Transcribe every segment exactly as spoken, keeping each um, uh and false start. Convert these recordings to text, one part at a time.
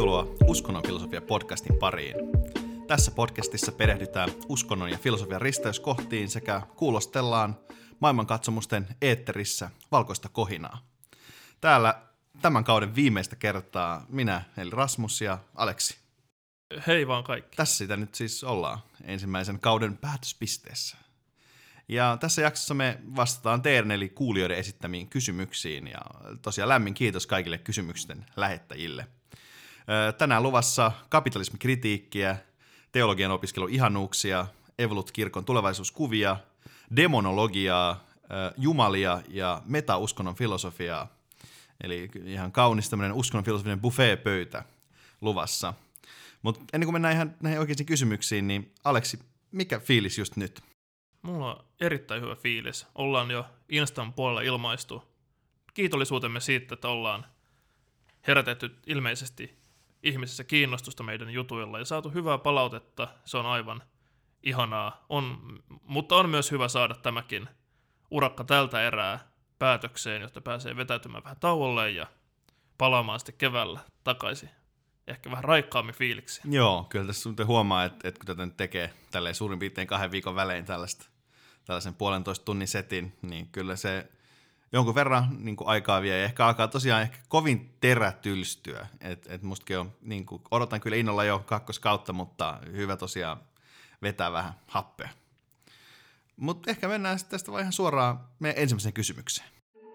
Tervetuloa Uskonnon filosofia podcastin pariin. Tässä podcastissa perehdytään uskonnon ja filosofian risteyskohtiin sekä kuulostellaan maailmankatsomusten eetterissä valkoista kohinaa. Täällä tämän kauden viimeistä kertaa minä, eli Rasmus ja Aleksi. Hei vaan kaikki. Tässä sitä nyt siis ollaan ensimmäisen kauden päätöspisteessä. Ja tässä jaksossa me vastataan teidän eli kuulijoiden esittämiin kysymyksiin ja tosiaan lämmin kiitos kaikille kysymysten lähettäjille. Tänään luvassa kapitalismikritiikkiä, teologian opiskelun ihanuuksia, Evolut-kirkon tulevaisuuskuvia, demonologiaa, jumalia ja metauskonnon filosofiaa. Eli ihan kaunis tämmöinen uskonnon filosofinen buffet-pöytä luvassa. Mutta ennen kuin mennään ihan näihin oikeisiin kysymyksiin, niin Aleksi, mikä fiilis just nyt? Mulla on erittäin hyvä fiilis. Ollaan jo Instan puolella ilmaistu kiitollisuutemme siitä, että ollaan herätetty ilmeisesti ihmisissä kiinnostusta meidän jutuilla ja saatu hyvää palautetta. Se on aivan ihanaa. On, mutta on myös hyvä saada tämäkin urakka tältä erää päätökseen, jotta pääsee vetäytymään vähän tauolle ja palaamaan sitten keväällä takaisin. Ehkä vähän raikkaammin fiiliksi. Joo, kyllä tässä huomaa, että, että kun tätä nyt tekee tälleen suurin piirtein kahden viikon välein tällaista, tällaisen puolentoista tunnin setin, niin kyllä se jonkun verran niin kuin aikaa vie ja ehkä alkaa tosiaan ehkä kovin terätylstyä. Et, et mustakin on, niin kuin, odotan kyllä innolla jo kakkoskautta, mutta hyvä tosiaan vetää vähän happea. Mutta ehkä mennään sitten tästä vaan ihan suoraan meidän ensimmäiseen kysymykseen.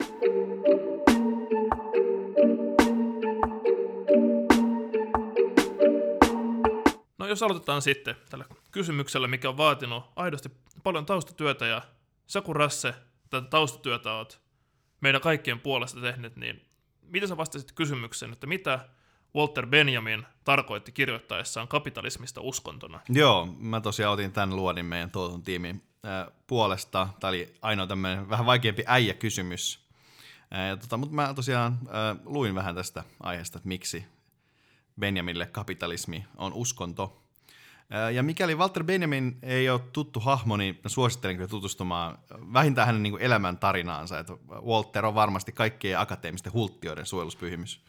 No jos aloitetaan sitten tällä kysymyksellä, mikä on vaatinut aidosti paljon taustatyötä ja sä kun Rasse tätä taustatyötä oot meidän kaikkien puolesta tehnyt, niin mitä sä vastasit kysymykseen, että mitä Walter Benjamin tarkoitti kirjoittaessaan kapitalismista uskontona? Joo, mä tosiaan otin tämän luodin meidän tuotun tiimin äh, puolesta. Tämä oli ainoa tämmöinen vähän vaikeampi äijäkysymys. Äh, tota, mutta mä tosiaan äh, luin vähän tästä aiheesta, että miksi Benjaminille kapitalismi on uskonto. Ja mikäli Walter Benjamin ei ole tuttu hahmo, niin suosittelen kyllä tutustumaan vähintään hänen niin kuin elämän tarinaansa. Että Walter on varmasti kaikkien akateemisten hulttioiden suojeluspyhimys.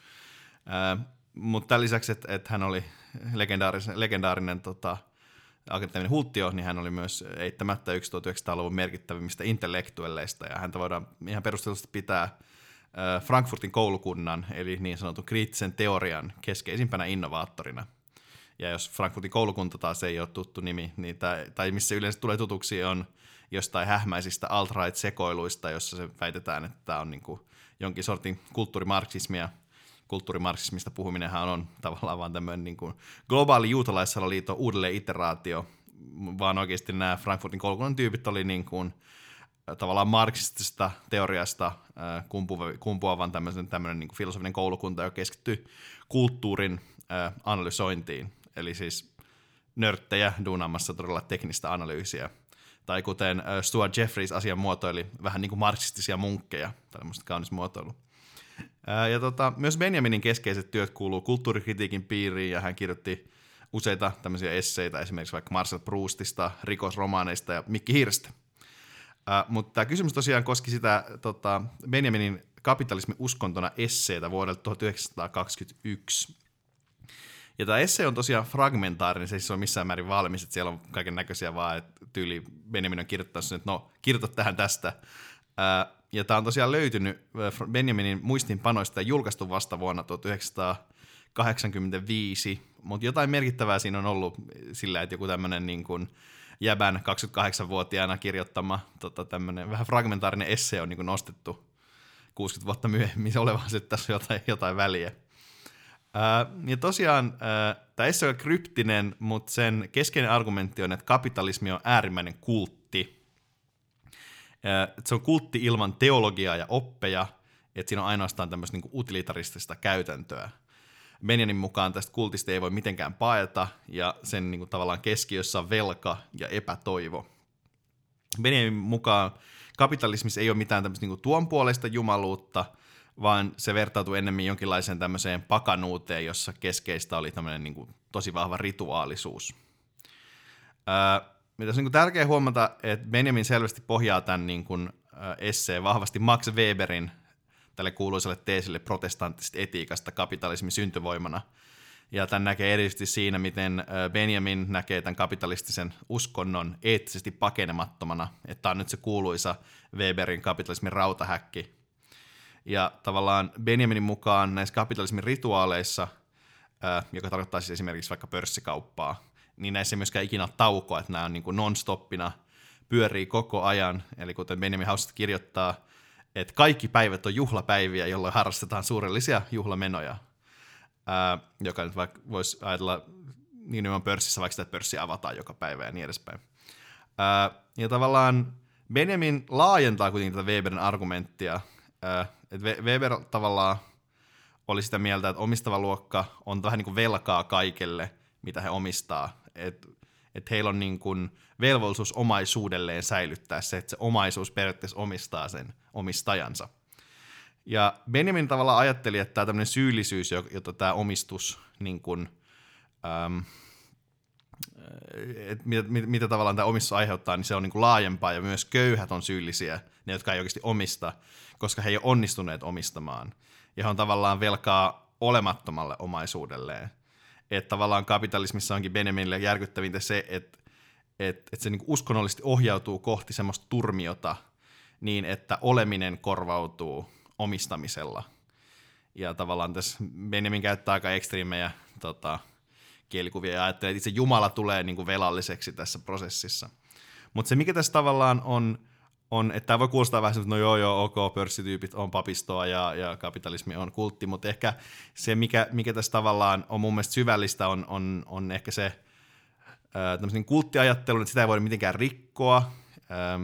Mutta tämän lisäksi, että, että hän oli legendaarinen, legendaarinen tota, akateeminen hulttio, niin hän oli myös eittämättä yksi tuhatyhdeksänsataaluvun merkittävimmistä intellektuelleista. Ja häntä voidaan ihan perustellusti pitää Frankfurtin koulukunnan, eli niin sanotun kriittisen teorian keskeisimpänä innovaattorina. Ja jos Frankfurtin koulukunta taas ei ole tuttu nimi, niin tai, tai missä yleensä tulee tutuksi on jostain hähmäisistä alt-right-sekoiluista, jossa se väitetään, että tämä on niin kuin jonkin sortin kulttuurimarksismia. Kulttuurimarksismista puhuminenhan on tavallaan vaan tämmöinen niin kuin globaali juutalaissalaliiton uudelleen iteraatio, vaan oikeasti nämä Frankfurtin koulukunnan tyypit oli niin kuin tavallaan marksistisesta teoriasta kumpuva, kumpuavan tämmöinen, tämmöinen niin kuin filosofinen koulukunta, joka keskittyy kulttuurin ää, analysointiin. Eli siis nörttejä duunaamassa todella teknistä analyysiä. Tai kuten ää, Stuart Jeffreys asian muotoili, vähän niin kuin marksistisia munkkeja. Tällaista kaunis muotoilu. Ää, ja tota, myös Benjaminin keskeiset työt kuuluu kulttuurikritiikin piiriin, ja hän kirjoitti useita tämmöisiä esseitä, esimerkiksi vaikka Marcel Proustista, rikosromaaneista ja Mikki Hiirestä. Uh, mutta tämä kysymys tosiaan koski sitä tota, Benjaminin kapitalismin uskontona esseitä vuodelta tuhatyhdeksänsataakaksikymmentäyksi. Ja tämä esse on tosiaan fragmentaarinen, se ei ole missään määrin valmis, että siellä on kaiken näköisiä vaan, että tyyli Benjamin on kirjoittanut sen, että no, kirjoita tähän tästä. Uh, ja tämä on tosiaan löytynyt Benjaminin muistinpanoista ja julkaistu vasta vuonna tuhatyhdeksänsataakahdeksankymmentäviisi, mutta jotain merkittävää siinä on ollut sillä, että joku tämmöinen niin kuin jäbän kaksikymmentäkahdeksanvuotiaana kirjoittama tota, tämmöinen vähän fragmentaarinen esse on niin kuin nostettu kuusikymmentä vuotta myöhemmin olevaan, että tässä on jotain, jotain väliä. Ää, ja tosiaan tämä esse on kryptinen, mutta sen keskeinen argumentti on, että kapitalismi on äärimmäinen kultti. Ää, että se on kultti ilman teologiaa ja oppeja, että siinä on ainoastaan tämmöistä niin kuin utilitaristista käytäntöä. Benjamin mukaan tästä kultista ei voi mitenkään paeta, ja sen niin kuin, tavallaan keskiössä on velka ja epätoivo. Benjamin mukaan kapitalismissa ei ole mitään tämmöistä niin kuin tuonpuoleista jumaluutta, vaan se vertautuu ennemmin jonkinlaiseen tämmöiseen pakanuuteen, jossa keskeistä oli tämmöinen niin kuin, tosi vahva rituaalisuus. Ää, mitä on niin kuin, tärkeää huomata, että Benjamin selvästi pohjaa tämän niin kuin, esseen vahvasti Max Weberin tälle kuuluisalle teesille protestanttisesta etiikasta kapitalismin syntyvoimana. Ja tämän näkee erityisesti siinä, miten Benjamin näkee tämän kapitalistisen uskonnon eettisesti pakenemattomana, että tämä on nyt se kuuluisa Weberin kapitalismin rautahäkki. Ja tavallaan Benjaminin mukaan näissä kapitalismin rituaaleissa, joka tarkoittaa siis esimerkiksi vaikka pörssikauppaa, niin näissä ei myöskään ikinä ole taukoa, että nämä on niin kuin non-stoppina, pyörii koko ajan. Eli kuten Benjamin House kirjoittaa, että kaikki päivät on juhlapäiviä, jolloin harrastetaan suurellisia juhlamenoja. Ää, joka nyt vaikka voisi ajatella niin nimenomaan pörssissä, vaikka sitä pörssi avataan joka päivä ja niin edespäin. Ää, ja tavallaan Benjamin laajentaa kuitenkin tätä Weberin argumenttia, ää, että Weber tavallaan oli sitä mieltä, että omistava luokka on vähän niin kuin velkaa kaikelle, mitä he omistaa. Että et heillä on niin kuin velvollisuus omaisuudelleen säilyttää se, että se omaisuus periaatteessa omistaa sen omistajansa. Ja Benjamin tavallaan ajatteli, että tämä tämmöinen syyllisyys, jota tämä omistus, niin kuin, äm, että mitä, mitä tavallaan tämä omistus aiheuttaa, niin se on niin kuin laajempaa, ja myös köyhät on syyllisiä, ne jotka ei oikeasti omista, koska he ei ole onnistuneet omistamaan. Ja he on tavallaan velkaa olemattomalle omaisuudelleen. Että tavallaan kapitalismissa onkin Benjaminille järkyttävintä se, että, että, että se niin kuin uskonnollisesti ohjautuu kohti semmoista turmiota niin, että oleminen korvautuu omistamisella. Ja tavallaan tässä Benjamin käyttää aika ekstriimejä tota, kielikuvia ja ajattelee, että itse Jumala tulee niin kuin velalliseksi tässä prosessissa. Mutta se, mikä tässä tavallaan on, on että tämä voi kuulostaa vähän semmoista, no joo joo, ok, pörssityypit on papistoa ja, ja kapitalismi on kultti, mutta ehkä se, mikä, mikä tässä tavallaan on mun mielestä syvällistä, on, on, on ehkä se tämmöisen kulttiajattelu, että sitä ei voida mitenkään rikkoa. Ähm,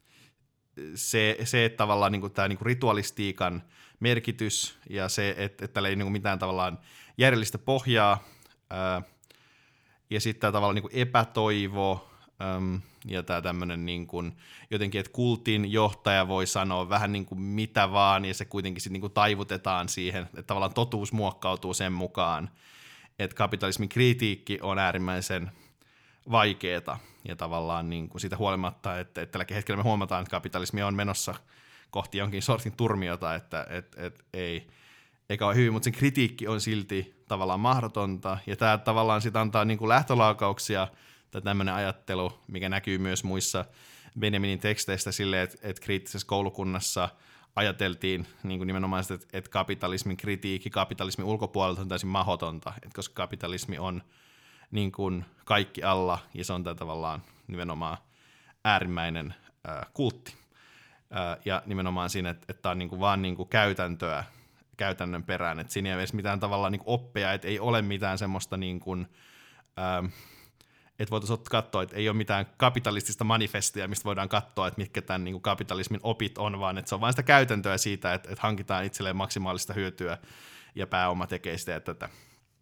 Se, se, että tavallaan niin kuin, tämä niin kuin ritualistiikan merkitys ja se, että, että tällä ei niin kuin mitään tavallaan järjellistä pohjaa ää, ja sitten tämä tavallaan niin kuin epätoivo äm, ja tämä tämmöinen niin kuin, jotenkin, että kultin johtaja voi sanoa vähän niin kuin mitä vaan ja se kuitenkin sitten niin kuin taivutetaan siihen, että tavallaan totuus muokkautuu sen mukaan, että kapitalismin kritiikki on äärimmäisen vaikeeta ja tavallaan niin kuin siitä huolimatta, että, että tälläkin hetkellä me huomataan, että kapitalismi on menossa kohti jonkin sortin turmiota, että et, et, ei, eikä ole hyvin, mutta sen kritiikki on silti tavallaan mahdotonta ja tämä tavallaan sitä antaa niin kuin lähtölaukauksia tai tämmöinen ajattelu, mikä näkyy myös muissa Benjaminin teksteistä silleen, että, että kriittisessä koulukunnassa ajateltiin niin kuin nimenomaan sitä, että, että kapitalismin kritiikki kapitalismin ulkopuolelta on täysin mahdotonta, että koska kapitalismi on niin kuin kaikki alla, ja se on tämä tavallaan nimenomaan äärimmäinen ää, kultti. Ää, ja nimenomaan siinä, että, että tämä on niin kuin vaan niin kuin käytäntöä käytännön perään, että siinä ei ole edes mitään tavallaan niin kuin oppeja, että ei ole mitään semmoista, niin kuin, ää, että voitaisiin katsoa, että ei ole mitään kapitalistista manifestia, mistä voidaan katsoa, että mitkä tämän niin kuin kapitalismin opit on, vaan että se on vain sitä käytäntöä siitä, että, että hankitaan itselleen maksimaalista hyötyä, ja pääoma tekee sitä ja tätä.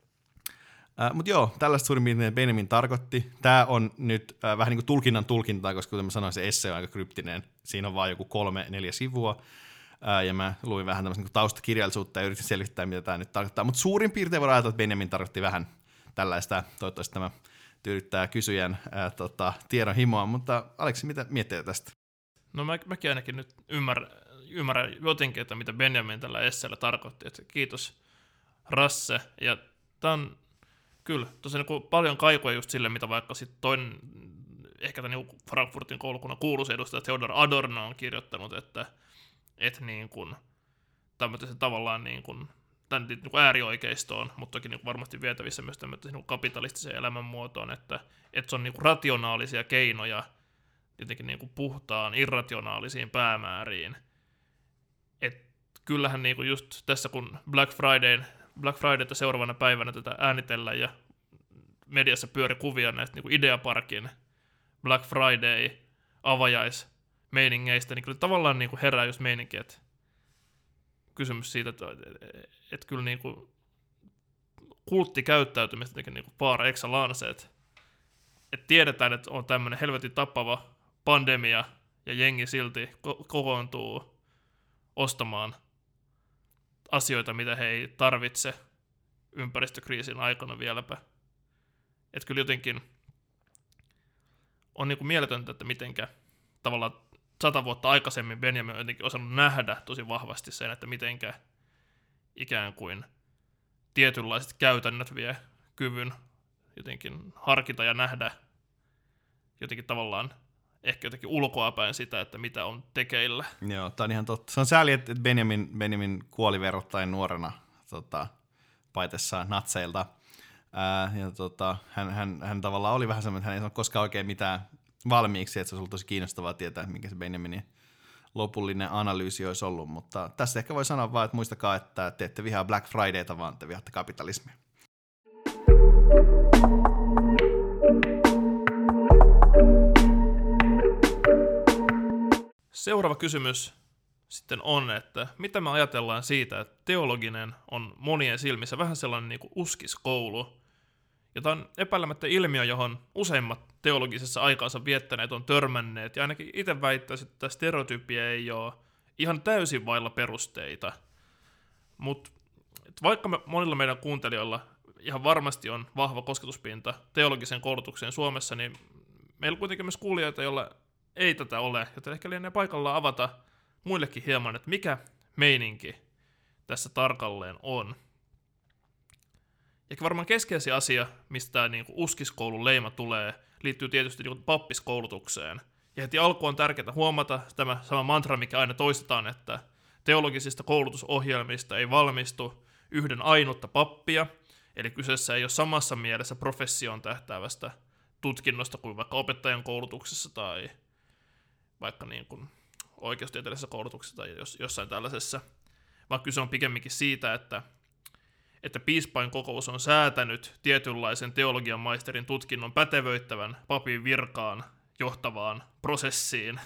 Uh, Mutta joo, tällaista suurin piirtein Benjamin tarkoitti. Tämä on nyt uh, vähän niin kuin tulkinnan tulkintaa, koska kuten mä sanoin, se esse on aika kryptinen. Siinä on vain joku kolme, neljä sivua. Uh, ja mä luin vähän tämmöistä niin taustakirjallisuutta ja yritin selvittää, mitä tämä nyt tarkoittaa. Mutta suurin piirtein voidaan ajatella, että Benjamin tarkoitti vähän tällaista. Toivottavasti tämä tyydyttää kysyjän uh, tota, tiedon himoa. Mutta Aleksi, mitä miettii tästä? No mä, mäkin ainakin nyt ymmärrän, ymmärrän jotenkin, että mitä Benjamin tällä esseellä tarkoitti. Että kiitos Rasse. Ja tämä on kyllä, tosiaan niin paljon kaikua just sille, mitä vaikka sitten toinen, ehkä tämän niin Frankfurtin koulukunnan kuuluisa edustaja Theodor Adorno on kirjoittanut, että, että niin kuin, tämmöisen tavallaan niin kuin, tämän niin kuin äärioikeistoon, mutta toki niin kuin varmasti vietävissä myös tämmöisen niin kapitalistiseen elämänmuotoon, että, että se on niin kuin rationaalisia keinoja jotenkin niin kuin puhtaan, irrationaalisiin päämääriin. Et kyllähän niin kuin just tässä, kun Black Friday Black Fridayta seuraavana päivänä tätä äänitellään ja mediassa pyöri kuvia näistä niin kuin Ideaparkin Black Friday avajaismeiningeistä, niin kyllä tavallaan niin kuin herää just meininki, että kysymys siitä, että, että kyllä niin kuin kulttikäyttäytymistä niin kuin par excellence, että, että tiedetään, että on tämmöinen helvetin tappava pandemia ja jengi silti ko- kokoontuu ostamaan asioita, mitä he ei tarvitse ympäristökriisin aikana vieläpä. Että kyllä jotenkin on niinku mieletöntä, että mitenkä tavallaan sata vuotta aikaisemmin Benjamin on jotenkin osannut nähdä tosi vahvasti sen, että mitenkä ikään kuin tietynlaiset käytännöt vie kyvyn jotenkin harkita ja nähdä jotenkin tavallaan ehkä jotenkin ulkoapäin sitä, että mitä on tekeillä. Joo, tämä on ihan totta. Se on sääli, että Benjamin, Benjamin kuoli verrattain nuorena tota, paitessaan natseilta. Ää, ja tota, hän, hän, hän tavallaan oli vähän semmoinen, että hän ei sanonut koskaan oikein mitään valmiiksi, että se olisi ollut tosi kiinnostavaa tietää, mikä se Benjaminin lopullinen analyysi olisi ollut. Mutta tässä ehkä voi sanoa vaan, että muistakaa, että te ette vihaa Black Fridayta, vaan te vihaatte kapitalismia. Seuraava kysymys sitten on, että mitä me ajatellaan siitä, että teologinen on monien silmissä vähän sellainen niin kuin uskiskoulu, jota on epäilemättä ilmiö, johon useimmat teologisessa aikaansa viettäneet on törmänneet, ja ainakin itse väittäisin, että tämä stereotypia ei ole ihan täysin vailla perusteita. Mutta vaikka me, monilla meidän kuuntelijoilla ihan varmasti on vahva kosketuspinta teologiseen koulutukseen Suomessa, niin meillä on kuitenkin myös kuulijoita, joilla ei tätä ole, joten ehkä lienee paikallaan avata muillekin hieman, että mikä meininki tässä tarkalleen on. Ehkä varmaan keskeisin asia, mistä tämä niin kuin uskiskoulun leima tulee, liittyy tietysti niin kuin pappiskoulutukseen. Ja heti alkuun on tärkeää huomata tämä sama mantra, mikä aina toistetaan, että teologisista koulutusohjelmista ei valmistu yhden ainutta pappia, eli kyseessä ei ole samassa mielessä professioon tähtäävästä tutkinnosta kuin vaikka opettajan koulutuksessa tai vaikka niin kuin oikeustieteellisessä koulutuksessa tai jos, jossain tällaisessa, vaan kyse on pikemminkin siitä, että, että piispain kokous on säätänyt tietynlaisen teologian maisterin tutkinnon pätevöittävän papin virkaan johtavaan prosessiin,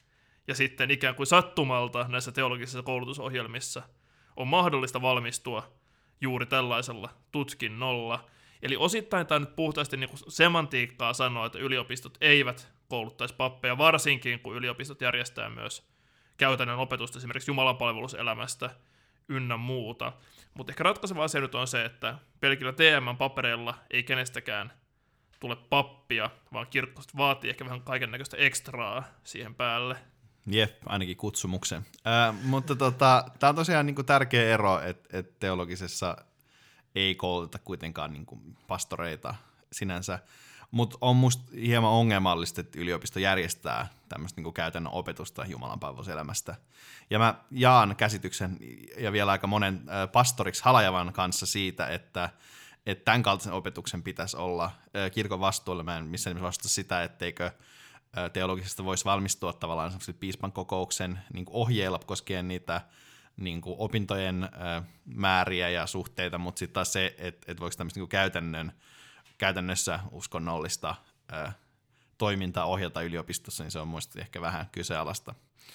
ja sitten ikään kuin sattumalta näissä teologisissa koulutusohjelmissa on mahdollista valmistua juuri tällaisella tutkinnolla. Eli osittain tämä nyt puhtaasti niin kuin semantiikkaa sanoa, että yliopistot eivät kouluttaisi pappeja, varsinkin kun yliopistot järjestää myös käytännön opetusta esimerkiksi jumalanpalveluselämästä ynnä muuta. Mutta ehkä ratkaiseva asia nyt on se, että pelkillä T M-papereilla ei kenestäkään tule pappia, vaan kirkko vaatii ehkä vähän kaikennäköistä ekstraa siihen päälle. Jep, ainakin kutsumuksen. Äh, mutta tota, tämä on tosiaan niinku tärkeä ero, että et teologisessa ei kouluteta kuitenkaan niinku pastoreita sinänsä, mutta on musta hieman ongelmallista, että yliopisto järjestää tämmöistä niinku käytännön opetusta jumalanpalveluselämästä. Ja mä jaan käsityksen ja vielä aika monen äh, pastoriksi halajavan kanssa siitä, että että tämän kaltaisen opetuksen pitäisi olla äh, kirkon vastuulla. Mä en missään nimessä vastusta sitä, etteikö äh, teologisesta voisi valmistua tavallaan piispan kokouksen niin kuin ohjeilla koskien niitä niin kuin opintojen äh, määriä ja suhteita, mutta sitten taas se, että et voiko tämmöistä niin kuin käytännön, käytännössä uskonnollista äh, toimintaa ohjata yliopistossa, niin se on muista ehkä vähän kyseenalaista.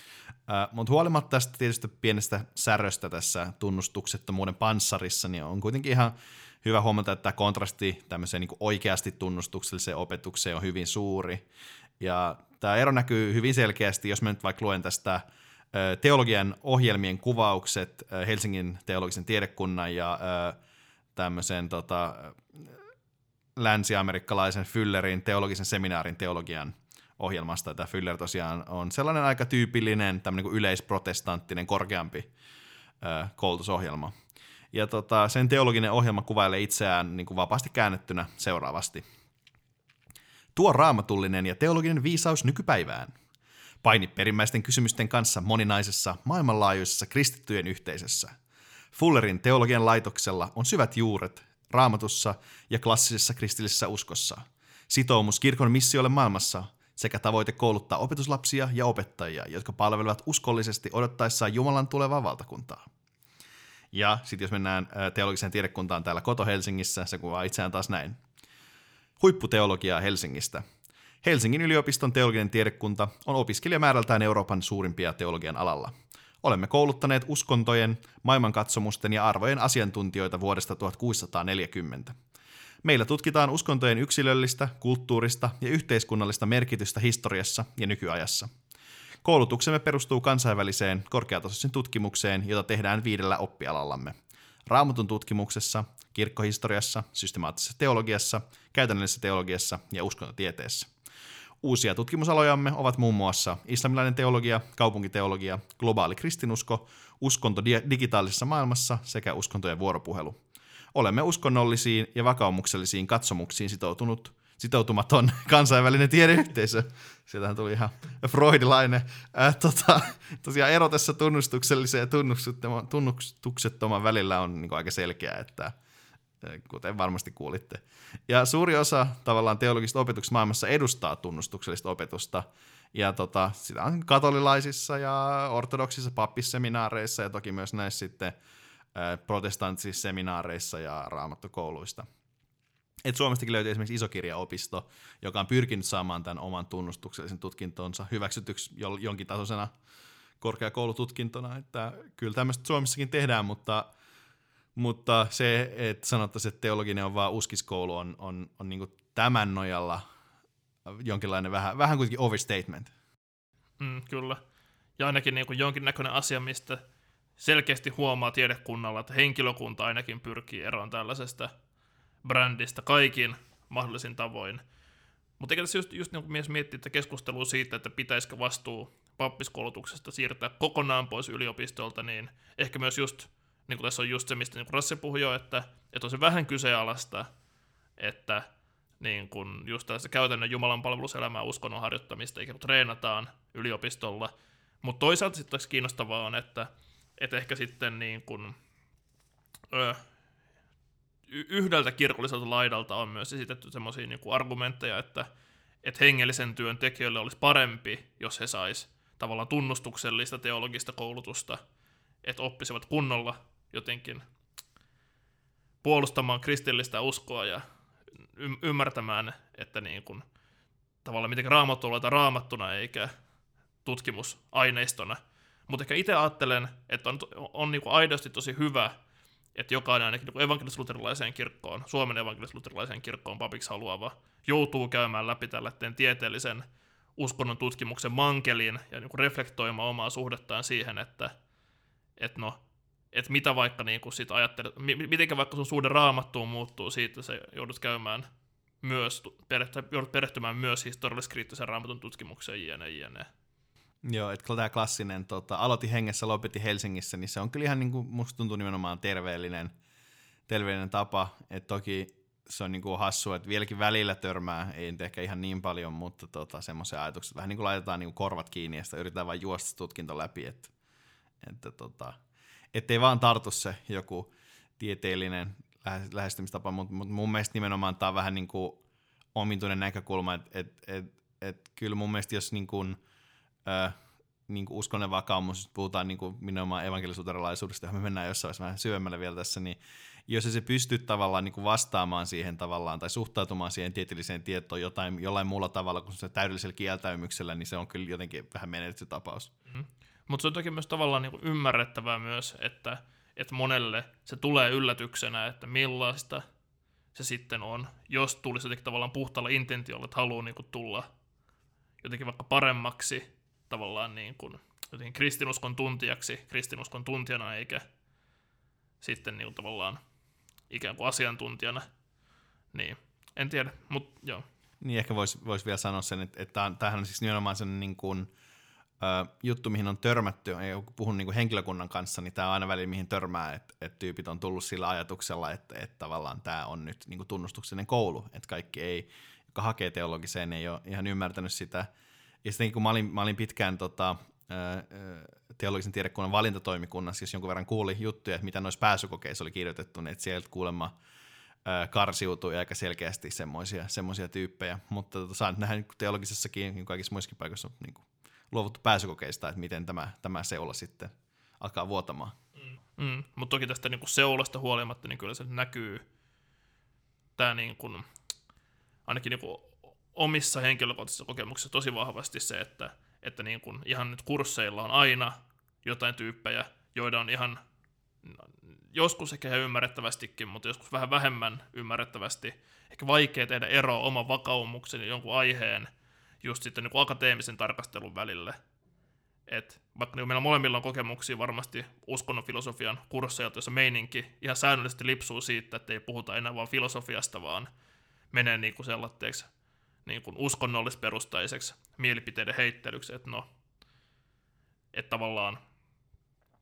Uh, mutta huolimatta tästä tietysti pienestä säröstä tässä tunnustuksettomuuden panssarissa, niin on kuitenkin ihan hyvä huomata, että tämä kontrasti tämmöiseen niin kuin oikeasti tunnustukselliseen opetukseen on hyvin suuri. Ja tämä ero näkyy hyvin selkeästi, jos mä nyt vaikka luen tästä uh, teologian ohjelmien kuvaukset uh, Helsingin teologisen tiedekunnan ja uh, tämmöisen tota, länsi-amerikkalaisen Füllerin teologisen seminaarin teologian ohjelmasta. Tämä Füller tosiaan on sellainen aika tyypillinen tämmöinen kuin yleisprotestanttinen korkeampi ö, koulutusohjelma. Ja tota, sen teologinen ohjelma kuvailee itseään niin kuin vapaasti käännettynä seuraavasti. Tuo raamatullinen ja teologinen viisaus nykypäivään. Paini perimmäisten kysymysten kanssa moninaisessa, maailmanlaajuisessa kristittyjen yhteisössä. Fullerin teologian laitoksella on syvät juuret raamatussa ja klassisessa kristillisessä uskossa. Sitoumus kirkon missiolle maailmassa sekä tavoite kouluttaa opetuslapsia ja opettajia, jotka palvelevat uskollisesti odottaessaan Jumalan tulevaa valtakuntaa. Ja sitten jos mennään teologiseen tiedekuntaan täällä Koto-Helsingissä, se kuvaa itseään taas näin. Huipputeologiaa Helsingistä. Helsingin yliopiston teologinen tiedekunta on opiskelijamäärältään Euroopan suurimpia teologian alalla. Olemme kouluttaneet uskontojen, maailmankatsomusten ja arvojen asiantuntijoita vuodesta tuhatkuusisataaneljäkymmentä. Meillä tutkitaan uskontojen yksilöllistä, kulttuurista ja yhteiskunnallista merkitystä historiassa ja nykyajassa. Koulutuksemme perustuu kansainväliseen korkeatasoiseen tutkimukseen, jota tehdään viidellä oppialallamme. Raamatun tutkimuksessa, kirkkohistoriassa, systemaattisessa teologiassa, käytännöllisessä teologiassa ja uskontotieteessä. Uusia tutkimusalojamme ovat muun muassa islamilainen teologia, kaupunkiteologia, globaali kristinusko, uskonto digitaalisessa maailmassa sekä uskontojen vuoropuhelu. olemme uskonnollisiin ja vakaumuksellisiin katsomuksiin sitoutunut, sitoutumaton kansainvälinen tiedeyhteisö. Sieltähän tuli ihan freudilainen ää, tota, tosiaan ero tässä tunnustuksellisen ja tunnustuksettoman välillä on niin kuin aika selkeä, että kuten varmasti kuulitte. Ja suuri osa tavallaan teologisesta opetuksesta maailmassa edustaa tunnustuksellista opetusta, ja tota, sitä on katolilaisissa ja ortodoksissa pappisseminaareissa ja toki myös näissä sitten ä, protestanttisissa seminaareissa ja raamattokouluista. Et Suomestakin löytyy esimerkiksi Isokirjaopisto, joka on pyrkinyt saamaan tämän oman tunnustuksellisen tutkintonsa hyväksytyksi jonkin tasoisena korkeakoulututkintona, että kyllä tämmöistä Suomessakin tehdään, mutta Mutta se, että sanottaisiin, että teologinen on vaan uskiskoulu, on, on, on niin kuin tämän nojalla jonkinlainen vähän, vähän kuitenkin overstatement. Mm, kyllä. Ja ainakin niin kuin jonkinnäköinen asia, mistä selkeästi huomaa tiedekunnalla, että henkilökunta ainakin pyrkii eroon tällaisesta brändistä kaikin mahdollisin tavoin. Mutta eikä tässä just, just niin kuin mies miettii että keskustelua siitä, että pitäisikö vastuu pappiskoulutuksesta siirtää kokonaan pois yliopistolta, niin ehkä myös just niin kuin tässä on just se, mistä niin kuin Rasse puhui jo, että, että on se vähän kyseenalaista, että niin kuin just tällaista käytännön Jumalan palveluselämää uskonnon harjoittamista ikään kuin treenataan yliopistolla, mutta toisaalta sitten kiinnostavaa on, että, että ehkä sitten niin kuin, ö, yhdeltä kirkolliselta laidalta on myös esitetty semmoisia niin kuin argumentteja, että, että hengellisen työn tekijöille olisi parempi, jos he sais tavallaan tunnustuksellista teologista koulutusta, että oppisivat kunnolla jotenkin puolustamaan kristillistä uskoa ja y- ymmärtämään, että niin kuin, tavallaan miten raamattu on raamattuna eikä tutkimusaineistona. Mutta ehkä itse ajattelen, että on, on niin kuin aidosti tosi hyvä, että jokainen ainakin niin evankelis-luterilaiseen kirkkoon, Suomen evankelis-luterilaiseen kirkkoon papiksi haluava, joutuu käymään läpi tällaisen tieteellisen uskonnon tutkimuksen mankelin ja niin kuin reflektoimaan omaa suhdettaan siihen, että että no, et mitä vaikka niinku sit ajattelet, mitenkä vaikka sun suhde raamattuun muuttuu siitä, sä joudut käymään myös, joudut perehtymään myös historiallis-kriittisen raamatun tutkimukseen jne. jne. Joo, että tämä klassinen tota, aloitin hengessä, lopetin Helsingissä, niin se on kyllä ihan niinku, musta tuntuu nimenomaan terveellinen, terveellinen tapa, että toki se on niinku hassua, että vieläkin välillä törmää, ei nyt ehkä ihan niin paljon, mutta tota, semmoisia ajatuksia, vähän niin kuin laitetaan niinku korvat kiinni ja sitä yritetään vain juosta tutkinto läpi, että Että tota, ettei vaan tartu se joku tieteellinen lähestymistapa, mutta mut mun mielestä nimenomaan tämä on vähän niin kuin omituinen näkökulma, että et, et, et kyllä mun mielestä jos niin kuin, äh, niin kuin uskonnon vakaumus, puhutaan niin kuin nimenomaan evankelis-luterilaisuudesta, johon me mennään jossain vaiheessa vähän syvemmälle vielä tässä, niin jos ei se pysty tavallaan niin kuin vastaamaan siihen tavallaan tai suhtautumaan siihen tieteelliseen tietoon jotain, jollain muulla tavalla kuin se täydellisellä kieltäymyksellä, niin se on kyllä jotenkin vähän menetetty tapaus. Mm-hmm. Mutta se on toki myös tavallaan niinku ymmärrettävää myös, että, että monelle se tulee yllätyksenä, että millaista se sitten on, jos tulisi jotenkin tavallaan puhtaalla intentiolla, että haluaa niinku tulla jotenkin vaikka paremmaksi tavallaan niinku, jotenkin kristinuskon tuntijaksi, kristinuskon tuntijana, eikä sitten niinku tavallaan ikään kuin asiantuntijana. Niin, en tiedä, mutta joo. Niin ehkä voisi vois vielä sanoa sen, että, että tämähän on siis nimenomaan sellainen niin kuin juttu, mihin on törmätty, ja kun puhun niin kuin henkilökunnan kanssa, niin tämä on aina välillä mihin törmää, että, että tyypit on tullut sillä ajatuksella, että, että tavallaan tämä on nyt niin kuin tunnustuksellinen koulu, että kaikki ei, joka hakee teologiseen, ei ole ihan ymmärtänyt sitä. Ja sitten kun mä olin, mä olin pitkään tota, teologisen tiedekunnan valintatoimikunnassa, jos jonkun verran kuuli juttuja, että mitä noissa pääsykokeissa oli kirjoitettu, niin että sieltä kuulemma karsiutui aika selkeästi semmoisia, semmoisia tyyppejä, mutta tota, saan nähdä teologisessakin, niin kaikissa muissakin paikoissa niin kuin luovuttu pääsykokeista, että miten tämä, tämä seula sitten alkaa vuotamaan. Mm. Mm. Mutta toki tästä niinku seulasta huolimatta, niin kyllä se näkyy tämä niinku, ainakin niinku omissa henkilökohtaisissa kokemuksissa tosi vahvasti se, että, että niinku ihan nyt kursseilla on aina jotain tyyppejä, joita on ihan joskus ehkä ihan ymmärrettävästikin, mutta joskus vähän vähemmän ymmärrettävästi ehkä vaikea tehdä eroa oman vakaumuksen ja jonkun aiheen just sitten niin akateemisen tarkastelun välille. Et vaikka niin meillä molemmilla on kokemuksia varmasti uskonnon filosofian kursseilta, jossa meininki ihan säännöllisesti lipsuu siitä, että ei puhuta enää vaan filosofiasta, vaan menee niin kuin sellaiseksi niin kuin uskonnollisperustaiseksi mielipiteiden heittelyksi, että no, että tavallaan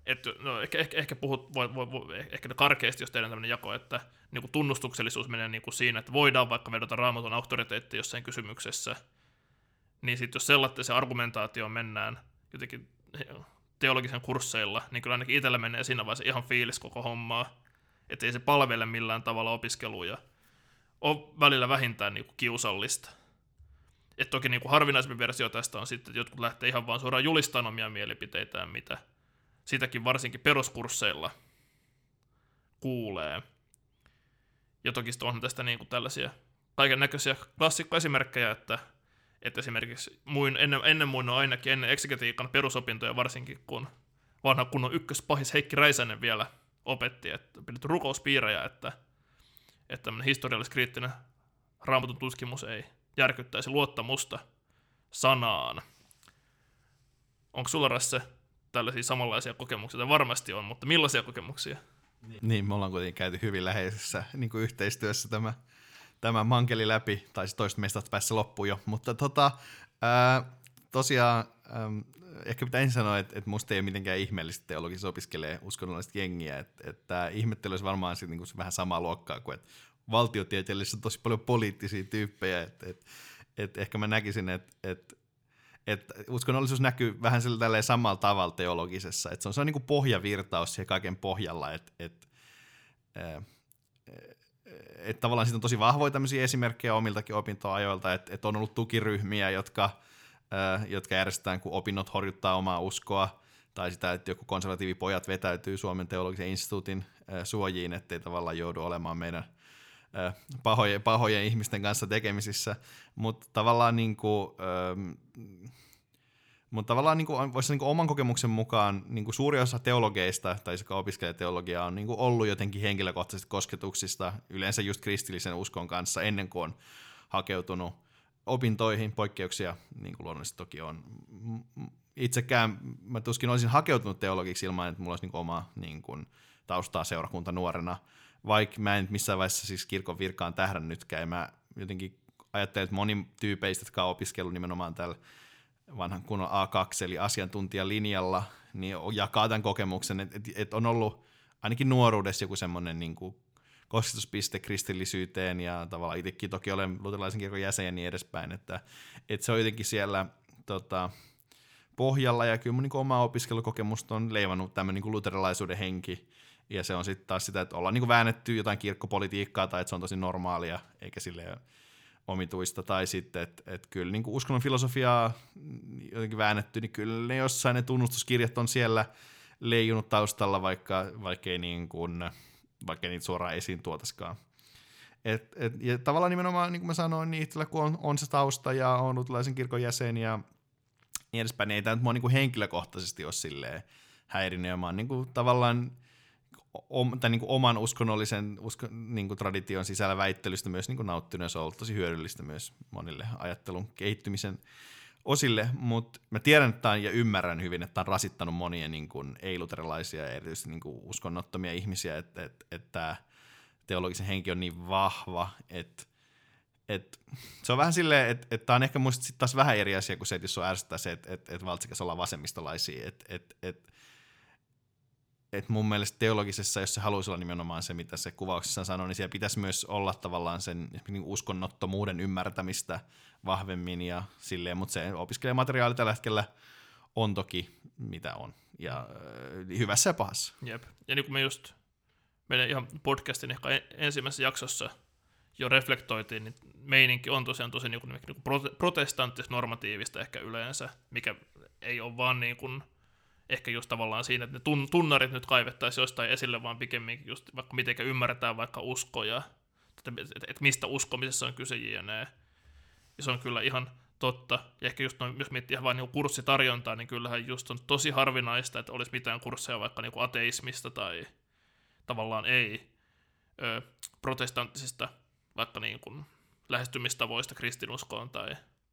että no, ehkä, ehkä, ehkä puhut, voi, voi, voi, ehkä karkeasti, jos tehdään tämmöinen jako, että niin kuin tunnustuksellisuus menee niin kuin siinä, että voidaan vaikka vedota Raamatun auktoriteetti jossain kysymyksessä, niin sitten jos sellaiseen argumentaatioon mennään jotenkin teologisen kursseilla, niin kyllä ainakin itsellä menee siinä vaiheessa ihan fiilis koko hommaa, että ei se palvele millään tavalla opiskeluja. On välillä vähintään niin kuin kiusallista. Et toki niin kuin harvinaisempi versio tästä on sitten, että jotkut lähtee ihan vaan suoraan julistamaan omia mielipiteitään, mitä sitäkin varsinkin peruskursseilla kuulee. Ja toki on tästä niin kuin tällaisia kaiken näköisiä klassikkoesimerkkejä, että, että esimerkiksi muin, ennen, ennen muin on ainakin ennen eksegetiikan perusopintoja varsinkin, kun vanha kunnon ykköspahis Heikki Räisänen vielä opetti, että pidetty rukouspiirejä, että, että tämmöinen historiallis-kriittinen Raamatun tutkimus ei järkyttäisi luottamusta sanaan. Onko sulla, Rasse, tällaisia samanlaisia kokemuksia? Varmasti on, mutta millaisia kokemuksia? Niin, me ollaan kuitenkin käyty hyvin läheisessä niin kuin yhteistyössä tämä, tämä mankeli läpi, tai toista meistä päässä loppuun jo, mutta tota, ää, tosiaan ää, ehkä pitää ensin sanoa, että, että musta ei ole mitenkään ihmeellistä teologisessa opiskelee uskonnollista jengiä, että, että tämä ihmettely olisi varmaan sit, niin kuin vähän samaa luokkaa kuin, että valtiotieteellisessä on tosi paljon poliittisia tyyppejä, että, että, että ehkä mä näkisin, että, että, että uskonnollisuus näkyy vähän sillä tälleen samalla tavalla teologisessa, että se on, se on niin kuin pohjavirtaus siihen kaiken pohjalla, että, että, että tavallaan siitä on tosi vahvoja tämmöisiä esimerkkejä omiltakin opintoajoilta, että, että on ollut tukiryhmiä, jotka, jotka järjestetään, kun opinnot horjuttaa omaa uskoa, tai sitä, että joku konservatiivipojat vetäytyy Suomen teologisen instituutin suojiin, ettei tavallaan joudu olemaan meidän pahojen, pahojen ihmisten kanssa tekemisissä, mutta tavallaan, niin kuin, ähm, mutta tavallaan niin kuin, voisi niin kuin oman kokemuksen mukaan niin kuin suuri osa teologeista, tai joka opiskelee teologiaa, on niin kuin ollut jotenkin henkilökohtaisista kosketuksista, yleensä just kristillisen uskon kanssa, ennen kuin on hakeutunut opintoihin. Poikkeuksia niin kuin luonnollisesti toki on. Itsekään mä tuskin olisin hakeutunut teologiksi ilman, että mulla olisi niin kuin oma niin kuin taustaa seurakunta nuorena, vaikka mä en missään vaiheessa siis kirkon virkaan tähdännytkään, ja mä jotenkin ajattelen, että moni tyypeistä, jotka on opiskellut nimenomaan tällä vanhan kunnon A kaksi, eli asiantuntijalinjalla, niin jakaa tämän kokemuksen, että, että on ollut ainakin nuoruudessa joku semmoinen niin kuin kosketuspiste kristillisyyteen, ja tavallaan itsekin toki olen luterilaisen kirkon jäsen ja niin edespäin, että, että se on jotenkin siellä tota, pohjalla, ja kyllä mun niin kuin oma opiskelukokemusta on leivannut tämmöinen niin kuin luterilaisuuden henki, ja se on sitten taas sitä, että ollaan niin kuin väännetty jotain kirkkopolitiikkaa, tai että se on tosi normaalia, eikä silleen omituista, tai sitten, että, että kyllä niin kuin uskonnon filosofiaa jotenkin väännetty, niin kyllä ne jossain ne tunnustuskirjat on siellä leijunut taustalla, vaikka, vaikka, ei niin kuin, vaikka ei niitä suoraan esiin tuotaskaan. Et, et, ja tavallaan nimenomaan, niin kuin mä sanoin, niin itsellä kun on, on se tausta, ja on luterilaisen kirkon jäsen, ja niin edespäin, niin ei tämä nyt mua niin kuin henkilökohtaisesti ole silleen häirinyt, ja mä oon niin kuin tavallaan Om, tai niin kuin oman uskonnollisen usko, niin kuin tradition sisällä väittelystä myös niin kuin nauttinut, ja se on ollut tosi hyödyllistä myös monille ajattelun kehittymisen osille, mutta mä tiedän että on, ja ymmärrän hyvin, että on rasittanut monia niin kuin ei-luterilaisia ja erityisesti niin kuin uskonnottomia ihmisiä, että, että, että tämä teologisen henki on niin vahva, että, että se on vähän silleen, että, että tämä on ehkä musta sitten taas vähän eri asia kuin se, että jos on ärsyttää se, että, että, että valtsikas ollaan vasemmistolaisia, että, että, että että mun mielestä teologisessa, jos se haluaisi olla nimenomaan se, mitä se kuvauksessa sanoo, niin siellä pitäisi myös olla tavallaan sen niin uskonnottomuuden ymmärtämistä vahvemmin ja silleen, mutta se opiskelijamateriaali tällä hetkellä on toki mitä on, ja äh, hyvässä ja pahassa. Jep, ja niin kuin me just meidän ihan podcastin ehkä ensimmäisessä jaksossa jo reflektoitiin, niin meininki on tosiaan tosi niin kuin, niin kuin protestanttis-normatiivista ehkä yleensä, mikä ei ole vaan niin kuin ehkä just tavallaan siinä, että ne tunnarit nyt kaivettaisiin jostain esille, vaan pikemminkin just vaikka mitenkä ymmärretään vaikka uskoja, että, että mistä uskomisessa on kyse jne. Ja se on kyllä ihan totta. Ja ehkä just noin, jos miettii ihan vain niin kurssitarjontaa, niin kyllähän just on tosi harvinaista, että olisi mitään kursseja vaikka niin ateismista tai tavallaan ei ö, protestanttisista vaikka niin kuin lähestymistavoista kristinuskoon tai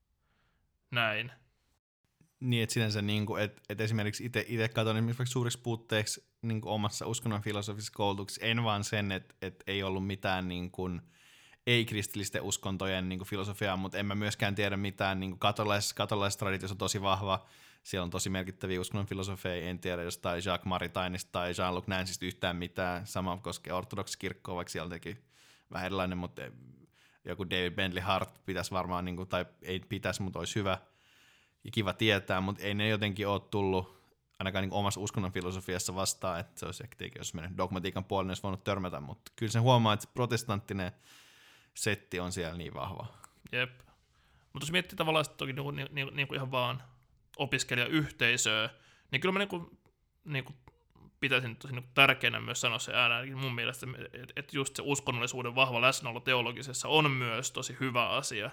näin. Niin, että sinänsä, niin kuin, että, että esimerkiksi itse katson esimerkiksi suuriksi puutteeksi niin kuin omassa uskonnon filosofisessa koulutuksessa, en vaan sen, että, että ei ollut mitään niin kuin ei-kristillisten uskontojen niin kuin filosofiaa, mutta en mä myöskään tiedä mitään. Niin katolais, katolaistraditiossa on tosi vahva. Siellä on tosi merkittäviä uskonnon filosofeja. En tiedä jostain Jacques Maritainista tai Jean-Luc Nancista yhtään mitään. Sama koskee ortodoksikirkkoa, vaikka siellä on teki vähän erilainen, mutta joku David Bentley Hart pitäisi varmaan, niin kuin, tai ei pitäisi, mutta olisi hyvä ja kiva tietää, mutta ei ne jotenkin ole tullut ainakaan niin omassa uskonnon filosofiassa vastaan, että se olisi ehkä, jos mennyt dogmatiikan puolelle, olisi voinut törmätä, mutta kyllä se huomaa, että protestanttinen setti on siellä niin vahva. Jep. Mutta jos miettii tavallaan toki niinku, niinku, niinku ihan vaan opiskelijayhteisöä, niin kyllä mä niinku, niinku pitäisin tosi niinku tärkeänä myös sanoa se ääneen mun mielestä, että et just se uskonnollisuuden vahva läsnäolo teologisessa on myös tosi hyvä asia.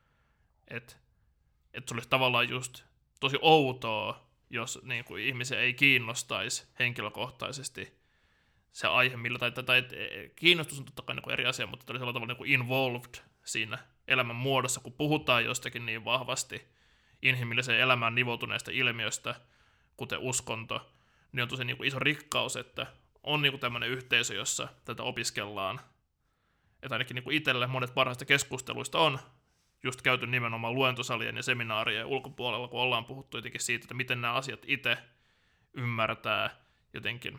Että et se olisi tavallaan just tosi outoa, jos niinku ihmisiä ei kiinnostaisi henkilökohtaisesti se aihe, millä, tai, tai, tai kiinnostus on totta kai niinku eri asia, mutta tällä tavalla niinku involved siinä elämän muodossa, kun puhutaan jostakin niin vahvasti inhimilliseen elämään nivoutuneesta ilmiöstä, kuten uskonto, niin on tosi niinku iso rikkaus, että on niinku tämmöinen yhteisö, jossa tätä opiskellaan. Että ainakin niinku itselle monet parhaista keskusteluista on just käyty nimenomaan luentosalien ja seminaarien ulkopuolella, kun ollaan puhuttu jotenkin siitä, että miten nämä asiat itse ymmärtää jotenkin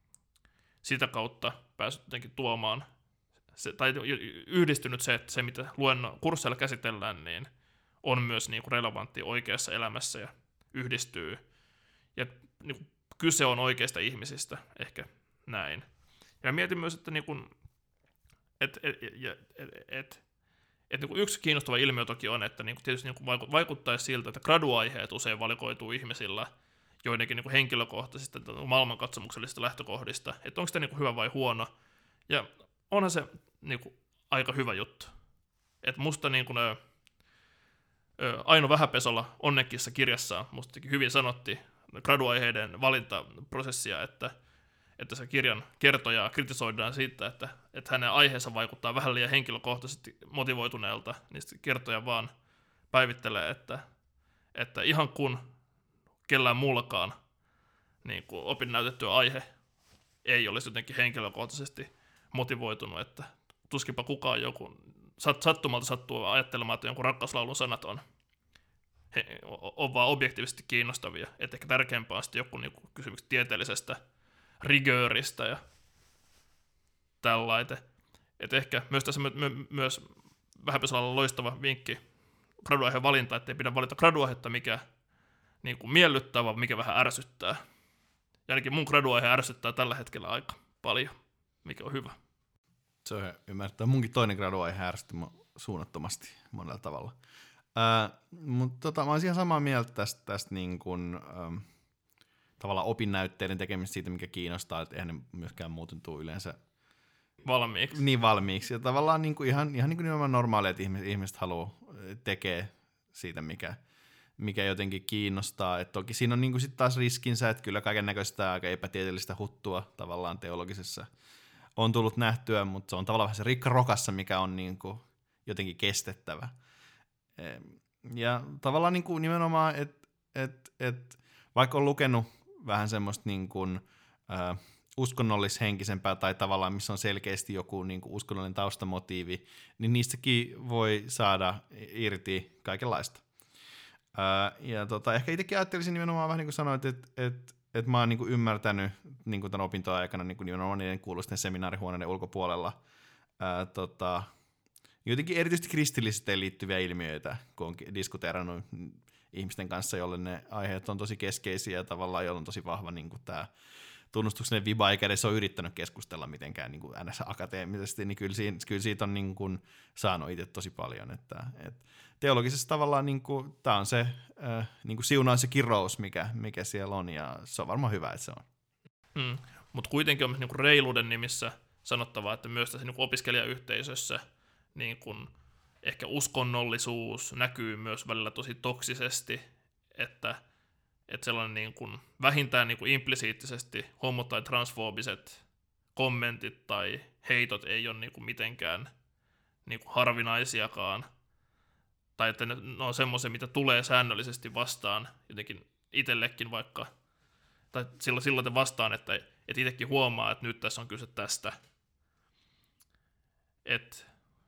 sitä kautta päässyt jotenkin tuomaan, se, tai yhdistynyt se, että se mitä luennon kursseilla käsitellään, niin on myös niinku relevantti oikeassa elämässä ja yhdistyy. Ja niinku, kyse on oikeista ihmisistä, ehkä näin. Ja mietin myös, että niinku, et, et, et, et, et, et, niinku yksi kiinnostava ilmiö toki on, että niinku, tietysti niinku vaikuttaisi siltä, että graduaiheet usein valikoituu ihmisillä joidenkin niinku henkilökohtaisista maailmankatsomuksellisista lähtökohdista, että onko sitä niinku hyvä vai huono. Ja onhan se niinku aika hyvä juttu. Et musta niinku ne, ö, Aino Vähäpesola Onnekissa kirjassaan musta hyvin sanotti graduaiheiden valintaprosessia, että, että se kirjan kertoja kritisoidaan siitä, että, että hänen aiheensa vaikuttaa vähän liian henkilökohtaisesti motivoituneelta, niin sitten kertoja vaan päivittelee, että, että ihan kun kellään muullakaan niin kuin opinnäytettyä aihe ei olisi jotenkin henkilökohtaisesti motivoitunut, että tuskinpa kukaan joku sattumalta sattuu ajattelemaan, että jonkun rakkauslaulun sanat on, he, on vaan objektiivisesti kiinnostavia. Että ehkä tärkeämpää on sitten joku niin kuin kysymys tieteellisestä rigööristä ja tällainen. Että ehkä myös tässä my, my, myös Vähäpesolalla loistava vinkki graduaiheen valinta, että ei pidä valita graduaihetta, mikä niin kuin miellyttää, vaan mikä vähän ärsyttää. Ja ainakin mun graduaihe ärsyttää tällä hetkellä aika paljon, mikä on hyvä. Se on ymmärtää. Munkin toinen graduaihe ärsytti suunnattomasti monella tavalla. Äh, mutta tota, mä olisin ihan samaa mieltä tästä, tästä niin kuin, ähm, tavallaan opinnäytteiden tekemistä siitä, mikä kiinnostaa, että eihän ne myöskään muuten tule yleensä valmiiksi. Niin valmiiksi. Ja tavallaan niin kuin ihan, ihan niin kuin nimenomaan normaalia, että ihmiset, ihmiset haluaa tekee siitä, mikä, mikä jotenkin kiinnostaa. Et toki siinä on niin kuin sit taas riskinsä, että kyllä kaiken näköistä aika epätieteellistä huttua tavallaan teologisessa on tullut nähtyä, mutta se on tavallaan vähän se rikka rokassa, mikä on niin kuin jotenkin kestettävä. Ja tavallaan niin kuin nimenomaan, että et, et, vaikka on lukenut vähän semmoista niin kuin, äh, uskonnollishenkisempää tai tavallaan, missä on selkeästi joku niin kuin uskonnollinen taustamotiivi, niin niistäkin voi saada irti kaikenlaista. Äh, ja tota, ehkä itsekin ajattelisin nimenomaan vähän niin kuin sanoit, että et, et mä oon niin kuin ymmärtänyt niin kuin tämän opintojen aikana niin kuin nimenomaan niiden kuuluisten seminaarihuoneiden ulkopuolella äh, tota, jotenkin erityisesti kristillisyyteen liittyviä ilmiöitä, kun on diskuteerannut ihmisten kanssa, jolle ne aiheet on tosi keskeisiä ja tavallaan jolla on tosi vahva niin kuin tämä tunnustuksenen viba, eikä edes ole yrittänyt keskustella mitenkään niin kuin N S-akateemisesti, niin kyllä siitä, kyllä siitä on niin kuin saanut itse tosi paljon. Että, että teologisessa tavallaan niin kuin, tämä on se äh, niin kuin siunaus ja kirous, mikä, mikä siellä on, ja se on varmaan hyvä, että se on. Mm, mutta kuitenkin on myös niin kuin reiluuden nimissä sanottavaa, että myös tässä niin kuin opiskelijayhteisössä niin kuin ehkä uskonnollisuus näkyy myös välillä tosi toksisesti, että, että sellainen niin kuin vähintään niin kuin implisiittisesti homo- tai transfoobiset kommentit tai heitot ei ole niin kuin mitenkään niin kuin harvinaisiakaan, tai että ne on semmoisia, mitä tulee säännöllisesti vastaan jotenkin itsellekin vaikka, tai silloin, silloin te vastaan, että, että itsekin huomaa, että nyt tässä on kyse tästä, että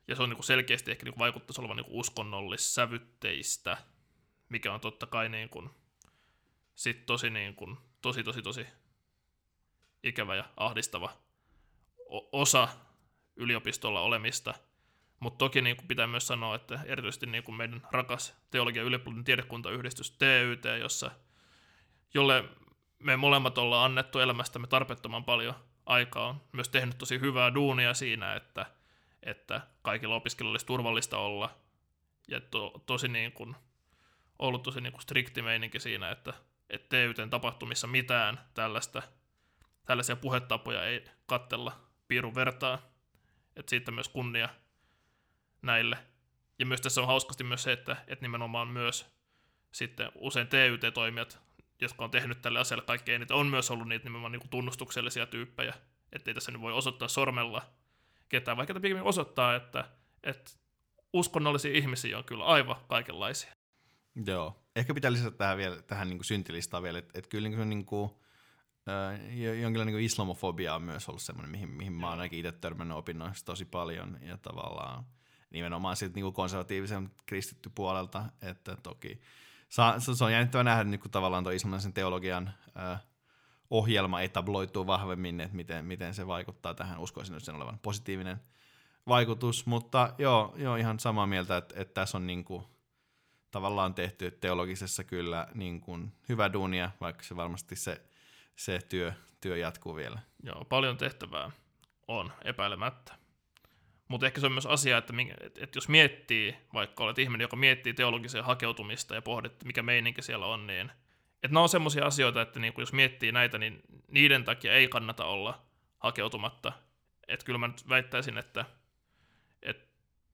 ja se on niin kuin selkeästi ehkä niin kuin vaikuttaisi olevan niin kuin uskonnollissävytteistä, mikä on totta kai niin kuin, sit tosi, niin kuin, tosi, tosi, tosi ikävä ja ahdistava o- osa yliopistolla olemista. Mutta toki niin kuin pitää myös sanoa, että erityisesti niin kuin meidän rakas teologia- ja ylioppilaiden tiedekuntayhdistys T Y T, jossa, jolle me molemmat ollaan annettu elämästämme tarpeettoman paljon aikaa, on myös tehnyt tosi hyvää duunia siinä, että, että kaikilla opiskelijoilla olisi turvallista olla. Ja to, tosi niin kuin, ollut tosi niin kuin strikti meininki siinä, että, että T Y T:n tapahtumissa mitään tällaista, tällaisia puhetapoja ei kattella piirun vertaa. Että siitä myös kunnia näille. Ja myös tässä on hauskasti myös se, että, että nimenomaan myös sitten usein T Y T-toimijat, jotka on tehnyt tälle asialle kaikkein eniten, on myös ollut niitä nimenomaan niin kuin tunnustuksellisia tyyppejä, ettei tässä nyt voi osoittaa sormella ketään, vaikka pikemmin osoittaa, että, että uskonnollisia ihmisiä on kyllä aivan kaikenlaisia. Joo. Ehkä pitää lisätä tähän, vielä, tähän niin kuin syntilistaan vielä, että, että kyllä niin kuin, äh, jonkinlainen niin islamofobia on myös ollut semmoinen, mihin, mihin mä oon ainakin itse törmännyt opinnoissa tosi paljon, ja tavallaan nimenomaan siltä niin konservatiivisen kristitty puolelta, että toki se on jännittävä nähdä, niin kun tavallaan tuo islamilaisen teologian äh, ohjelma etabloituu vahvemmin, että miten, miten se vaikuttaa tähän. Uskoisin, että sen olevan positiivinen vaikutus, mutta joo, joo ihan samaa mieltä, että, että tässä on niin kuin, tavallaan tehty teologisessa kyllä niin kuin, hyvä duunia, vaikka se varmasti se, se työ, työ jatkuu vielä. Joo, paljon tehtävää on epäilemättä. Mutta ehkä se on myös asia, että, että, että jos miettii, vaikka olet ihminen, joka miettii teologiseen hakeutumista ja pohdit, että mikä meininki siellä on, niin että nämä on semmoisia asioita, että niin jos miettii näitä, niin niiden takia ei kannata olla hakeutumatta. Että kyllä mä nyt väittäisin, että, että,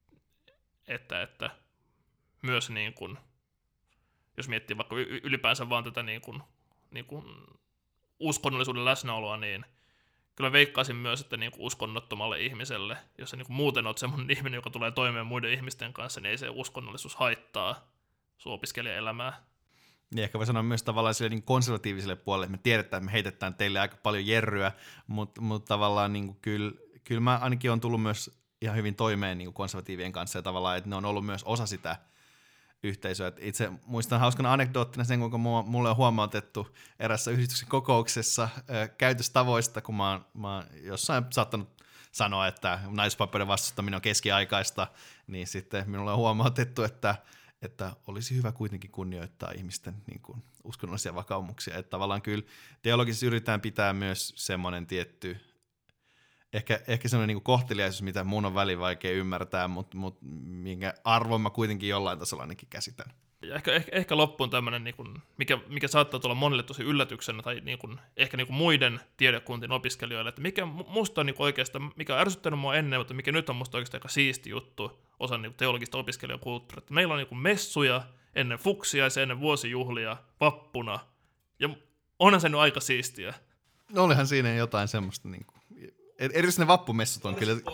että, että myös niin kuin, jos miettii vaikka ylipäänsä vaan tätä niin kuin, niin kuin uskonnollisuuden läsnäoloa, niin kyllä veikkaisin myös, että niinku uskonnottomalle ihmiselle, jos sä niinku muuten oot semmoinen ihminen, joka tulee toimeen muiden ihmisten kanssa, niin ei se uskonnollisuus haittaa sun opiskelijaelämää. Niin ehkä voi sanoa myös tavallaan sille niin konservatiiviselle puolelle, että me tiedetään, että me heitetään teille aika paljon jerryä, mutta, mutta tavallaan niin kyllä, kyllä mä ainakin on tullut myös ihan hyvin toimeen niin konservatiivien kanssa ja tavallaan, että ne on ollut myös osa sitä yhteisöä. Et itse muistan hauskana anekdoottina sen, kuinka mulle on huomautettu erässä yhdistyksen kokouksessa ö, käytöstavoista, kun mä oon, mä oon jossain saattanut sanoa, että naispapeuden vastustaminen on keskiaikaista, niin sitten minulle on huomautettu, että, että olisi hyvä kuitenkin kunnioittaa ihmisten niin kuin, uskonnollisia vakaumuksia. Että tavallaan kyllä teologisessa yritetään pitää myös semmoinen tietty, Ehkä, ehkä semmoinen niinku kohteliaisuus, mitä mun on väliin vaikea ymmärtää, mutta mut, minkä arvon mä kuitenkin jollain tasolla ainakin käsitän. Ja ehkä, ehkä, ehkä loppuun tämmöinen, niin kuin, mikä, mikä saattaa tulla monille tosi yllätyksenä, tai niin kuin, ehkä niin kuin muiden tiedekuntien opiskelijoille, että mikä musta on niin kuin oikeastaan, mikä on ärsyttänyt mua ennen, mutta mikä nyt on musta oikeastaan aika siisti juttu, osa niin kuin teologista opiskelijakulttuuria. Meillä on niin kuin messuja ennen fuksiaisia, ennen vuosijuhlia, vappuna, ja onhan se nyt aika siistiä. No olihan siinä jotain semmoista, niin kuin, erityisesti ne vappumessut on kyllä.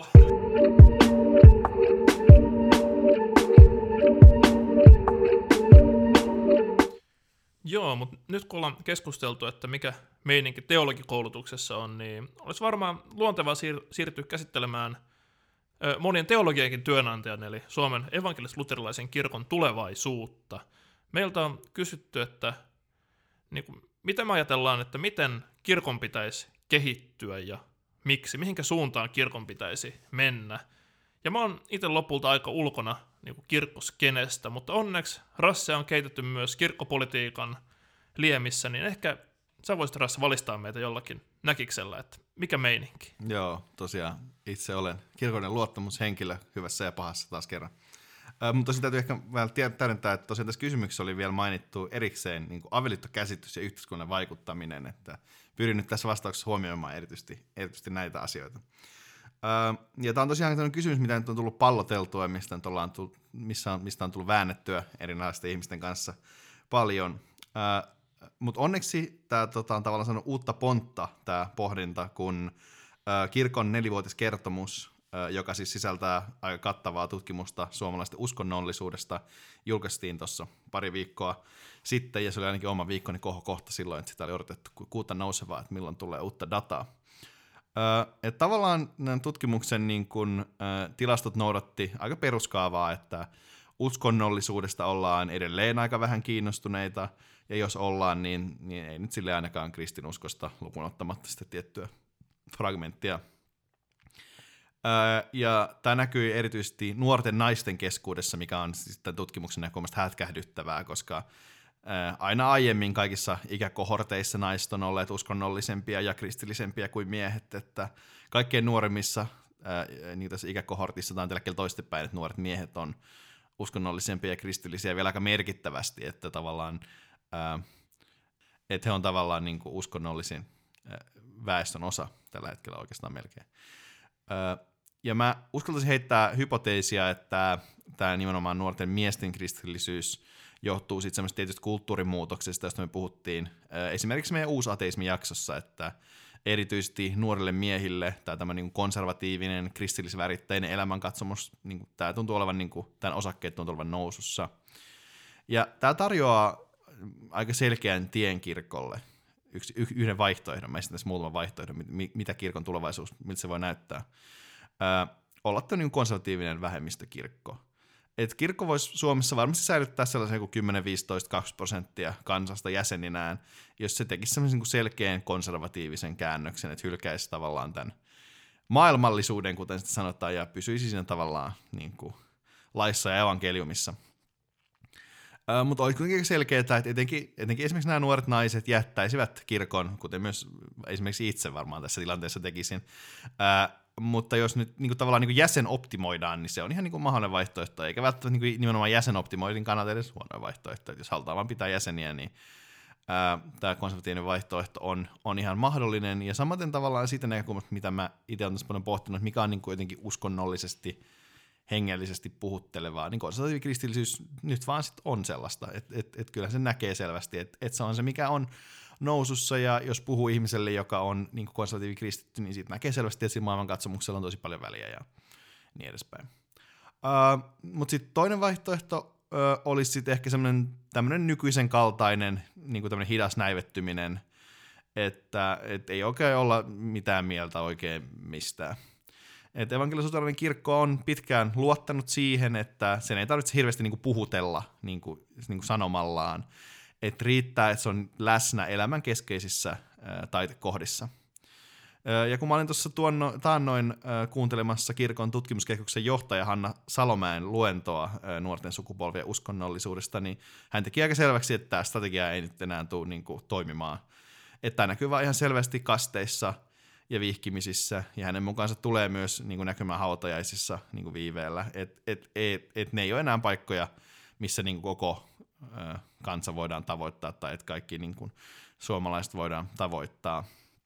Joo, mutta nyt kun ollaan keskusteltu, että mikä meininki teologikoulutuksessa on, niin olisi varmaan luontevaa siir- siirtyä käsittelemään ö, monien teologiankin työnantajan, eli Suomen evankelis-luterilaisen kirkon tulevaisuutta. Meiltä on kysytty, että niin kuin, mitä me ajatellaan, että miten kirkon pitäisi kehittyä ja miksi, mihinkä suuntaan kirkon pitäisi mennä. Ja mä oon itse lopulta aika ulkona niin kuin kirkkoskenestä, mutta onneksi Rasse on keitetty myös kirkkopolitiikan liemissä, niin ehkä sä voisit, Rasse, valistaa meitä jollakin näkiksellä, että mikä meininki. Joo, tosiaan itse olen kirkollinen luottamushenkilö hyvässä ja pahassa taas kerran. Äh, mutta tosiaan täytyy ehkä vähän täydentää, että tosiaan tässä kysymyksessä oli vielä mainittu erikseen niin kuin avioliittokäsitys ja yhteiskunnan vaikuttaminen, että pyrin nyt tässä vastauksessa huomioimaan erityisesti, erityisesti näitä asioita. Äh, ja tämä on tosiaan tämmöinen kysymys, mitä nyt on tullut palloteltua ja mistä, on tullut, missä on, mistä on tullut väännettyä erinäisten ihmisten kanssa paljon. Äh, mutta onneksi tämä tota, on tavallaan sanonut uutta pontta, tämä pohdinta, kun äh, kirkon nelivuotiskertomus, äh, joka siis sisältää aika kattavaa tutkimusta suomalaisten uskonnollisuudesta, julkaistiin tuossa pari viikkoa sitten, ja se oli ainakin oma viikkoni kohokohta silloin, että sitä oli odotettu kuuta nousevaa, että milloin tulee uutta dataa. että tavallaan tutkimuksen niin kun, ä, tilastot noudatti aika peruskaavaa, että uskonnollisuudesta ollaan edelleen aika vähän kiinnostuneita, ja jos ollaan, niin, niin ei nyt sille ainakaan kristinuskosta lukuun ottamatta sitä tiettyä fragmenttia. Ää, ja tämä näkyy erityisesti nuorten naisten keskuudessa, mikä on siis tämän tutkimuksen näkökulmasta hätkähdyttävää, koska ää, aina aiemmin kaikissa ikäkohorteissa naiset on olleet uskonnollisempia ja kristillisempiä kuin miehet, että kaikkein nuoremmissa ää, niin tässä ikäkohortissa tämä on tällä toistepäin, että nuoret miehet on uskonnollisempia ja kristillisiä vielä aika merkittävästi, että tavallaan ää, että he on tavallaan niin kuin uskonnollisin ää, väestön osa tällä hetkellä oikeastaan melkein. Ää, ja mä uskaltaisin heittää hypoteesia, että tämä nimenomaan nuorten miesten kristillisyys johtuu sitten semmoista tietystä kulttuurimuutoksesta, josta me puhuttiin ää, esimerkiksi meidän uusateismi-jaksossa, että erityisesti nuorille miehille tämä tämmöinen niin konservatiivinen, kristillisväritteinen elämänkatsomus, niin tämä tuntuu olevan, niin kuin, tämän osakkeet tuntuu olevan nousussa. Ja tämä tarjoaa aika selkeän tien kirkolle, yksi, yhden vaihtoehdon, mä esitän tässä muutaman vaihtoehdon, mitä kirkon tulevaisuus, miltä se voi näyttää. Öö, olla tämä niin konservatiivinen vähemmistökirkko. Et kirkko voisi Suomessa varmasti säilyttää sellaisen kuin kymmenen, viisitoista, kaksikymmentä prosenttia kansasta jäseninään, jos se tekisi sellaisen selkeän konservatiivisen käännöksen, että hylkäisi tavallaan tämän maailmallisuuden, kuten sitä sanotaan, ja pysyisi siinä tavallaan niin kuin laissa ja evankeliumissa. Ö, mutta olisi kuitenkin selkeää, että etenkin, etenkin esimerkiksi nämä nuoret naiset jättäisivät kirkon, kuten myös esimerkiksi itse varmaan tässä tilanteessa tekisin. Ö, mutta jos nyt niin kuin tavallaan niin kuin jäsen optimoidaan, niin se on ihan niin kuin mahdollinen vaihtoehto, eikä välttämättä niin kuin nimenomaan jäsen optimoidin kannalta edes huonoja vaihtoehtoja. Jos halutaan vaan pitää jäseniä, niin ää, tämä konservatiivinen vaihtoehto on, on ihan mahdollinen. Ja samaten tavallaan siitä näkökulmasta, mitä mä itse olen tässä paljon pohtinut, että mikä on niin kuin jotenkin uskonnollisesti, hengellisesti puhuttelevaa, niin konservatiivinen kristillisyys nyt vaan sit on sellaista, että et, et kyllä se näkee selvästi, että et se on se, mikä on nousussa, ja jos puhuu ihmiselle, joka on niin konservatiivi kristitty, niin siitä näkee selvästi, että siinä maailmankatsomuksella on tosi paljon väliä ja niin edespäin. Uh, Mutta sitten toinen vaihtoehto uh, olisi sitten ehkä semmoinen tämmöinen nykyisen kaltainen niin kuin tämmöinen hidas näivettyminen, että et ei oikein olla mitään mieltä oikein mistään. Et evankelis-luterilainen kirkko on pitkään luottanut siihen, että sen ei tarvitse hirveästi niin kuin puhutella niin kuin, niin kuin sanomallaan, että riittää, että se on läsnä elämän keskeisissä ää, taitekohdissa. Ää, ja kun mä olin tuossa taannoin ää, kuuntelemassa kirkon tutkimuskeskuksen johtaja Hanna Salomäen luentoa ää, nuorten sukupolvien uskonnollisuudesta, niin hän teki aika selväksi, että tämä strategia ei nyt enää tule niin kuin, toimimaan. Että tämä näkyy vaan ihan selvästi kasteissa ja vihkimisissä, ja hänen mukaansa tulee myös niin kuin näkymään hautajaisissa niin kuin viiveellä, että et, et, et ne ei ole enää paikkoja, missä niin kuin koko kansa voidaan tavoittaa, tai että kaikki niin kuin, suomalaiset voidaan tavoittaa.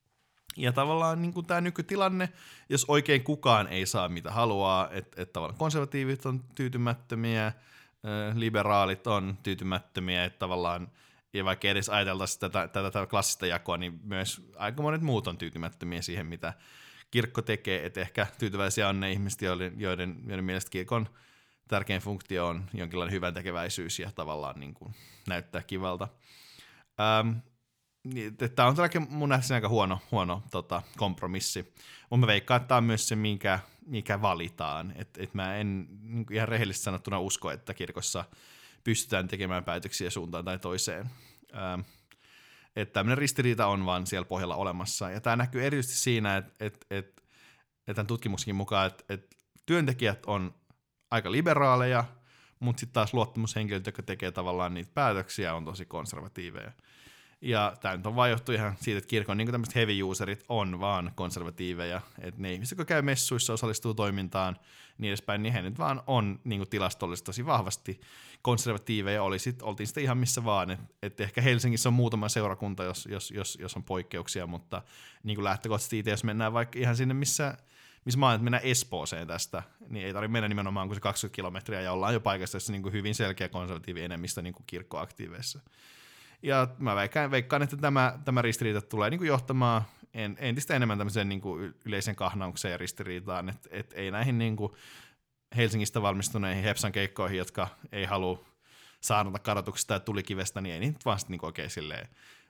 Ja tavallaan niin kuin tämä nykytilanne, jos oikein kukaan ei saa mitä haluaa, että et tavallaan konservatiivit on tyytymättömiä, liberaalit on tyytymättömiä, että tavallaan, ja vaikka edes ajateltaisiin tätä, tätä, tätä klassista jakoa, niin myös aika monet muut on tyytymättömiä siihen, mitä kirkko tekee, että ehkä tyytyväisiä on ne ihmiset, joiden, joiden, joiden mielestä kirkon tärkein funktio on jonkinlainen hyvän tekeväisyys ja tavallaan niin kuin näyttää kivalta. Ähm, tämä on todellakin mun nähdäkseni aika huono, huono tota, kompromissi. Mutta mä veikkaan, että tämä on myös se, mikä, mikä valitaan. Et, et mä en niin ihan rehellisesti sanottuna usko, että kirkossa pystytään tekemään päätöksiä suuntaan tai toiseen. Ähm, että tämmöinen ristiriita on vaan siellä pohjalla olemassa. Ja tämä näkyy erityisesti siinä, että et, et, et tämän tutkimuksenkin mukaan, että et työntekijät on aika liberaaleja, mutta sitten taas luottamushenkilöt, jotka tekee tavallaan niitä päätöksiä, on tosi konservatiiveja. Ja tämä nyt on vaan johtu ihan siitä, että kirkon niin tämmöiset heavy userit on vaan konservatiiveja. Että ne ihmiset, jotka käy messuissa, osallistuu toimintaan, niin edespäin, niin he nyt vaan on niin tilastollisesti tosi vahvasti konservatiiveja. Oli sit, oltiin sitten ihan missä vaan. Että et ehkä Helsingissä on muutama seurakunta, jos, jos, jos, jos on poikkeuksia, mutta niin lähtökohtaisesti itse, jos mennään vaikka ihan sinne, missä missä mä oon, että mennään Espooseen tästä, niin ei tarvitse mennä nimenomaan kuin se kaksikymmentä kilometriä, ja ollaan jo paikassa, jossa niin kuin hyvin selkeä konservatiivi enemmistö niin kuin kirkkoaktiiveissa. Ja mä veikkaan, veikkaan että tämä, tämä ristiriita tulee niin kuin johtamaan en, entistä enemmän tämmöiseen niin kuin yleisen kahnaukseen ja ristiriitaan, että et ei näihin niin kuin Helsingistä valmistuneihin Hepsan keikkoihin, jotka ei halua saarnata kadotuksesta tai tulikivestä, niin ei niitä vaan sitten niin oikein silleen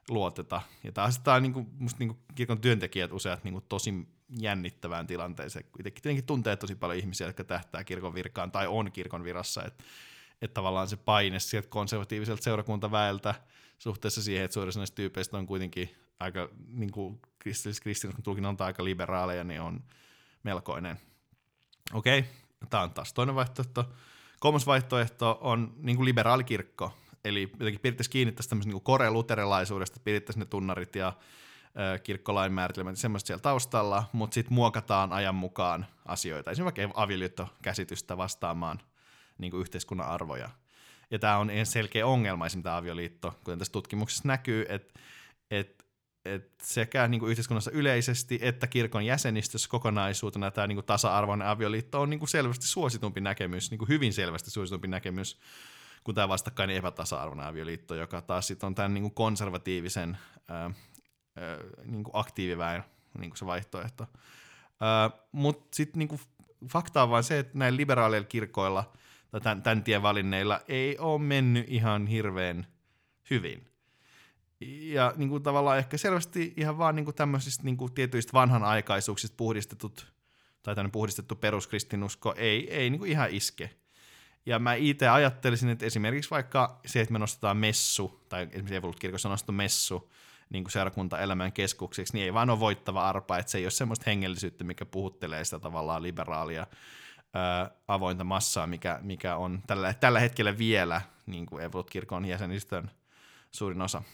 luoteta. Ja taas tämä on niinku, musta niinku kirkon työntekijät useat niinku tosi jännittävään tilanteeseen. Itsekin tietenkin tuntee tosi paljon ihmisiä, jotka tähtää kirkon virkaan tai on kirkon virassa, että et tavallaan se paine sieltä konservatiiviselta seurakuntaväeltä suhteessa siihen, että suurin näistä tyypeistä on kuitenkin aika, niin kuin kristinuskon tulkinnan on aika liberaaleja, niin on melkoinen. Okei, tämä on taas toinen vaihtoehto. Kolmas vaihtoehto on niin kuin liberaalikirkko, eli jotenkin pidettäisiin kiinni tästä tämmöistä niin koreluterilaisuudesta, pidettäisiin ne tunnarit ja ö, kirkkolain määritelmät ja semmoista siellä taustalla, mutta sitten muokataan ajan mukaan asioita, esimerkiksi vaikka avioliittokäsitystä vastaamaan niin kuin yhteiskunnan arvoja. Ja tämä on selkeä ongelma esimerkiksi tämä avioliitto, kuten tässä tutkimuksessa näkyy, että et, et sekä niin kuin yhteiskunnassa yleisesti että kirkon jäsenistössä kokonaisuutena tämä niin kuin tasa-arvoinen avioliitto on niin kuin selvästi suositumpi näkemys, niin kuin hyvin selvästi suositumpi näkemys kuin tämä vastakkainen epätasa-arvoinen avioliitto, joka taas sitten on tämän niin kuin konservatiivisen ää, ää, niin kuin aktiiviväen niin kuin se vaihtoehto. Mutta sitten niin kuin fakta on vaan se, että näillä liberaaleilla kirkoilla tai tämän, tämän tien valinneilla ei ole mennyt ihan hirveän hyvin. Ja niin kuin tavallaan ehkä selvästi ihan vaan niin kuin tämmöisistä niin kuin tietyistä vanhanaikaisuuksista puhdistetut tai tämmöinen puhdistettu peruskristinusko ei, ei niin kuin ihan iske. Ja mä itse ajattelisin, että esimerkiksi vaikka se, että me nostetaan messu, tai esimerkiksi Evolut-kirkossa on nostettu messu niin kuin seurakuntaelämän keskuksiksi, niin ei vaan ole voittava arpa, että se ei ole semmoista hengellisyyttä, mikä puhuttelee sitä tavallaan liberaalia ää, avointa massaa, mikä, mikä on tällä, tällä hetkellä vielä niin kuin Evolut-kirkon jäsenistön suurin osa.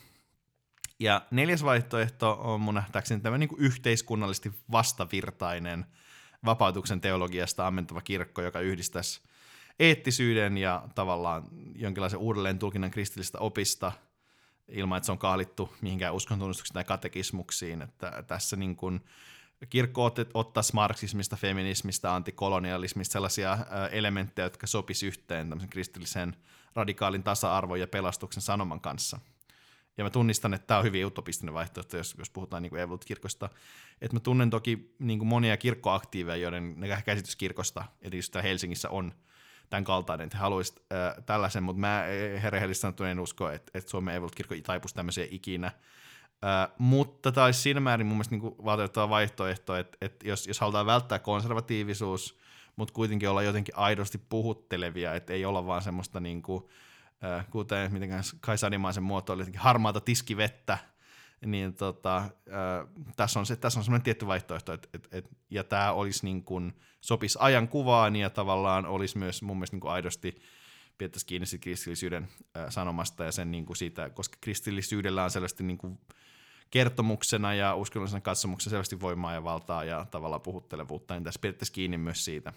Ja neljäs vaihtoehto on mun nähtääkseni tämä niin kuin yhteiskunnallisesti vastavirtainen vapautuksen teologiasta ammentava kirkko, joka yhdistäisi eettisyyden ja tavallaan jonkinlaisen uudelleen tulkinnan kristillistä opista ilman, että se on kaalittu mihinkään uskontunnustuksiin tai katekismuksiin. Että tässä niin kuin kirkko ottaisi marksismista, feminismistä, antikolonialismista sellaisia elementtejä, jotka sopisi yhteen tämmöisen kristillisen radikaalin tasa-arvon ja pelastuksen sanoman kanssa. Ja mä tunnistan, että tämä on hyvin utopistinen vaihtoehto, jos, jos puhutaan niin kuin Evolut-kirkosta. Että mä tunnen toki niin kuin monia kirkkoaktiiveja, joiden käsitys kirkosta, erityisesti Helsingissä on tämän kaltainen, että he haluaisivat äh, tällaisen, mutta mä herrehellisesti sanottuna en usko, että, että Suomen Evolut-kirkko taipuisi tämmöiseen ikinä. Äh, mutta tämä olisi siinä määrin mun mielestä niin valitettava vaihtoehto, että, että jos, jos halutaan välttää konservatiivisuus, mutta kuitenkin olla jotenkin aidosti puhuttelevia, että ei olla vaan semmoista niin kuin, äh, kuten mitenkään Kai Sadimaisen muotoili, jotenkin harmaata tiskivettä, niin tota, äh, tässä on, se, tässä on semmoinen tietty vaihtoehto, et, et, et, ja tämä olisi niin kuin, sopisi ajan kuvaan ja tavallaan olisi myös mun mielestä niin kuin aidosti pidettäisiin kiinni siitä kristillisyyden äh, sanomasta ja sen niin kuin siitä, koska kristillisyydellä on selvästi niin kuin kertomuksena ja uskonnollisena katsomuksena selvästi voimaa ja valtaa ja tavallaan puhuttelevuutta, niin tässä pidettäisiin kiinni myös siitä.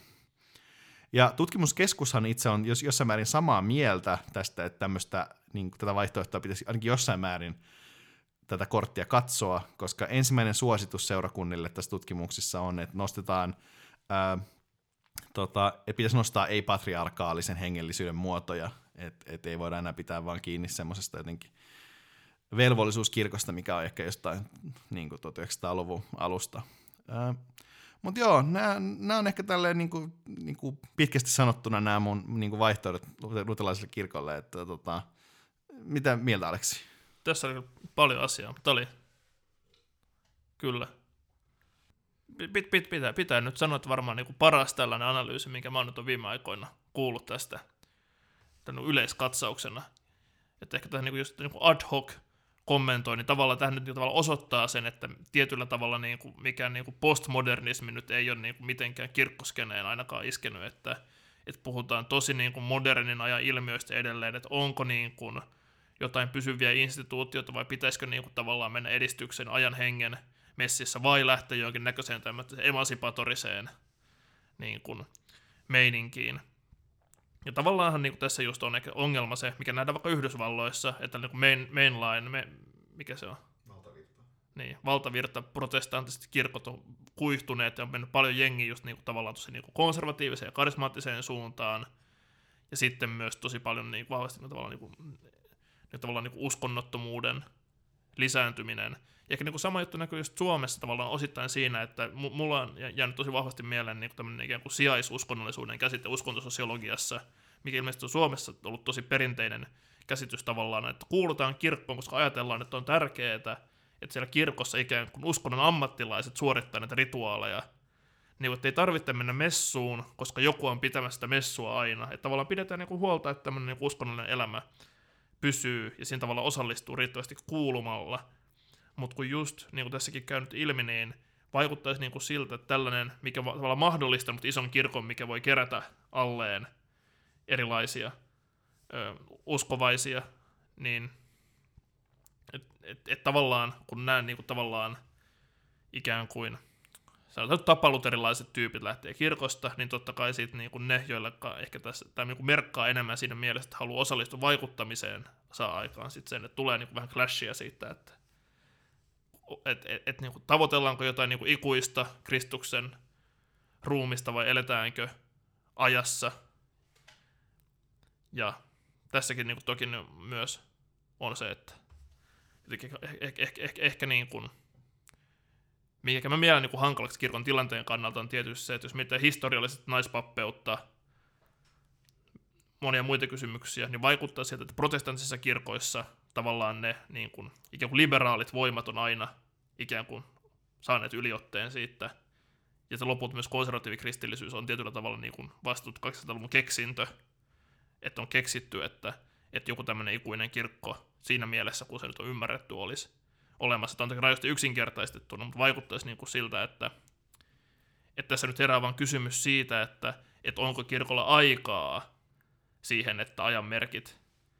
Ja tutkimuskeskushan itse on jos, jossain määrin samaa mieltä tästä, että tämmöistä, niin kuin, tätä vaihtoehtoa pitäisi ainakin jossain määrin tätä korttia katsoa, koska ensimmäinen suositus seurakunnille tässä tutkimuksessa on, että nostetaan, ää, tota, että pitäisi nostaa ei-patriarkaalisen hengellisyyden muotoja, että et ei voida enää pitää vaan kiinni semmoisesta jotenkin velvollisuuskirkosta, mikä on ehkä jostain niin kuin tuhatyhdeksänsataaluvun alusta. Mutta joo, nämä on ehkä tälleen niin kuin, niin kuin pitkästi sanottuna nämä mun niin kuin vaihtoehdot luterilaiselle kirkolle, että tota, mitä mieltä Aleksi? Tässä oli paljon asiaa, mutta oli kyllä. Pit, pit, pitää, pitää nyt sanoa, että varmaan niin kuin paras tällainen analyysi, minkä mä oon nyt viime aikoina kuullut tästä tämän yleiskatsauksena. Että ehkä tähän niin kuin just niin kuin ad hoc kommentoi, niin tavallaan tähän nyt niin tavallaan osoittaa sen, että tietyllä tavalla niin kuin mikään niin kuin postmodernismi nyt ei ole niin kuin mitenkään kirkkoskeneen ainakaan iskenyt, että, että puhutaan tosi niin kuin modernin ajan ilmiöistä edelleen, että onko niin kuin jotain pysyviä instituutioita vai pitäisikö niin kuin tavallaan mennä edistyksen ajan hengen messissä vai lähteä johonkin näköiseen tämmöiseen emansipatoriseen niin kuin meininkiin. Ja tavallaanhan niin kuin tässä just on ongelma se, mikä nähdään vaikka Yhdysvalloissa, että niin kuin main, mainline, me, mikä se on? Valtavirta. Niin, valtavirta, protestanttiset kirkot on kuihtuneet ja on mennyt paljon jengiä just niin kuin tavallaan tosi niin kuin konservatiiviseen ja karismaattiseen suuntaan. Ja sitten myös tosi paljon niin kuin vahvasti niin tavallaan, niin kuin, niin tavallaan niin kuin uskonnottomuuden lisääntyminen. Ja ehkä niin kuin sama juttu näkyy just Suomessa tavallaan osittain siinä, että mulla on jäänyt tosi vahvasti mieleen niin kuin tämmöinen ikään kuin sijaisuskonnollisuuden käsite uskontososiologiassa, mikä ilmeisesti on Suomessa ollut tosi perinteinen käsitys tavallaan, että kuulutaan kirkkoon, koska ajatellaan, että on tärkeää, että siellä kirkossa ikään kuin uskonnon ammattilaiset suorittaa näitä rituaaleja, niin että ei tarvitse mennä messuun, koska joku on pitämässä sitä messua aina. Että tavallaan pidetään niin kuin huolta, että tämmöinen niin kuin uskonnollinen elämä pysyy ja siinä tavalla osallistuu riittävästi kuulumalla. Mutta kun just, niin kuin tässäkin käynyt ilmi, niin vaikuttaisi niin kuin siltä, että tällainen, mikä tavallaan mahdollistanut ison kirkon, mikä voi kerätä alleen erilaisia ö, uskovaisia, niin että et, et tavallaan, kun nämä niin kuin tavallaan ikään kuin sanotaan tapaluterilaiset tyypit lähtee kirkosta, niin totta kai siitä niin kuin ne, joille ehkä tässä, tämä niin kuin merkkaa enemmän siinä mielessä, että haluaa osallistua vaikuttamiseen, saa aikaan sitten sen, että tulee niin kuin vähän clashia siitä, että et, et, et, niin kuin tavoitellaanko jotain niin kuin ikuista Kristuksen ruumista vai eletäänkö ajassa. Ja tässäkin niin kuin toki myös on se, että ehkä, ehkä, ehkä, ehkä, ehkä niin kuin mikä mä mielen niin kuin hankalaksi kirkon tilanteen kannalta on tietysti se, että jos mietitään historiallisesti naispappeutta, monia muita kysymyksiä, niin vaikuttaa sieltä, että protestanttisissa kirkoissa tavallaan ne niin kuin, ikään kuin liberaalit voimat on aina ikään kuin saaneet yliotteen siitä, ja se lopulta myös konservatiivikristillisyys on tietyllä tavalla niin kuin vasta kahdeksankymmentäluvun keksintö, että on keksitty, että, että joku tämmöinen ikuinen kirkko siinä mielessä, kun se nyt on ymmärretty, olisi olemassa. Tämä on toki rajoista yksinkertaistettuna, mutta vaikuttaisi niin kuin siltä, että, että tässä nyt herää vaan kysymys siitä, että, että onko kirkolla aikaa siihen, että ajan merkit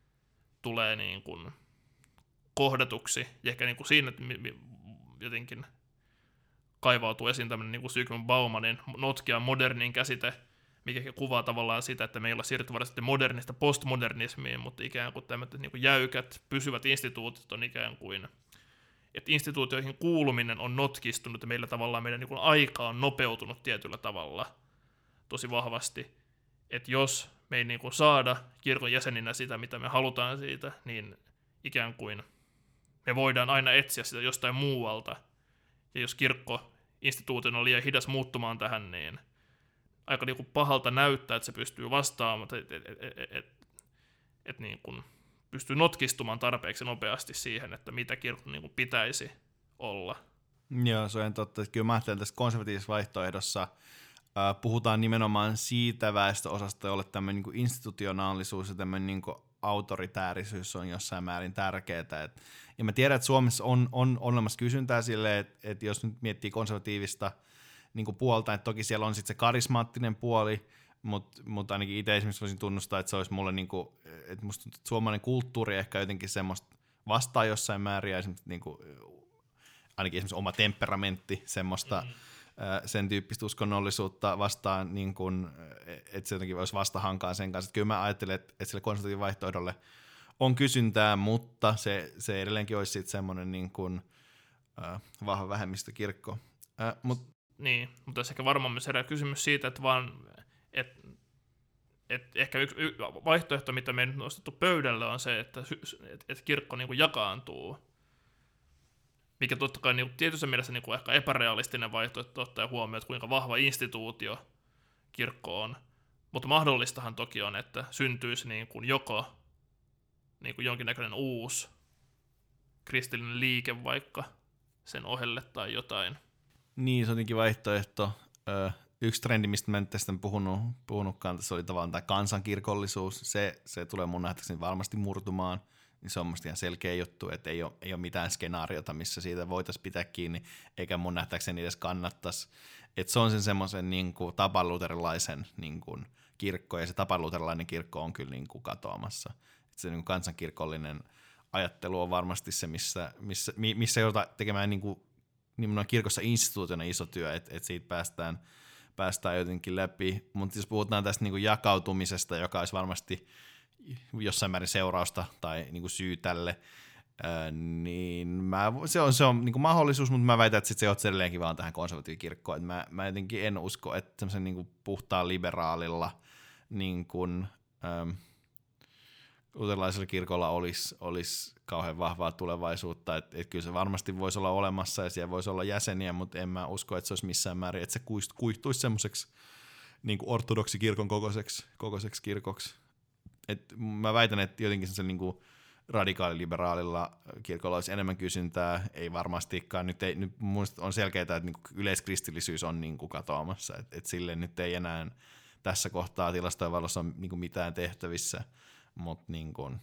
tulee niin kuin kohdatuksi. Ja ehkä niin kuin siinä jotenkin kaivautuu esiin tämmöinen niin kuin Zygmunt Baumanin notkea modernin käsite, mikä kuvaa tavallaan sitä, että meillä on siirrytty varmasti modernista postmodernismiin, mutta ikään kuin tämmöiset niin kuin jäykät, pysyvät instituutit on ikään kuin, että instituutioihin kuuluminen on notkistunut ja meillä tavallaan meidän niin kuin aika on nopeutunut tietyllä tavalla tosi vahvasti, että jos me ei niin kuin saada kirkon jäseninä sitä, mitä me halutaan siitä, niin ikään kuin me voidaan aina etsiä sitä jostain muualta, ja jos kirkko instituution on liian hidas muuttumaan tähän, niin aika niin kuin pahalta näyttää, että se pystyy vastaamaan, että et, et, et, et, et niin kuin pystyy notkistumaan tarpeeksi nopeasti siihen, että mitä kirkon niin kuin pitäisi olla. Joo, se on totta. Kyllä mä ajattelen, että tässä konservatiivisessa vaihtoehdossa äh, puhutaan nimenomaan siitä väestöosasta, jolle tämmöinen niin kuin institutionaalisuus ja tämmöinen niin kuin autoritäärisyys on jossain määrin tärkeää. Et, ja mä tiedän, että Suomessa on, on, on olemassa kysyntää silleen, että et jos nyt miettii konservatiivista niin kuin puolta, että toki siellä on sitten se karismaattinen puoli, mutta mut ainakin itse esimerkiksi voisin tunnustaa, että se olisi mulle, niin kuin, että musta tuntuu, että suomalainen kulttuuri ehkä jotenkin semmoista vastaa jossain määrin, ja esimerkiksi, niin kuin, ainakin esimerkiksi oma temperamentti semmoista, mm-hmm. sen tyyppistä uskonnollisuutta vastaan, niin kuin, että se jotenkin olisi vastahankaan sen kanssa. Että kyllä mä ajattelen, että, että sille konservatiivin vaihtoehdolle on kysyntää, mutta se, se edelleenkin olisi sitten semmoinen niin kuin, äh, vahva vähemmistökirkko. Äh, mut, niin, mutta tässä ehkä varmaan myös herää kysymys siitä, että vaan, että et ehkä yksi y, vaihtoehto, mitä me ei nyt nostettu pöydälle, on se, että et, et kirkko niin kuin jakaantuu. Mikä totta kai niin tietyssä mielessä niin kuin ehkä epärealistinen vaihtoehto ottaa huomioon, että kuinka vahva instituutio kirkko on. Mutta mahdollistahan toki on, että syntyisi niin kuin joko niin kuin jonkinnäköinen uusi kristillinen liike vaikka sen ohelle tai jotain. Niin, se on jotenkin vaihtoehto. Ö, yksi trendi, mistä mä en tästä puhunut, puhunutkaan, tässä oli tavallaan tämä kansankirkollisuus. Se, se tulee mun nähdäkseni varmasti murtumaan. Niin se on musta ihan selkeä juttu, että ei ole, ei ole mitään skenaariota, missä siitä voitaisiin pitää kiinni, eikä mun nähdäkseni edes kannattaisi. Että se on sen semmoisen niin kuin tapaluterilaisen niin kuin kirkko, ja se tapaluterilainen kirkko on kyllä niin kuin katoamassa. Että se niin kuin kansankirkollinen ajattelu on varmasti se, missä, missä, missä joudutaan tekemään niin kuin, nimenomaan kirkossa instituutiona iso työ, että, että siitä päästään, päästään jotenkin läpi. Mutta jos puhutaan tästä niin kuin jakautumisesta, joka olisi varmasti jossain määrin seurausta tai niin kuin syy tälle, ää, niin mä, se on, se on niin kuin mahdollisuus, mutta mä väitän, että sit se johtaa edelleenkin vaan tähän konservatiivikirkkoon. Mä, mä jotenkin en usko, että semmoisen niin kuin puhtaan liberaalilla niin kuin, äm, luterilaisella kirkolla olisi, olisi kauhean vahvaa tulevaisuutta, että et kyllä se varmasti voisi olla olemassa ja siellä voisi olla jäseniä, mutta en mä usko, että se olisi missään määrin, että se kuihtuisi semmoiseksi niin kuin ortodoksikirkon kokoiseksi, kokoiseksi kirkoksi. et mä väitän, että jotenkin se niinku radikaaliliberaalilla kirkolla olisi enemmän kysyntää, ei varmastikaan. Nyt, ei, nyt mun on selkeää, että niinku yleiskristillisyys on niinku katoamassa, että et silleen nyt ei enää tässä kohtaa tilastojen valossa ole niinku mitään tehtävissä, mutta niinku,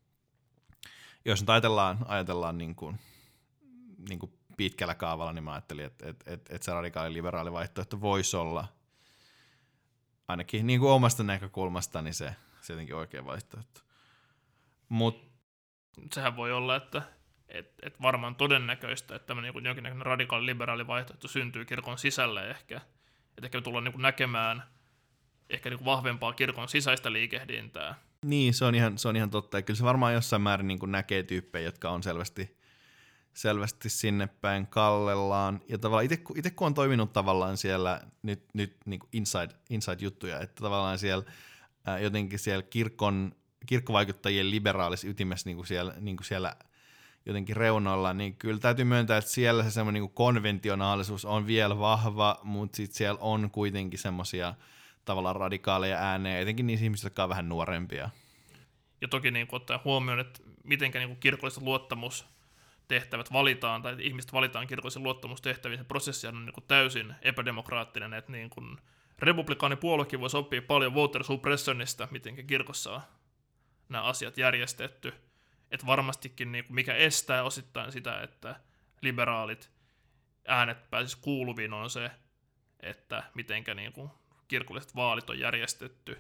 jos nyt ajatellaan, ajatellaan niinku, niinku pitkällä kaavalla, niin mä ajattelin, että et, et, et se radikaaliliberaali vaihtoehto voisi olla ainakin niinku omasta näkökulmasta niin se, se jotenkin oikea vaihtoehto. Mut sehän voi olla, että et, et varmaan todennäköistä, että tämmöinen joku jonkinnäköinen radikaali liberaali vaihtoehto syntyy kirkon sisälle ehkä. Että ehkä me tullaan niin näkemään ehkä niin vahvempaa kirkon sisäistä liikehdintää. Niin, se on ihan, se on ihan totta. Ja kyllä se varmaan jossain määrin niin näkee tyyppejä, jotka on selvästi, selvästi sinne päin kallellaan. Ja tavallaan itse kun on toiminut tavallaan siellä nyt, nyt niin inside, inside-juttuja, että tavallaan siellä ää, jotenkin siellä kirkon kirkkovaikuttajien liberaalis ytimessä niin kuin siellä, niin kuin siellä jotenkin reunoilla, niin kyllä täytyy myöntää, että siellä se semmoinen niin kuin konventionaalisuus on vielä vahva, mutta sitten siellä on kuitenkin semmoisia tavallaan radikaaleja äänejä, etenkin niissä ihmisissä, jotka on vähän nuorempia. Ja toki niin kuin ottaa huomioon, että mitenkä niin kuin kirkolliset luottamustehtävät valitaan, tai ihmiset valitaan kirkollisen luottamustehtäviin, se prosessi on niin kuin täysin epädemokraattinen, että niin kuin republikaanipuoluekin voisi oppia paljon voter suppressionista, mitenkä kirkossa on nämä asiat järjestetty, että varmastikin niin kuin mikä estää osittain sitä, että liberaalit äänet pääsisi kuuluviin on se, että mitenkä niin kuin kirkolliset vaalit on järjestetty.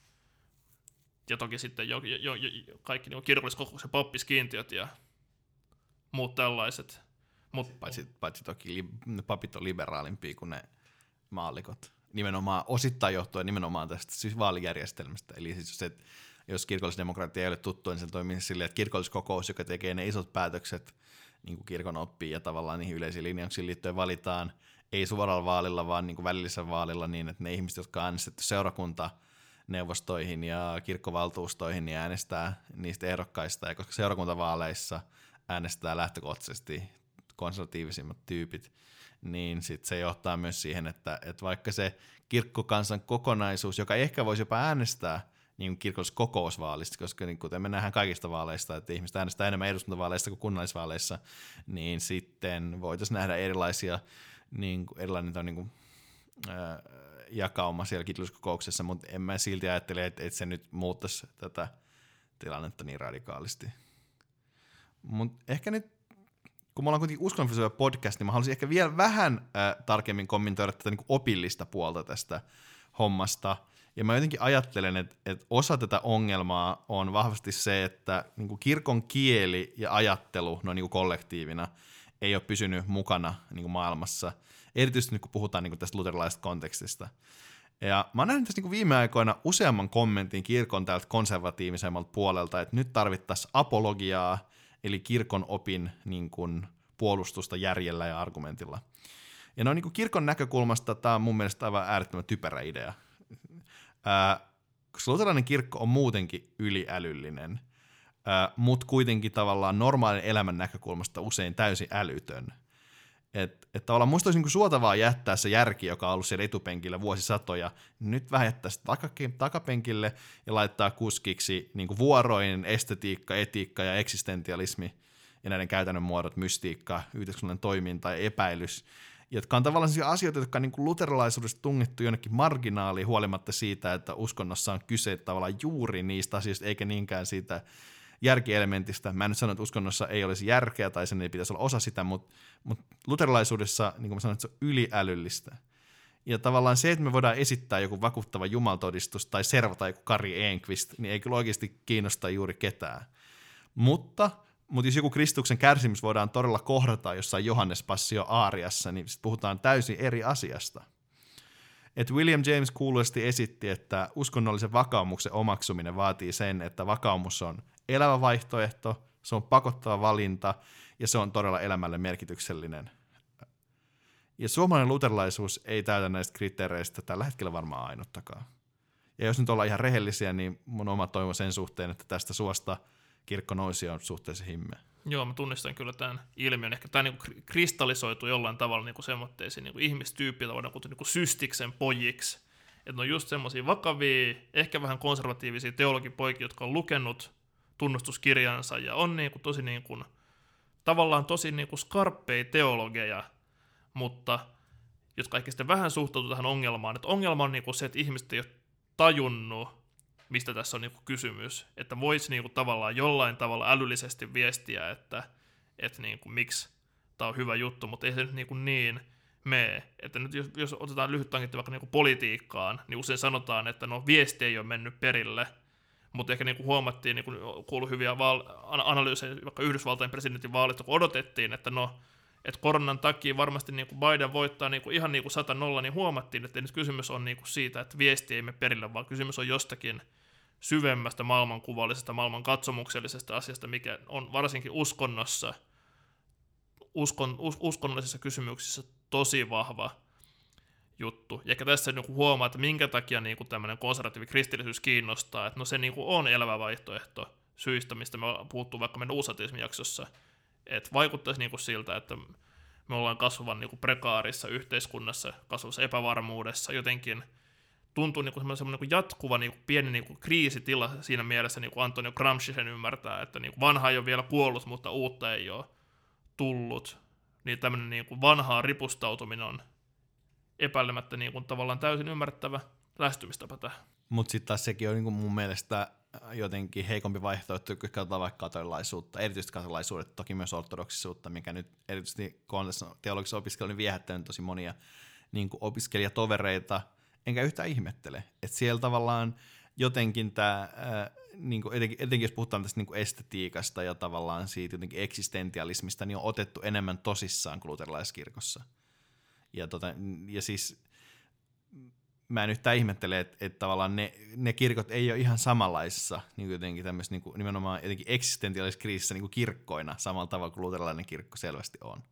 Ja toki sitten jo, jo, jo, kaikki niin kirkolliskokouksen pappiskiintiöt ja muut tällaiset. Mut, paitsi, paitsi toki li, ne papit on liberaalimpia kuin ne maallikot. Nimenomaan osittain johtuen nimenomaan tästä siis vaalijärjestelmästä. Eli siis se, että jos kirkollisdemokratia ei ole tuttu, niin se toimii silleen, että kirkolliskokous, joka tekee ne isot päätökset niin kuin kirkon oppii ja tavallaan niihin yleisiin linjauksiin liittyen valitaan, ei suoralla vaalilla, vaan niin kuin välillisellä vaalilla niin, että ne ihmiset, jotka on äänestetty seurakuntaneuvostoihin ja kirkkovaltuustoihin, niin äänestää niistä ehdokkaista, ja koska seurakuntavaaleissa äänestää lähtökohtaisesti konservatiivisimmat tyypit, niin sit se johtaa myös siihen, että, että vaikka se kirkkokansan kokonaisuus, joka ehkä voisi jopa äänestää niin kirkolliskokousvaalista, koska niin kuten me nähdään kaikista vaaleista, että ihmiset äänestää enemmän eduskuntavaaleista kuin kunnallisvaaleissa, niin sitten voitaisiin nähdä erilaisia niin kuin, erilainen niin kuin, ää, jakauma siellä kirkolliskokouksessa, mutta en mä silti ajattele, että, että se nyt muuttaisi tätä tilannetta niin radikaalisti. Mutta ehkä nyt, kun me ollaan kuitenkin uskonnonfilosofian podcast, niin mä haluaisin ehkä vielä vähän ää, tarkemmin kommentoida tätä niin kuin opillista puolta tästä hommasta. Ja mä jotenkin ajattelen, että, että osa tätä ongelmaa on vahvasti se, että niin kuin kirkon kieli ja ajattelu no niin kuin kollektiivina ei ole pysynyt mukana niin kuin maailmassa, erityisesti nyt kun puhutaan niin kuin tästä luterilaisesta kontekstista. Ja mä oon nähnyt tässä niin kuin viime aikoina useamman kommentin kirkon täältä konservatiivisemmalta puolelta, että nyt tarvittaisiin apologiaa, eli kirkon opin niin kuin puolustusta järjellä ja argumentilla. Ja no niin kuin kirkon näkökulmasta tämä on mun mielestä aivan äärettömän typerä idea. Ää, koska luterilainen kirkko on muutenkin yliälyllinen, mutta kuitenkin tavallaan normaalin elämän näkökulmasta usein täysin älytön. Että et tavallaan musta olisi niinku suotavaa jättää se järki, joka on ollut siellä etupenkillä vuosisatoja, nyt vähän jättää sitä takapenkille ja laittaa kuskiksi niinku vuoroinen estetiikka, etiikka ja eksistentialismi ja näiden käytännön muodot, mystiikka, yhteiskunnallinen toiminta ja epäilys, jotka on tavallaan sellaisia asioita, jotka on niin luterilaisuudesta tungettu jonnekin marginaaliin huolimatta siitä, että uskonnossa on kyse tavallaan juuri niistä asioista, eikä niinkään siitä järkielementistä. Mä en nyt sano, että uskonnossa ei olisi järkeä tai sen ei pitäisi olla osa sitä, mutta, mutta luterilaisuudessa, niin kuin mä sanoin, että se on yliälyllistä. Ja tavallaan se, että me voidaan esittää joku vakuuttava jumaltodistus tai servata joku Kari Enqvist, niin ei kyllä oikeasti kiinnosta juuri ketään. Mutta Mutta jos joku Kristuksen kärsimys voidaan todella kohdata jossain Johannes Passio Aariassa, niin sit puhutaan täysin eri asiasta. Et William James kuuluisesti esitti, että uskonnollisen vakaumuksen omaksuminen vaatii sen, että vakaumus on elävä vaihtoehto, se on pakottava valinta ja se on todella elämälle merkityksellinen. Ja suomalainen luterilaisuus ei täytä näistä kriteereistä tällä hetkellä varmaan ainuttakaan. Ja jos nyt ollaan ihan rehellisiä, niin mun oma toivo sen suhteen, että tästä suosta kirkko nousi on suhteellisen himmeä. Joo, mä tunnistan kyllä tämän ilmiön. Ehkä tämä niinku kristallisoituu jollain tavalla niinku semmoitteisiin niinku ihmistyyppiä, voidaan kutsun niinku Systiksen pojiksi. että ne on just semmoisia vakavia, ehkä vähän konservatiivisia teologipoikia, jotka on lukenut tunnustuskirjansa ja on niinku tosi niinku, tavallaan tosi niinku skarppeja teologeja, mutta jotka ehkä sitten vähän suhtautuu tähän ongelmaan, että ongelma on niinku se, että ihmiset ei ole tajunnut, mistä tässä on niinku kysymys, että voisi niinku tavallaan jollain tavalla älyllisesti viestiä, että, että niinku, miksi tämä on hyvä juttu, mutta ei se nyt niinku niin mene. Että nyt jos, jos otetaan lyhyt tankitti vaikka niinku politiikkaan, niin usein sanotaan, että no viesti ei ole mennyt perille, mutta ehkä niinku huomattiin, niinku kuului hyviä vaal- analyysejä vaikka Yhdysvaltain presidentin vaalista, kun odotettiin, että no, että koronan takia varmasti niinku Biden voittaa niinku ihan niinku sata nolla, niin huomattiin, että nyt kysymys on niinku siitä, että viesti ei mene perille, vaan kysymys on jostakin syvemmästä maailmankuvallisesta, maailman katsomuksellisesta asiasta, mikä on varsinkin uskonnossa, uskon, us, uskonnollisissa kysymyksissä tosi vahva juttu. Ja ehkä tässä niin huomaa, että minkä takia niin tämmöinen konservatiivi kristillisyys kiinnostaa, että no se niin on elävä vaihtoehto syistä, mistä me puhuttuu vaikka meidän uusateismin jaksossa, että vaikuttaisi niin siltä, että me ollaan kasvavan niin prekaarissa yhteiskunnassa, kasvavassa epävarmuudessa, jotenkin tuntuu niin kuin semmoinen niin jatkuva niin kuin pieni niin kuin kriisitila siinä mielessä, niin kuin Antonio Gramsci sen ymmärtää, että niin kuin vanha ei ole vielä kuollut, mutta uutta ei ole tullut. Niin tämmöinen niin kuin vanhaa ripustautuminen on epäilemättä niin kuin tavallaan täysin ymmärrettävä lähestymistapa tähän. Mutta sitten taas sekin on niin kuin mun mielestä jotenkin heikompi vaihtoehto, kun katsotaan vaikka katolilaisuutta, erityisesti katolilaisuutta, toki myös ortodoksisuutta, mikä nyt erityisesti kun on tässä teologisessa opiskelussa, niin viehättänyt tosi monia niin kuin opiskelijatovereita, enkä yhtään ihmettele, että siellä tavallaan jotenkin tämä, niin kuin etenkin, etenkin jos puhutaan tästä niin kuin estetiikasta ja tavallaan siitä jotenkin eksistentialismista, niin on otettu enemmän tosissaan kuin luterilaiskirkossa. Ja, tota, ja siis mä en yhtään ihmettele, että, että tavallaan ne, ne kirkot ei ole ihan samanlaisessa niin kuin jotenkin tämmöisessä niin kuin nimenomaan jotenkin eksistentiaalisessa kriisissä niin kuin kirkkoina samalla tavalla kuin luterilainen kirkko selvästi on.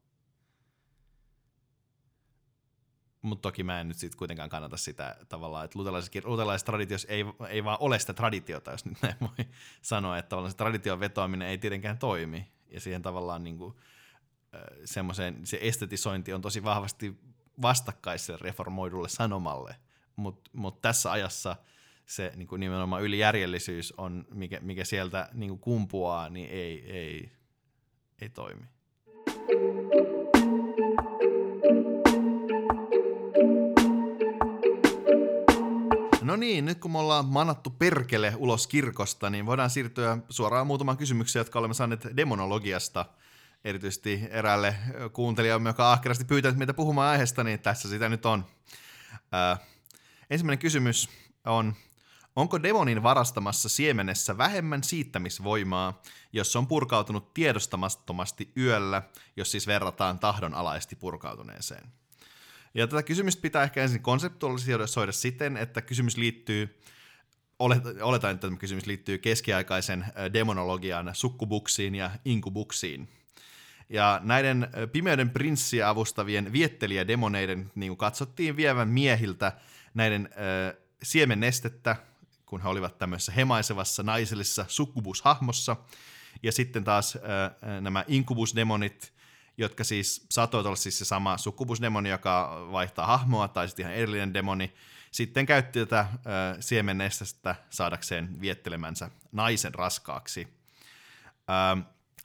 Mutta toki mä en nyt sitten kuitenkaan kannata sitä tavallaan, että luterilaisessa traditiossa ei, ei vaan ole sitä traditiota, jos nyt näin voi sanoa, että tavallaan se tradition vetoaminen ei tietenkään toimi. Ja siihen tavallaan niinku, semmoiseen, se estetisointi on tosi vahvasti vastakkaiselle reformoidulle sanomalle. Mutta mut tässä ajassa se niinku nimenomaan ylijärjellisyys on, mikä, mikä sieltä niinku kumpuaa, niin ei, ei, ei toimi. No niin, nyt kun me ollaan manattu perkele ulos kirkosta, niin voidaan siirtyä suoraan muutamaan kysymykseen, jotka olemme saaneet demonologiasta. Erityisesti eräälle kuuntelijamme, joka on ahkerasti pyytänyt meitä puhumaan aiheesta, niin tässä sitä nyt on. Äh, ensimmäinen kysymys on, onko demonin varastamassa siemenessä vähemmän siittämisvoimaa, jos se on purkautunut tiedostamattomasti yöllä, jos siis verrataan tahdonalaisesti purkautuneeseen? Ja tätä kysymystä pitää ehkä ensin konseptualisoida siten, että kysymys liittyy, oletan, että tämä kysymys liittyy keskiaikaisen demonologian sukkubuksiin ja inkubuksiin. Ja näiden pimeyden prinssiä avustavien viettelijädemoneiden niin kuin katsottiin vievän miehiltä näiden äh, siemennestettä, kun he olivat tämmöisessä hemaisevassa naisellisessa sukkubushahmossa. Ja sitten taas äh, nämä inkubusdemonit, jotka siis saattoivat olla siis se sama sukkubusdemoni, joka vaihtaa hahmoa, tai sitten ihan erillinen demoni, sitten käytti tätä äh, siemennestettä saadakseen viettelemänsä naisen raskaaksi. Ähm,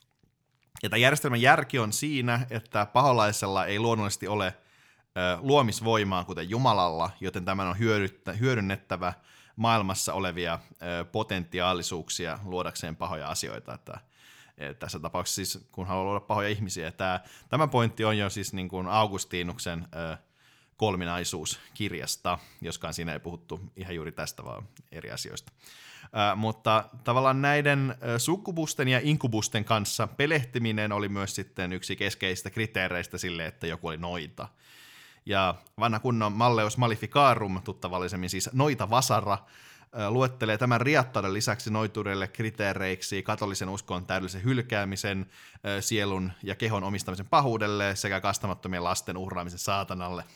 ja tämän järjestelmän järki on siinä, että paholaisella ei luonnollisesti ole äh, luomisvoimaa, kuten Jumalalla, joten tämän on hyödynnettävä maailmassa olevia äh, potentiaalisuuksia luodakseen pahoja asioita, että tässä tapauksessa siis, kun haluaa luoda pahoja ihmisiä. Tämä, tämä pointti on jo siis niin kuin Augustinuksen ö, kolminaisuuskirjasta, joskaan siinä ei puhuttu ihan juuri tästä, vaan eri asioista. Ö, mutta tavallaan näiden ö, sukkubusten ja inkubusten kanssa pelehtiminen oli myös sitten yksi keskeisistä kriteereistä sille, että joku oli noita. Ja vanha kunnon Malleus Maleficarum, tuttavallisemmin siis noita vasara, luettelee tämän riattauden lisäksi noituudelle kriteereiksi katolisen uskon täydellisen hylkäämisen, sielun ja kehon omistamisen pahuudelle sekä kastamattomien lasten uhraamisen saatanalle.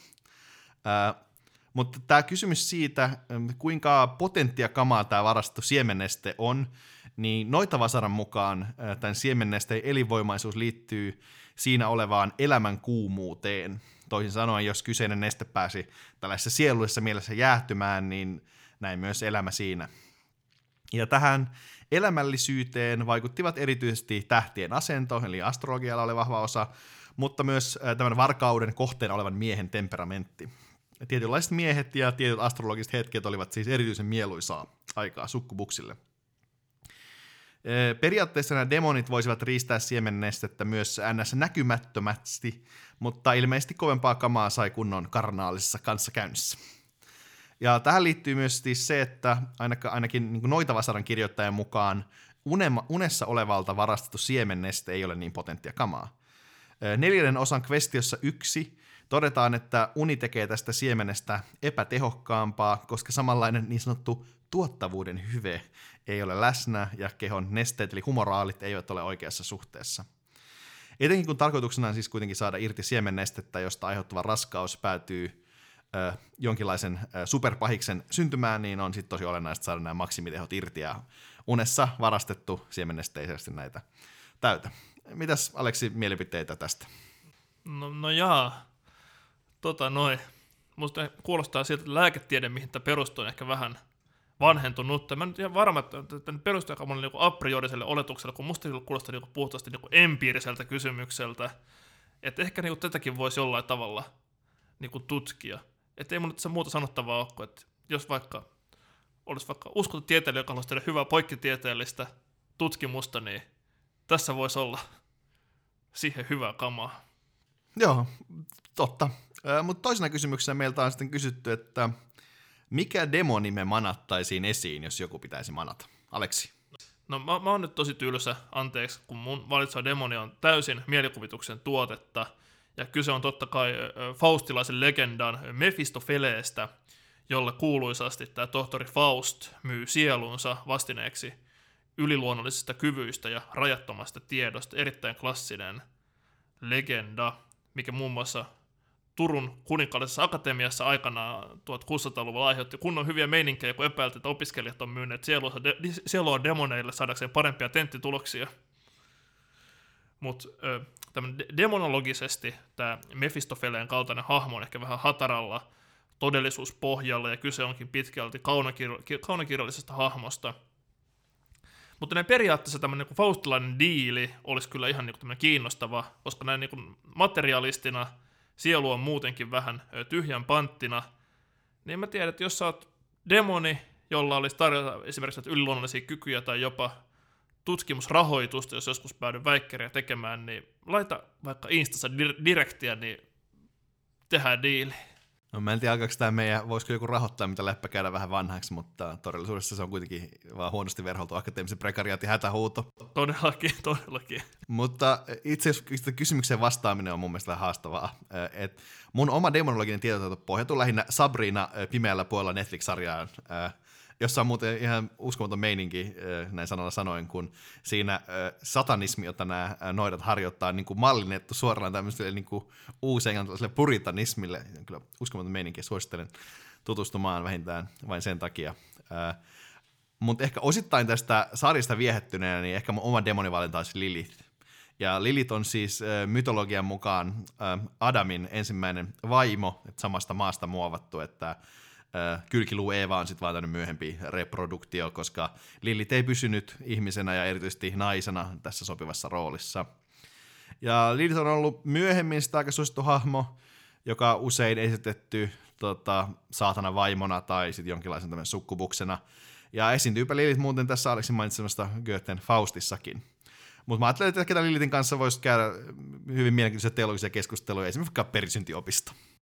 Mutta tämä kysymys siitä, kuinka potenttia kamaa tämä varastettu siemenneste on, niin Noitavasaran mukaan tämän siemennesteen elinvoimaisuus liittyy siinä olevaan elämän kuumuuteen. Toisin sanoen, jos kyseinen neste pääsi tällaisessa sielullisessa mielessä jäähtymään, niin näin myös elämä siinä. Ja tähän elämällisyyteen vaikuttivat erityisesti tähtien asento, eli astrologialla oli vahva osa, mutta myös tämän varkauden kohteena olevan miehen temperamentti. Tietynlaiset miehet ja tietyt astrologiset hetket olivat siis erityisen mieluisaa aikaa sukkubuksille. Periaatteessa nämä demonit voisivat riistää siemennestettä myös ns. Näkymättömästi, mutta ilmeisesti kovempaa kamaa sai kunnon karnaalisessa kanssakäynnissä. Ja tähän liittyy myös siis se, että ainakin niin kuin Noitavasaran kirjoittajan mukaan unema, unessa olevalta varastettu siemenneste ei ole niin potenttia kamaa. Neljännen osan kvestiossa yksi todetaan, että uni tekee tästä siemenestä epätehokkaampaa, koska samanlainen niin sanottu tuottavuuden hyve ei ole läsnä ja kehon nesteet eli humoraalit eivät ole oikeassa suhteessa. Etenkin kun tarkoituksena on siis kuitenkin saada irti siemennestettä, josta aiheuttava raskaus päätyy ö, jonkinlaisen ö, superpahiksen syntymään, niin on sitten tosi olennaista saada nämä maksimitehot irti ja unessa varastettu siemenneste ei selvästi näitä täytä. Mitäs Aleksi mielipiteitä tästä? No, no jaa, tota noin. Musta kuulostaa siltä, että lääketiede, mihin tämä perustuu, on ehkä vähän vanhentunutta. Mä en nyt ihan varma, että tämä perustuu aika monelle niin a prioriselle oletukselle, kun musta kuulostaa niin puhtaasti niin empiiriseltä kysymykseltä. Että ehkä niin tätäkin voisi jollain tavalla niin tutkia. Että ei mun nyt se muuta sanottavaa ole, että jos vaikka olisi vaikka uskottu tieteilijä, joka haluaisi tehdä hyvää poikkitieteellistä tutkimusta, niin tässä voisi olla siihen hyvää kamaa. Joo, totta. Mutta toisena kysymyksenä meiltä on sitten kysytty, että mikä demoni me manattaisiin esiin, jos joku pitäisi manata? Aleksi. No mä, mä oon nyt tosi tylsä, anteeksi, kun mun valitseva demoni on täysin mielikuvituksen tuotetta, ja kyse on totta kai faustilaisen legendan Mephistofeleestä, jolle kuuluisasti tämä tohtori Faust myy sielunsa vastineeksi yliluonnollisista kyvyistä ja rajattomasta tiedosta. Erittäin klassinen legenda, mikä muun muassa Turun kuninkaallisessa akatemiassa aikanaan tuhatkuusisataaluvulla aiheutti kunnon hyviä meininkejä, kun epäiltiin, että opiskelijat on myyneet sielua, de, sielua demoneille saadakseen parempia tenttituloksia. Mutta demonologisesti tämä Mephistofeleen kaltainen hahmo on ehkä vähän hataralla todellisuuspohjalla, ja kyse onkin pitkälti kaunokir- kaunokirjallisesta hahmosta. Mutta näin periaatteessa tämmöinen niin faustilainen diili olisi kyllä ihan niin kuin kiinnostava, koska näin niin kuin materialistina sielu on muutenkin vähän tyhjän panttina, niin mä tiedän, että jos sä oot demoni, jolla olisi tarjota esimerkiksi yliluonnollisia kykyjä tai jopa tutkimusrahoitusta, jos joskus päädyn väikkeriä tekemään, niin laita vaikka Instassa dir- direktiä, niin tehdään diili. No mä en tiedä, alkaako tämä meidän, voisiko joku rahoittaa, mitä läppä käydä vähän vanhaksi, mutta todellisuudessa se on kuitenkin vaan huonosti verholtu akateemisen prekariaatin hätähuuto. Todellakin, todellakin. Mutta itse asiassa kysymykseen vastaaminen on mun mielestä vähän haastavaa. Et mun oma demonologinen tietotaito pohjautuu lähinnä Sabrina pimeällä puolella Netflix-sarjaan, jossa on muuten ihan uskomaton meininki, näin sanalla sanoen, kun siinä satanismi, jota nämä noidat harjoittaa, on niin kuin mallinnettu suoraan tämmöiselle niin kuin uusenglantilaiselle puritanismille. Kyllä uskomaton meininki, suosittelen tutustumaan vähintään vain sen takia. Mutta ehkä osittain tästä sarjasta viehättyneenä, niin ehkä mun oma demonivalinta olisi Lilith. Ja Lilith on siis mytologian mukaan Adamin ensimmäinen vaimo, että samasta maasta muovattu, että kylkiluu Eeva on sitten vaan tämmöinen myöhempi reproduktio, koska Lilith ei pysynyt ihmisenä ja erityisesti naisena tässä sopivassa roolissa. Ja Lilith on ollut myöhemmin sitä aika suosittu hahmo, joka on usein esitetty tota, saatana vaimona tai sitten jonkinlaisen tämmöisen sukkubuksena. Ja esiintyypä Lilith muuten tässä Aleksin mainitsemasta Goethen Faustissakin. Mutta mä ajattelin, että ketä Lilithin kanssa voisi käydä hyvin mielenkiintoisia teologisia keskusteluja, esimerkiksi vaikka perisyntiopisto.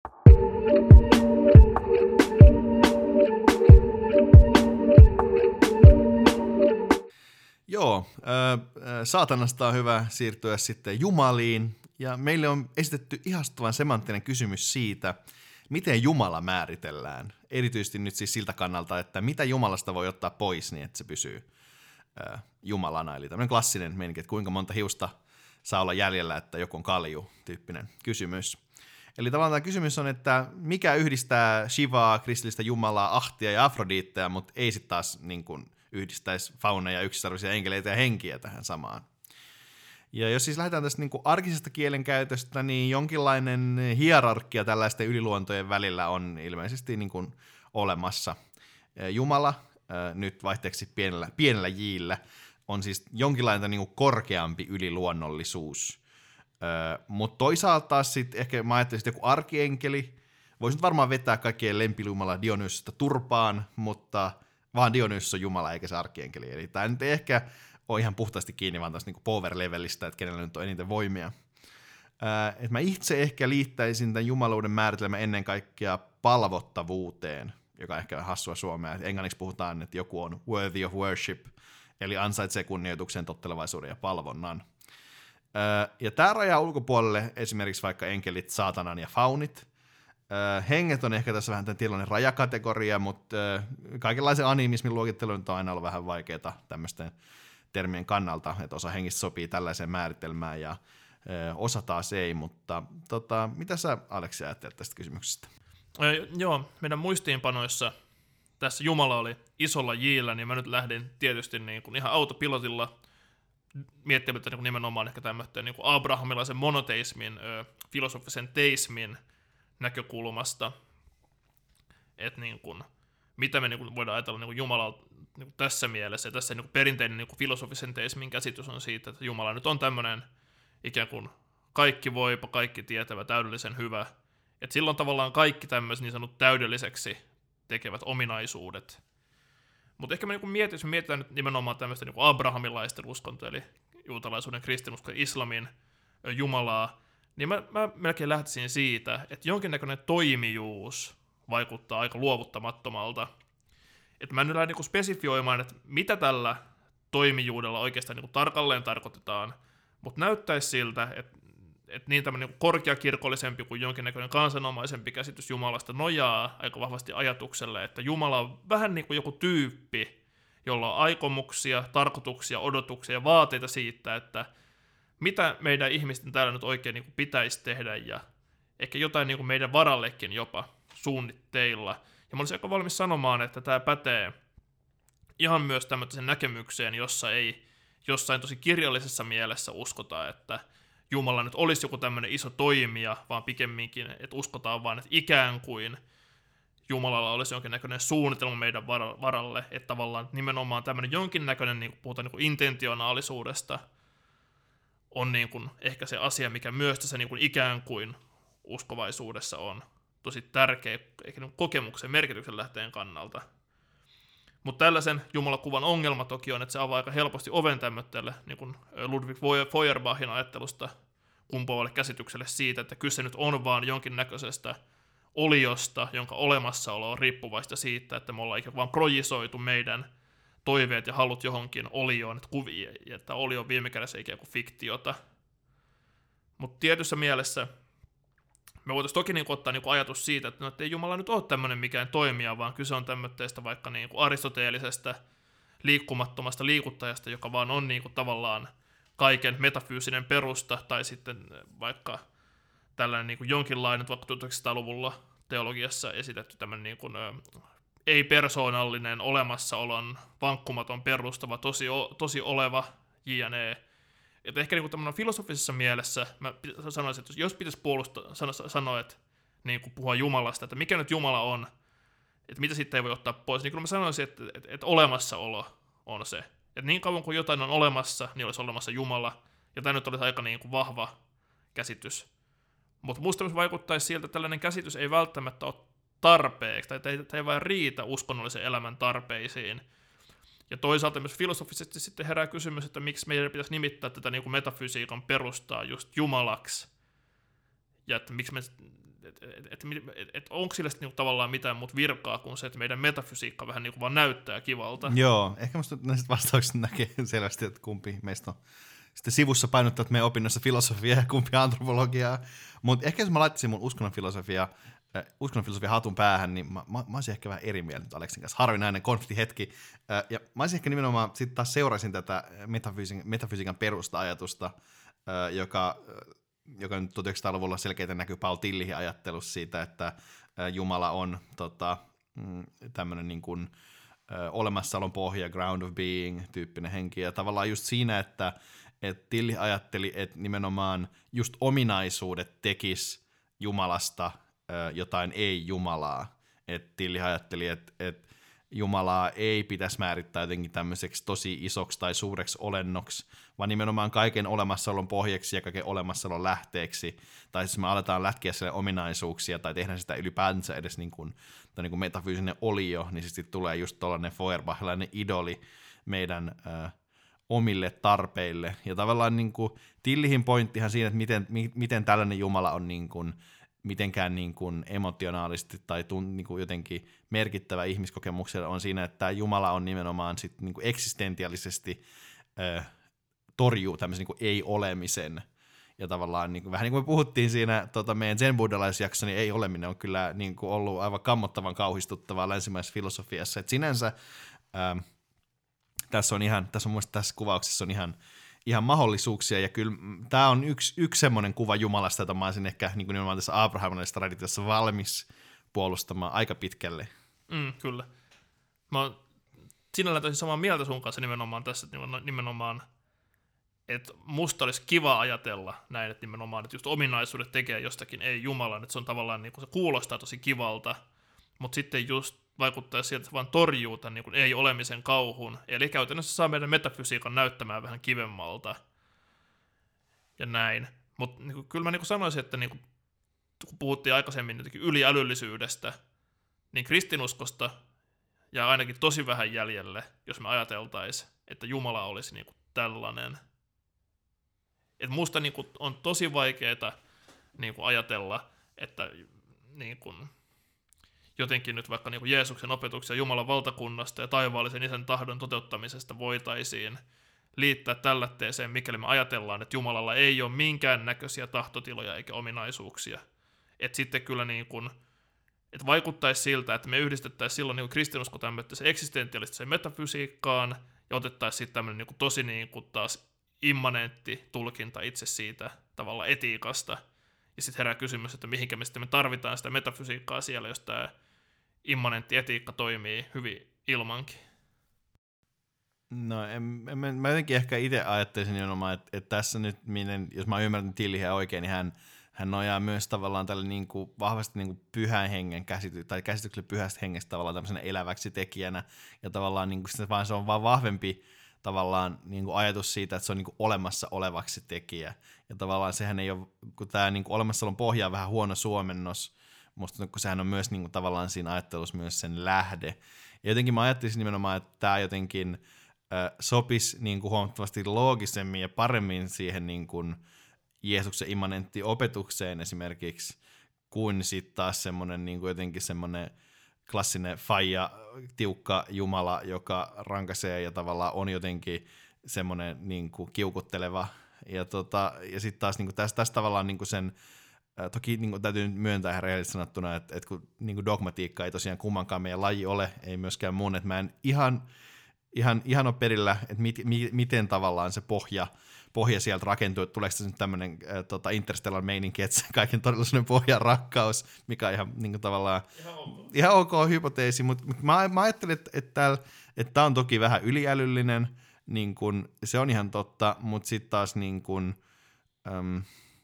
Joo, äh, saatanasta on hyvä siirtyä sitten jumaliin, ja meille on esitetty ihastuvan semanttinen kysymys siitä, miten Jumala määritellään, erityisesti nyt siis siltä kannalta, että mitä Jumalasta voi ottaa pois niin, että se pysyy äh, Jumalana, eli tämmöinen klassinen meininki, että kuinka monta hiusta saa olla jäljellä, että joku on kalju, tyyppinen kysymys. Eli tavallaan tämä kysymys on, että mikä yhdistää Shivaa, kristillistä Jumalaa, Ahtia ja Afrodiittea, mutta ei sitten taas niin kuin yhdistäisi fauna ja yksisarvisia enkeleitä ja henkiä tähän samaan. Ja jos siis lähdetään tästä niin kuin arkisesta kielenkäytöstä, niin jonkinlainen hierarkia tällaisten yliluontojen välillä on ilmeisesti niin kuin olemassa. Jumala, nyt vaihteeksi pienellä, pienellä jillä, on siis jonkinlainen niin kuin korkeampi yliluonnollisuus. Mutta toisaalta taas sitten ehkä mä ajattelin, että joku arkienkeli voisi nyt varmaan vetää kaikkien lempijumala Dionysista turpaan, mutta vaan Dionys on jumala eikä se arkienkeli. Eli tämä nyt ei ehkä ole ihan puhtaasti kiinni vaan tästä niinku power-levelistä, että kenellä nyt on eniten voimia. Ää, et mä itse ehkä liittäisin tämän jumaluuden määritelmän ennen kaikkea palvottavuuteen, joka on ehkä hassua suomea. Englanniksi puhutaan, että joku on worthy of worship, eli ansaitsee kunnioituksen, tottelevaisuuden ja palvonnan. Ää, ja tämä rajaa ulkopuolelle esimerkiksi vaikka enkelit, saatanan ja faunit. Ää, henget on ehkä tässä vähän tämän tilanne rajakategoria, mutta ää, kaikenlaisen animismin luokittelu on aina ollut vähän vaikeaa tämmöisten termien kannalta, että osa hengistä sopii tällaiseen määritelmään ja ö, osa taas ei, mutta tota, mitä sä, Aleksi, ajattelet tästä kysymyksestä? Ö, joo, meidän muistiinpanoissa tässä Jumala oli isolla jillä, niin mä nyt lähdin tietysti niin kuin ihan autopilotilla miettimättä niin kuin nimenomaan ehkä tämmöisen niin kuin abrahamilaisen monoteismin, ö, filosofisen teismin näkökulmasta, että niin kuin, mitä me niin kuin voidaan ajatella niin kuin Jumalalta niin kuin tässä mielessä, ja tässä niin kuin perinteinen niin kuin filosofisen teismin käsitys on siitä, että Jumala nyt on tämmöinen ikään kuin kaikki voipa, kaikki tietävä, täydellisen hyvä, että silloin tavallaan kaikki tämmöiset niin sanotut täydelliseksi tekevät ominaisuudet. Mutta ehkä me niin mietin, jos me mietitään nyt nimenomaan tämmöistä niin kuin abrahamilaisten uskontoa, eli juutalaisuuden, kristinuskon, islamin Jumalaa, niin mä, mä melkein lähtisin siitä, että jonkinnäköinen toimijuus vaikuttaa aika luovuttamattomalta. Että mä en nyt lähde niinku spesifioimaan, että mitä tällä toimijuudella oikeastaan niinku tarkalleen tarkoitetaan, mutta näyttäisi siltä, että, että niin tämmöinen niinku korkeakirkollisempi kuin jonkinnäköinen kansanomaisempi käsitys Jumalasta nojaa aika vahvasti ajatukselle, että Jumala on vähän niin kuin joku tyyppi, jolla on aikomuksia, tarkoituksia, odotuksia ja vaateita siitä, että mitä meidän ihmisten täällä nyt oikein niinku pitäisi tehdä ja ehkä jotain niinku meidän varallekin jopa suunnitteilla. Ja mä olisin aika valmis sanomaan, että tämä pätee ihan myös tämmöiseen näkemykseen, jossa ei jossain tosi kirjallisessa mielessä uskota, että Jumala nyt olisi joku tämmöinen iso toimija, vaan pikemminkin, että uskotaan vaan, että ikään kuin Jumalalla olisi jonkinnäköinen suunnitelma meidän varalle, että tavallaan nimenomaan tämmöinen jonkinnäköinen, niin kuin puhutaan niin kuin intentionaalisuudesta, on niin kuin ehkä se asia, mikä myös tässä niin kuin ikään kuin uskovaisuudessa on tosi tärkeä eikä kokemuksen merkityksen lähteen kannalta. Mutta tällaisen Jumalakuvan ongelma toki on, että se avaa aika helposti oven tämmöiselle niin kuin Ludwig Feuerbachin ajattelusta kumpuavalle käsitykselle siitä, että kyse nyt on vaan jonkinnäköisestä oliosta, jonka olemassaolo on riippuvaista siitä, että me ollaan ikään kuin vaan projisoitu meidän toiveet ja halut johonkin olioon, että kuvia, että oli on viime kädessä ikään kuin fiktiota. Mutta tietyssä mielessä me voitaisiin toki niinku ottaa niinku ajatus siitä, että, no, että ei Jumala nyt ole tämmöinen mikään toimija, vaan kyse on tämmöistä vaikka niinku aristoteellisesta liikkumattomasta liikuttajasta, joka vaan on niinku tavallaan kaiken metafyysinen perusta, tai sitten vaikka tällainen niinku jonkinlainen, vaikka tuhatyhdeksänsataaluvulla teologiassa esitetty tämmöinen niinku, ei-persoonallinen olemassaolon vankkumaton perustava, tosi, tosi oleva jne. Että ehkä niinku tämmöinen filosofisessa mielessä mä sanoisin, että jos pitäisi puolustaa, sano, sanoa, että niin kuin puhua Jumalasta, että mikä nyt Jumala on, että mitä sitten ei voi ottaa pois, niin kyllä mä sanoisin, että, että, että olemassaolo on se. Että niin kauan kuin jotain on olemassa, niin olisi olemassa Jumala, ja tämä nyt olisi aika niin kuin vahva käsitys. Mutta musta myös vaikuttaisi siltä, että tällainen käsitys ei välttämättä ole tarpeeksi, tai tämä ei vain riitä uskonnollisen elämän tarpeisiin. Ja toisaalta myös filosofisesti sitten herää kysymys, että miksi meidän pitäisi nimittää tätä niin kuin metafysiikan perustaa just Jumalaksi. Ja että miksi me, et, et, et, et, et onko sillä sitten niin tavallaan mitään muuta virkaa kuin se, että meidän metafysiikka vähän niin kuin vaan näyttää kivalta. Joo, ehkä musta näistä vastauksista näkee selvästi, että kumpi meistä on sitten sivussa painottaa meidän opinnoissa filosofiaa ja kumpi antropologiaa. Mutta ehkä jos mä laittaisin mun uskonnon filosofiaa, äh, uskonnon filosofian hatun päähän, niin mä, mä, mä olisin ehkä vähän eri mieltä nyt Aleksin kanssa. Harvinainen konfliktihetki. Äh, ja mä olisin ehkä nimenomaan sitten taas seurasin tätä metafysiikan, metafysiikan perusta-ajatusta, äh, joka, joka nyt tuhatyhdeksänsataaluvulla selkeitä näkyy Paul Tillichin ajattelussa siitä, että äh, Jumala on tota, mm, tämmöinen niin kuin olemassaolon pohja, ground of being, tyyppinen henki. Ja tavallaan just siinä, että että Tilli ajatteli, että nimenomaan just ominaisuudet tekis Jumalasta ö, jotain ei-Jumalaa. Että Tilli ajatteli, että, että Jumalaa ei pitäisi määrittää jotenkin tämmöiseksi tosi isoksi tai suureksi olennoksi, vaan nimenomaan kaiken olemassaolon pohjaksi ja kaiken olemassaolon lähteeksi. Tai siis me aletaan lätkiä sille ominaisuuksia tai tehdään sitä ylipäänsä edes niin kuin, niin kuin metafyysinen olio, niin sitten tulee just tuollainen Feuerbachilainen idoli meidän äh, omille tarpeille. Ja tavallaan niin kuin, Tillihin pointtihan siinä, että miten, mi, miten tällainen Jumala on niin kuin, mitenkään niin kuin emotionaalisesti tai tun, niin kuin jotenkin merkittävä ihmiskokemuksella on siinä, että tämä Jumala on nimenomaan sit niin kuin eksistentiaalisesti äh, torjuu tämmöisen niin kuin ei-olemisen. Ja tavallaan niin kuin, vähän niin kuin me puhuttiin siinä tota, meidän zen-buddhalaisjaksossa, niin ei-oleminen on kyllä niin kuin ollut aivan kammottavan kauhistuttavaa länsimaisessa filosofiassa. Et sinänsä ähm, tässä on ihan, tässä on mun mielestä tässä kuvauksessa on ihan, ihan mahdollisuuksia, ja kyllä tämä on yksi, yksi semmoinen kuva Jumalasta, jota mä olisin ehkä niin kuin nimenomaan tässä abrahamilaisessa traditiossa valmis puolustamaan aika pitkälle. Mm, kyllä. Mä oon sinällään tosi samaa mieltä sun kanssa nimenomaan tässä, että nimenomaan, että musta olisi kiva ajatella näin, että nimenomaan, että just ominaisuudet tekee jostakin ei Jumalan, että se on tavallaan, niin kuin se kuulostaa tosi kivalta, mutta sitten just vaikuttaa siltä, että se vaan torjuu tämän niin kuin ei-olemisen kauhun, eli käytännössä saa meidän metafysiikan näyttämään vähän kivemmalta ja näin. Mutta niin kyllä mä niin kuin sanoisin, että niin kuin, kun puhuttiin aikaisemmin jotenkin yliälyllisyydestä, niin kristinuskosta jää ainakin tosi vähän jäljelle, jos me ajateltaisiin, että Jumala olisi niin kuin tällainen. Et musta niin kuin on tosi vaikeaa niin kuin ajatella, että niin kuin, jotenkin nyt vaikka niin kuin Jeesuksen opetuksia Jumalan valtakunnasta ja taivaallisen isän tahdon toteuttamisesta voitaisiin liittää tällätteeseen, mikäli me ajatellaan, että Jumalalla ei ole minkäännäköisiä tahtotiloja eikä ominaisuuksia. Että sitten kyllä niin kuin, että vaikuttaisi siltä, että me yhdistettäisiin silloin niin kuin kristinusko tämmöiseen eksistentialistiseen metafysiikkaan ja otettaisiin sitten tämmöinen niin kuin tosi niin kuin taas immanentti tulkinta itse siitä tavalla etiikasta. Ja sitten herää kysymys, että mihinkä me sitten me tarvitaan sitä metafysiikkaa siellä, jos tämä immanentti etiikka toimii hyvin ilmankin. No, en, en, mä jotenkin ehkä itse ajattelisin nimenomaan, että, että tässä nyt, minen, jos mä ymmärrän Tilliä oikein, niin hän, hän nojaa myös tavallaan tälle niin kuin vahvasti niin kuin pyhän hengen käsity, tai käsitykselle pyhästä hengestä tavallaan tämmöisenä eläväksi tekijänä, ja tavallaan niin kuin se, vaan se on vaan vahvempi tavallaan niin kuin ajatus siitä, että se on niin kuin olemassa olevaksi tekijä, ja tavallaan sehän ei ole, kun tämä niin kuin olemassaolon pohja on vähän huono suomennos, musta kun sehän on myös niin kuin tavallaan siinä ajattelussa myös sen lähde, ja jotenkin mä ajattelisin nimenomaan, että tämä jotenkin sopisi niin kuin huomattavasti loogisemmin ja paremmin siihen niin kuin Jeesuksen immanenttiin opetukseen esimerkiksi, kuin sitten taas semmoinen niin kuin jotenkin semmoinen klassinen faija, tiukka Jumala, joka rankaisee ja tavallaan on jotenkin semmoinen niin kuin kiukutteleva. Ja, tota, ja sitten taas niin kuin tässä, tässä tavallaan niin kuin sen, toki niin kuin täytyy myöntää ihan rehellisesti sanottuna, että, että kun niin kuin dogmatiikka ei tosiaan kummankaan meidän laji ole, ei myöskään mun, että mä en ihan Ihan, ihan ole perillä, että mit, mi, miten tavallaan se pohja, pohja sieltä rakentuu, että tuleeko se nyt tämmöinen äh, tota Interstellar meininki, että se kaiken todellisuuden pohjan rakkaus, mikä on ihan niin kuin tavallaan ihan ok, ihan ok hypoteesi, mutta mut mä, mä ajattelin, että että että tämä on toki vähän yliälyllinen, niin kun, se on ihan totta, mutta sitten taas niin kun, äm,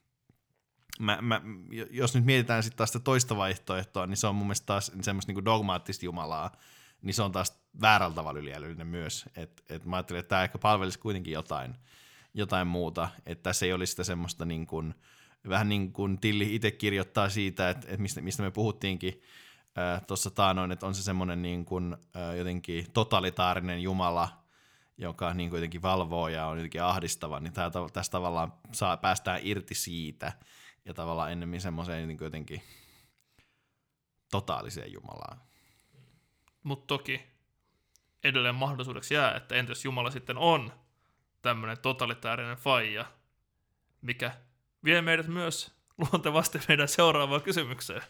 mä, mä, jos nyt mietitään sitten taas sitä toista vaihtoehtoa, niin se on mun mielestä taas semmoista niin kuin dogmaattista Jumalaa, niin se on taas väärällä tavalla yliälyllinen myös. Et, et mä ajattelin, että tämä ehkä palvelisi kuitenkin jotain, jotain muuta, että tässä ei olisi sitä semmoista niin kuin, vähän niin kuin Tilli itse kirjoittaa siitä, että, että mistä, mistä me puhuttiinkin äh, tuossa taanoin, että on se semmoinen niin kuin, äh, jotenkin totalitaarinen Jumala, joka niin kuin jotenkin valvoo ja on jotenkin ahdistava, niin tää, tässä tavallaan saa, päästään irti siitä ja tavallaan ennemmin semmoiseen niin kuin jotenkin totaaliseen Jumalaan. Mutta toki edelleen mahdollisuudeksi jää, että entäs Jumala sitten on tämmöinen totalitaarinen faija, mikä vie meidät myös luontevasti meidän seuraavaan kysymykseen.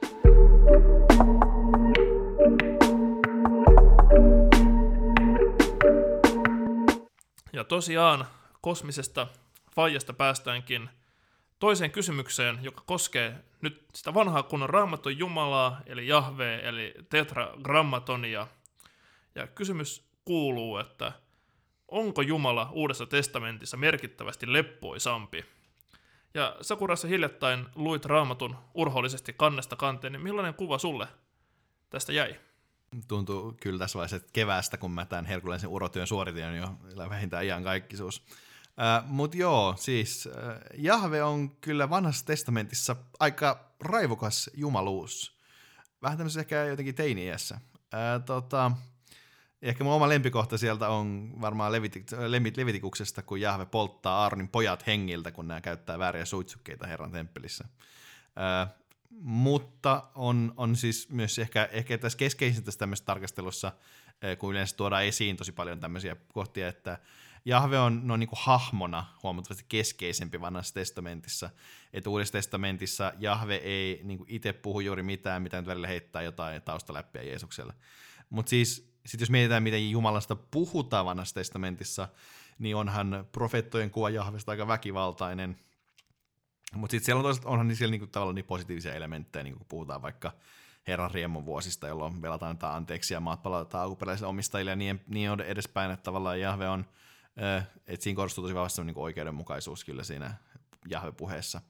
Ja tosiaan kosmisesta faijasta päästäänkin toiseen kysymykseen, joka koskee nyt sitä vanhaa kunnon Raamatun Jumalaa, eli Jahvee, eli tetragrammatonia. Ja kysymys kuuluu, että onko Jumala Uudessa testamentissa merkittävästi leppoisampi? Ja Sakurassa hiljattain luit Raamatun urhoollisesti kannesta kanteen, niin millainen kuva sulle tästä jäi? Tuntuu kyllä tässä vaiheessa, että keväästä, kun mä tämän herkullisen urotyön suoritin, on jo vähintään iankaikkisuus. Äh, Mutta joo, siis äh, Jahve on kyllä vanhassa testamentissa aika raivokas jumaluus. Vähän tämmöisessä ehkä jotenkin teini-iässä. Äh, tota, ehkä mun oma lempikohta sieltä on varmaan Levit- Levitikuksesta, kun Jahve polttaa Aaronin pojat hengiltä, kun nämä käyttää vääriä suitsukkeita Herran temppelissä. Äh, mutta on, on siis myös ehkä, ehkä tässä keskeisintä tässä tämmöisessä tarkastelussa, kun yleensä tuodaan esiin tosi paljon tämmöisiä kohtia, että Jahve on no, niin kuin hahmona huomattavasti keskeisempi vanhassa testamentissa. Että Uudessa testamentissa Jahve ei niin kuin itse puhu juuri mitään, mitä nyt välillä heittää jotain taustaläppiä Jeesukselle. Mutta siis sit jos mietitään, miten Jumalasta puhutaan vanhassa testamentissa, niin onhan profeettojen kuva Jahvesta aika väkivaltainen. Mutta sitten siellä on toisaalta, onhan siellä niinku tavallaan niin positiivisia elementtejä, niin kun puhutaan vaikka Herran riemun vuosista, jolloin velataan tätä anteeksi ja maat palautetaan alkuperäisille omistajille ja niin, niin on edespäin, että tavallaan Jahve on, että siinä korostuu tosi vahvasti niin oikeudenmukaisuus kyllä siinä Jahve-puheessa.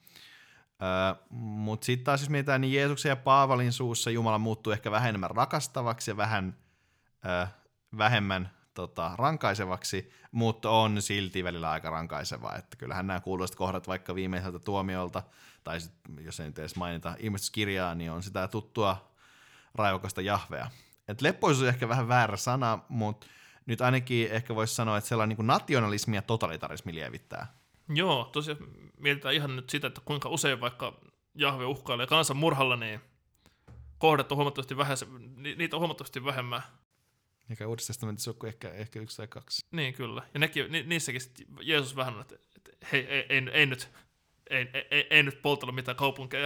Mutta sitten taas jos mietitään, niin Jeesuksen ja Paavalin suussa Jumala muuttuu ehkä vähän enemmän rakastavaksi ja vähän ö, vähemmän tota, rankaisevaksi, mutta on silti välillä aika rankaiseva, että kyllähän nämä kuuluiset kohdat vaikka viimeiseltä tuomiolta, tai sit, jos ei nyt edes mainita ilmestyskirjaa, niin on sitä tuttua raivokasta Jahvea. Et leppoisuus on ehkä vähän väärä sana, mutta nyt ainakin ehkä voisi sanoa, että sellainen niin nationalismi ja totalitarismi lievittää. Joo, tosiaan mietitään ihan nyt sitä, että kuinka usein vaikka Jahve uhkailee kansan murhalla, niin kohdat on huomattavasti vähäisen, niitä on huomattavasti vähemmän. Eikä Uudessa testamentissa ole ehkä, ehkä yksi tai kaksi. Niin, kyllä. Ja nekin, ni, niissäkin Jeesus vähän on, että, että hei, ei, ei, ei, nyt, ei, ei, ei nyt poltella mitään kaupunkeja.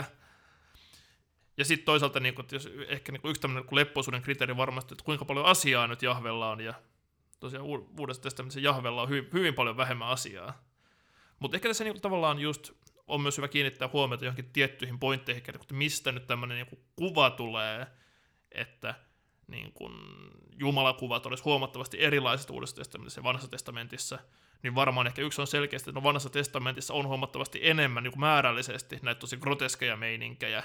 Ja sitten toisaalta, niin kun, jos ehkä niin yksi tämmöinen leppoisuuden kriteeri varmasti, että kuinka paljon asiaa nyt Jahvella on, ja tosiaan Uudessa testamentissa Jahvella on hyvin, hyvin paljon vähemmän asiaa. Mutta ehkä tässä niin tavallaan just on myös hyvä kiinnittää huomiota johonkin tiettyihin pointteihin, että mistä nyt tämmöinen niin kuva tulee, että niin kun jumalakuvat olisi huomattavasti erilaiset Uudessa testamentissa ja Vanhassa testamentissa, niin varmaan ehkä yksi on selkeästi, että no Vanhassa testamentissa on huomattavasti enemmän niin kuin määrällisesti näitä tosi groteskeja meininkejä,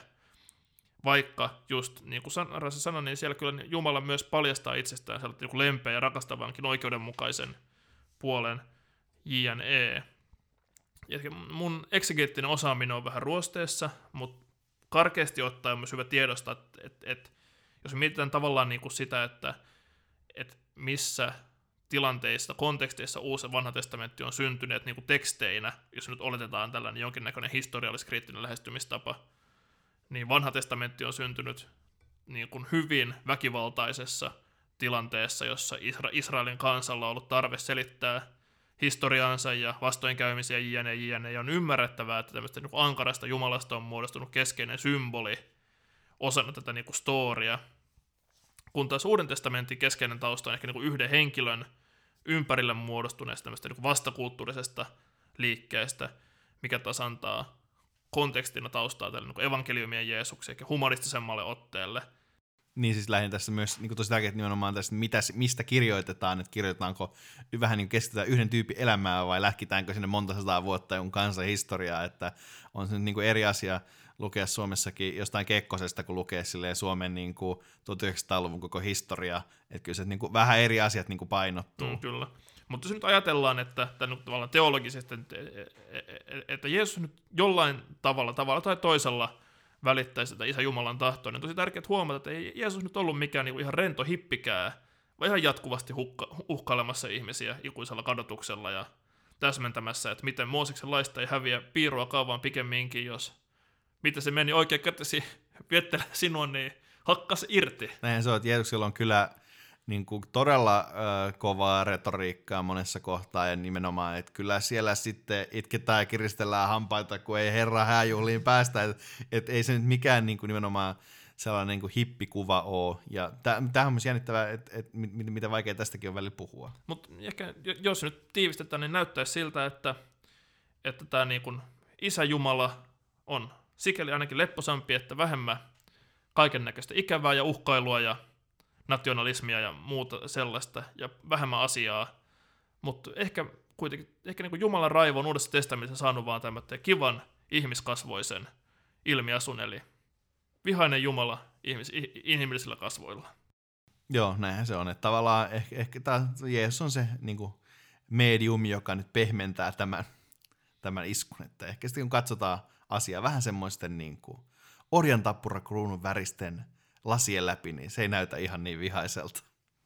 vaikka just niin kuin Rasa sanoi, niin siellä kyllä Jumala myös paljastaa itsestään sellainen niin lempeä ja rakastavankin oikeudenmukaisen puolen jne. Ja mun eksegeettinen osaaminen on vähän ruosteessa, mutta karkeasti ottaen on myös hyvä tiedostaa, että, että, että jos mietitään tavallaan niin kuin sitä, että, että missä tilanteissa, konteksteissa uusi vanha testamentti on syntyneet niin kuin teksteinä, jos nyt oletetaan tällainen jonkinnäköinen historialliskriittinen lähestymistapa, niin vanha testamentti on syntynyt niin kuin hyvin väkivaltaisessa tilanteessa, jossa Isra- Israelin kansalla on ollut tarve selittää historiaansa ja vastoinkäymisiä jne, jne, ja on ymmärrettävää, että tämmöistä niin kuin ankarasta Jumalasta on muodostunut keskeinen symboli osana tätä niin kuin storia, kun taas Uuden testamentin keskeinen tausta on ehkä niin kuin yhden henkilön ympärille muodostuneesta tämmöistä niin kuin vastakulttuurisesta liikkeestä, mikä taas antaa kontekstina taustaa tälle niin kuin evankeliumien Jeesuksen ja humanistisemmalle otteelle. Niin siis lähinnä tässä myös niin tosi tärkeää nimenomaan tästä, mitä, mistä kirjoitetaan, että kirjoitetaanko vähän niin keskitytään yhden tyypin elämää vai lähkitäänkö sinne monta sataa vuotta jonkun kansan historiaa, että on se niin kuin eri asia lukea Suomessakin jostain Kekkosesta, kun lukee silleen Suomen niin kuin tuhatyhdeksänsataaluvun koko historia, että kyllä se niin kuin vähän eri asiat niin kuin painottuu. Mm, kyllä. Mutta jos nyt ajatellaan, että tämän tavallaan teologisesti, että Jeesus nyt jollain tavalla, tavalla tai toisella välittäisi sitä Isä Jumalan tahtoa, niin on tosi tärkeää huomata, että ei Jeesus nyt ollut mikään niin kuin ihan rento hippikää, vaan ihan jatkuvasti hukka, uhkailemassa ihmisiä ikuisella kadotuksella ja täsmentämässä, että miten Mooseksen laista ei häviä piiruakaan, vaan pikemminkin, jos miten se meni oikein kätesi viettelee sinua, niin hakkas irti. Näinhän se on, että Jeesuksella on kyllä niin kuin todella äh, kovaa retoriikkaa monessa kohtaa ja nimenomaan, että kyllä siellä sitten itketään ja kiristellään hampaita, kun ei Herran hääjuhliin päästä, että et ei se nyt mikään niin kuin nimenomaan sellainen niin kuin hippikuva ole. Ja tämähän on myös jännittävää, että et, mit, mitä vaikea tästäkin on välillä puhua. Mutta ehkä jos nyt tiivistetään, niin näyttäisi siltä, että, että tämä niin kuin Isä Jumala on sikäli ainakin lepposampi, että vähemmän kaikennäköistä ikävää ja uhkailua ja nationalismia ja muuta sellaista, ja vähemmän asiaa Mutta ehkä kuitenkin ehkä niin kuin Jumalan raivo on Uudessa testamentissa saanut vaan tämmöinen kivan ihmiskasvoisen ilmiasun, eli vihainen Jumala ihmis, inhimillisillä kasvoilla. Joo, näinhän se on. Että tavallaan ehkä, ehkä tämä Jeesus on se niin kuin medium, joka nyt pehmentää tämän, tämän iskun. Että ehkä sitten kun katsotaan asiaa vähän semmoisten niin kuin orjan tappurakruunun väristen lasien läpi, niin se ei näytä ihan niin vihaiselta.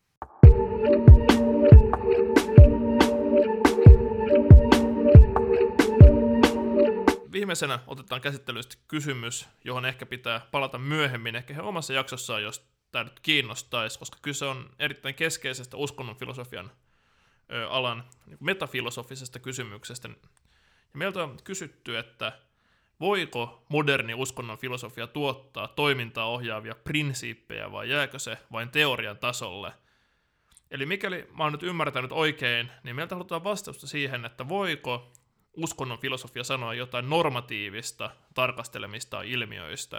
Viimeisenä otetaan käsittelyyn kysymys, johon ehkä pitää palata myöhemmin, ehkä ihan omassa jaksossaan, jos tämä nyt kiinnostaisi, koska kyse on erittäin keskeisestä uskonnon filosofian ö, alan niin kuin metafilosofisesta kysymyksestä. Ja meiltä on kysytty, että voiko moderni uskonnon filosofia tuottaa toimintaa ohjaavia prinsiippejä vai jääkö se vain teorian tasolle? Eli mikäli mä oon nyt ymmärtänyt oikein, niin meiltä halutaan vastausta siihen, että voiko uskonnon filosofia sanoa jotain normatiivista tarkastelemista ilmiöistä.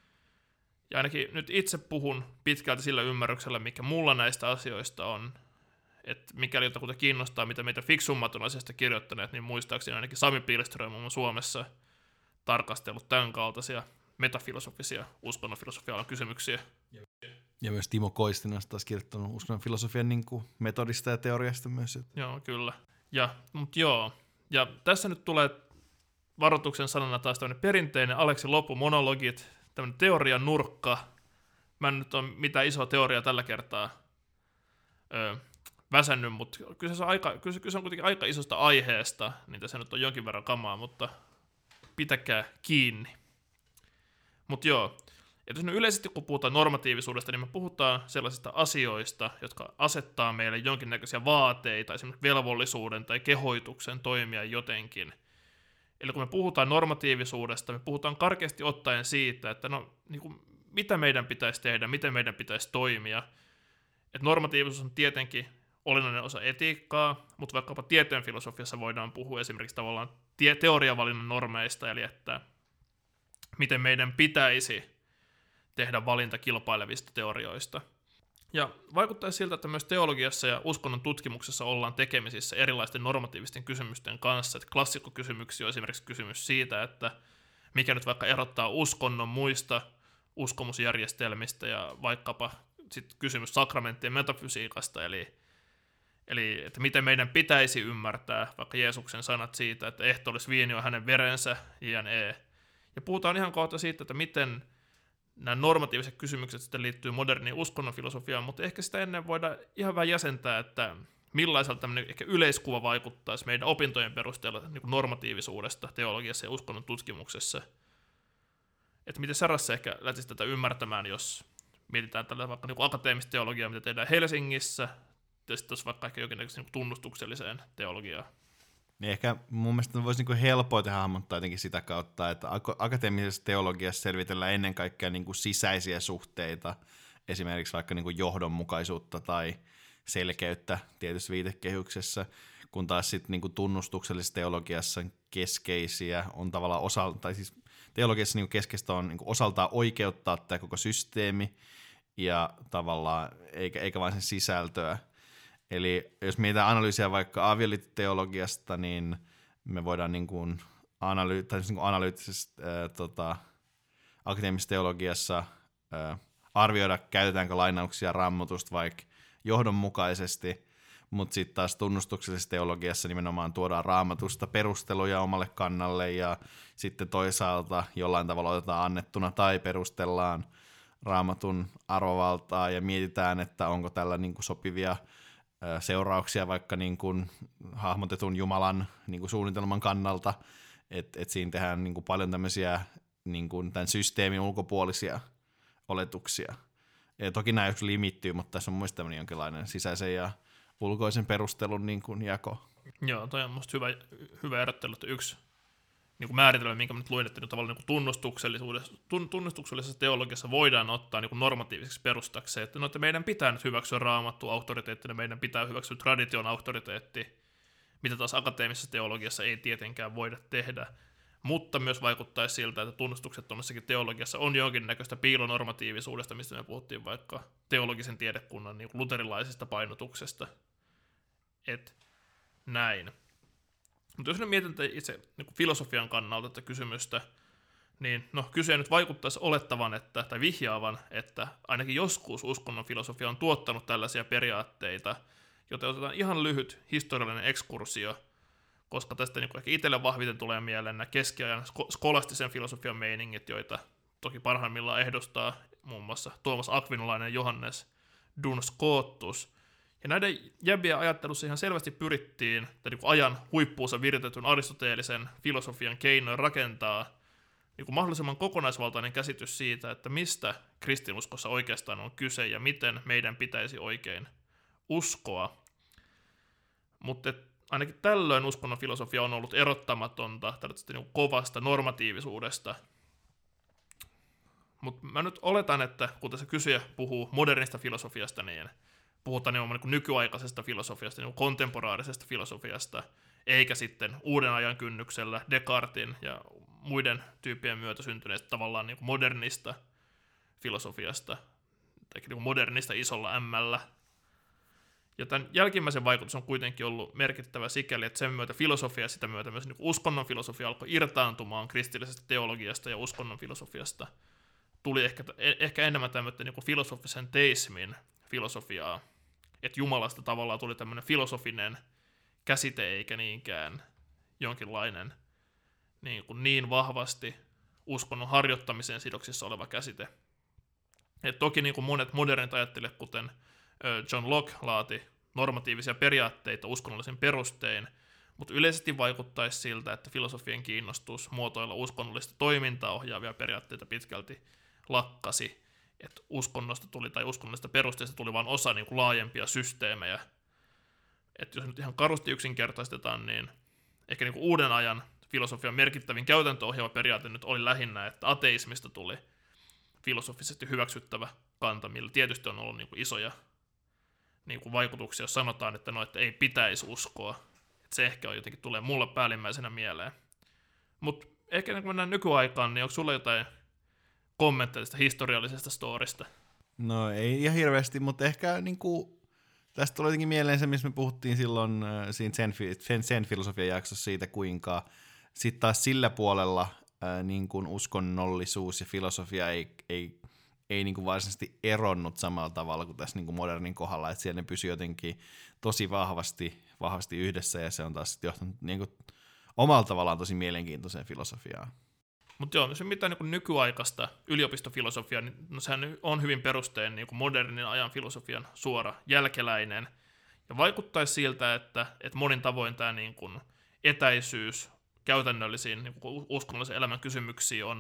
Ja ainakin nyt itse puhun pitkälti sillä ymmärryksellä, mikä mulla näistä asioista on. Että mikäli jotakuta kiinnostaa, mitä meitä fiksummat on asiasta kirjoittaneet, niin muistaakseni ainakin Sami Pihlström on Suomessa tarkastellut tämän kaltaisia metafilosofisia uskonnonfilosofian kysymyksiä. Ja myös Timo Koistinen on taas kirjoittanut uskonnon filosofian niin kuin metodista ja teoriasta myös. Joo, kyllä. Ja, mut joo. Ja tässä nyt tulee varoituksen sanana taas tämmöinen perinteinen Aleksi Loppu-monologit, tämmöinen teorian nurkka. Mä en nyt ole mitään isoa teoriaa tällä kertaa öö, väsännyt, mutta kyllä se, on aika, kyllä, se, kyllä se on kuitenkin aika isosta aiheesta, niin tässä nyt on jonkin verran kamaa, mutta pitäkää kiinni. Mutta joo, että jos nyt yleisesti kun puhutaan normatiivisuudesta, niin me puhutaan sellaisista asioista, jotka asettaa meille jonkinnäköisiä vaateita, esimerkiksi velvollisuuden tai kehoituksen toimia jotenkin. Eli kun me puhutaan normatiivisuudesta, me puhutaan karkeasti ottaen siitä, että no, niin kuin, mitä meidän pitäisi tehdä, miten meidän pitäisi toimia. Että normatiivisuus on tietenkin olennainen osa etiikkaa, mutta vaikkapa tieteen filosofiassa voidaan puhua esimerkiksi tavallaan tie- teoriavalinnan normeista, eli että miten meidän pitäisi tehdä valinta kilpailevista teorioista. Ja vaikuttaa siltä, että myös teologiassa ja uskonnon tutkimuksessa ollaan tekemisissä erilaisten normatiivisten kysymysten kanssa. Että klassikkokysymyksiä on esimerkiksi kysymys siitä, että mikä nyt vaikka erottaa uskonnon muista uskomusjärjestelmistä ja vaikkapa sit kysymys sakramenttien metafysiikasta, eli, eli että miten meidän pitäisi ymmärtää vaikka Jeesuksen sanat siitä, että ehtoollisviini on hänen verensä, jne. Ja puhutaan ihan kohta siitä, että miten nämä normatiiviset kysymykset sitten liittyy moderniin uskonnonfilosofiaan, mutta ehkä sitä ennen voidaan ihan vähän jäsentää, että millaiselta tämmöinen ehkä yleiskuva vaikuttaisi meidän opintojen perusteella niin kuin normatiivisuudesta teologiassa ja uskonnon tutkimuksessa. Että miten Sarassa ehkä lähtisi tätä ymmärtämään, jos mietitään tällä vaikka niin akateemista teologiaa, mitä tehdään Helsingissä, ja sitten vaikka ehkä jonkinlaisen niin tunnustukselliseen teologiaan. Niin ehkä mun mielestä voisi niin helpoiten hahmottaa jotenkin sitä kautta, että akateemisessa teologiassa selvitellään ennen kaikkea niin kuin sisäisiä suhteita, esimerkiksi vaikka niin kuin johdonmukaisuutta tai selkeyttä tietyssä viitekehyksessä, kun taas sitten niin kuin tunnustuksellisessa teologiassa keskeisiä on tavallaan osa, tai siis teologiassa niin kuin keskeistä on niin kuin osaltaan oikeuttaa tämä koko systeemi, ja tavallaan, eikä, eikä vain sen sisältöä. Eli jos mietitään analyysiä vaikka avioliittoteologiasta, niin me voidaan niin kuin analy- tai siis niin kuin analyyttisessa ää, tota, akateemisessa teologiassa ää, arvioida, käytetäänkö lainauksia Raamatusta vaikka johdonmukaisesti, mutta sitten taas tunnustuksellisessa teologiassa nimenomaan tuodaan Raamatusta perusteluja omalle kannalle ja sitten toisaalta jollain tavalla otetaan annettuna tai perustellaan Raamatun arvovaltaa ja mietitään, että onko tällä niin kuin sopivia seurauksia vaikka niin kuin hahmotetun Jumalan niin kuin suunnitelman kannalta, että et siinä tehdään niin kuin paljon tämmöisiä niin kuin tämän systeemin ulkopuolisia oletuksia. Ja toki nämä joskus limittyy, mutta tässä on mun mielestä jonkinlainen sisäisen ja ulkoisen perustelun niin kuin jako. Joo, toi on musta hyvä, hyvä erottelu, että yksi niin kuin määritelmä, minkä mä nyt luin, että tavallaan niin tunnustuksellisuudessa, tunnustuksellisessa teologiassa voidaan ottaa niin kuin normatiiviseksi perustakseen, että, no, että meidän pitää nyt hyväksyä Raamattu auktoriteettina, meidän pitää hyväksyä tradition auktoriteetti, mitä taas akateemisessa teologiassa ei tietenkään voida tehdä, mutta myös vaikuttaisi siltä, että tunnustukset tuollaisessakin teologiassa on jonkinnäköistä piilonormatiivisuudesta, mistä me puhuttiin vaikka teologisen tiedekunnan niin kuin luterilaisesta painotuksesta. Et näin. Mutta jos nyt mietin itse niin filosofian kannalta tätä kysymystä, niin no kysyjä nyt vaikuttaisi olettavan, että, tai vihjaavan, että ainakin joskus uskonnon filosofia on tuottanut tällaisia periaatteita, joten otetaan ihan lyhyt historiallinen ekskursio, koska tästä niin ehkä itselle vahviten tulee mieleen nämä keskiajan skolastisen filosofian meiningit, joita toki parhaimmillaan ehdostaa muun muassa Tuomas Akvinolainen Johannes Duns Scotus. Ja näiden jäbien ajattelussa ihan selvästi pyrittiin niin ajan huippuunsa viritetyn aristoteellisen filosofian keinoin rakentaa niin mahdollisimman kokonaisvaltainen käsitys siitä, että mistä kristinuskossa oikeastaan on kyse ja miten meidän pitäisi oikein uskoa. Mutta ainakin tällöin uskonnon filosofia on ollut erottamatonta tällaisesta niin kovasta normatiivisuudesta. Mutta mä nyt oletan, että kun tässä kysyjä puhuu modernista filosofiasta, niin puhutaan nimenomaan niin nykyaikaisesta filosofiasta, niin kontemporaarisesta filosofiasta, eikä sitten uuden ajan kynnyksellä Descartin ja muiden tyyppien myötä syntyneestä tavallaan niin modernista filosofiasta, tai niin modernista isolla M:llä. Ja tämän jälkimmäisen vaikutus on kuitenkin ollut merkittävä sikäli, että sen myötä filosofia ja sitä myötä myös niin uskonnon filosofia alkoi irtaantumaan kristillisestä teologiasta ja uskonnon filosofiasta. Tuli ehkä, ehkä enemmän tämmöinen niin filosofisen teismin filosofiaa, että Jumalasta tavallaan tuli tämmöinen filosofinen käsite eikä niinkään jonkinlainen niin, kuin niin vahvasti uskonnon harjoittamiseen sidoksissa oleva käsite. Et toki niin kuin monet modernit ajattelijat, kuten John Locke laati normatiivisia periaatteita uskonnollisen perustein, mutta yleisesti vaikuttaisi siltä, että filosofian kiinnostus muotoilla uskonnollista toimintaa ohjaavia periaatteita pitkälti lakkasi, että uskonnosta tuli tai uskonnollisesta perusteesta tuli vain osa niin kuin laajempia systeemejä. Että jos nyt ihan karusti yksinkertaistetaan, niin ehkä niin kuin uuden ajan filosofian merkittävin käytäntöohjaava periaate nyt oli lähinnä, että ateismista tuli filosofisesti hyväksyttävä kanta, millä tietysti on ollut niin kuin isoja niin kuin vaikutuksia, jos sanotaan, että, no, että ei pitäisi uskoa. Että se ehkä on jotenkin tulee mulle päällimmäisenä mieleen. Mutta ehkä niin kun mennään nykyaikaan, niin onko sulla jotain kommentteja tästä historiallisesta storista? No ei ihan hirveästi, mutta ehkä niin kuin, tästä tulee jotenkin mieleen se, missä me puhuttiin silloin äh, siinä sen, sen filosofian jaksossa siitä, kuinka sitten taas sillä puolella äh, niin kuin uskonnollisuus ja filosofia ei, ei, ei niin kuin varsinaisesti eronnut samalla tavalla kuin tässä niin kuin modernin kohdalla, että siellä ne pysyy jotenkin tosi vahvasti, vahvasti yhdessä, ja se on taas johtanut niin kuin omalla tavallaan tosi mielenkiintoiseen filosofiaan. Mutta joo, se mitään niin nykyaikaista yliopistofilosofiaa, niin no, sehän on hyvin perustein niin kuin modernin ajan filosofian suora jälkeläinen. Ja vaikuttaisi siltä, että, että monin tavoin tämä niin kuin etäisyys käytännöllisiin niin kuin uskonnollisen elämän kysymyksiin on,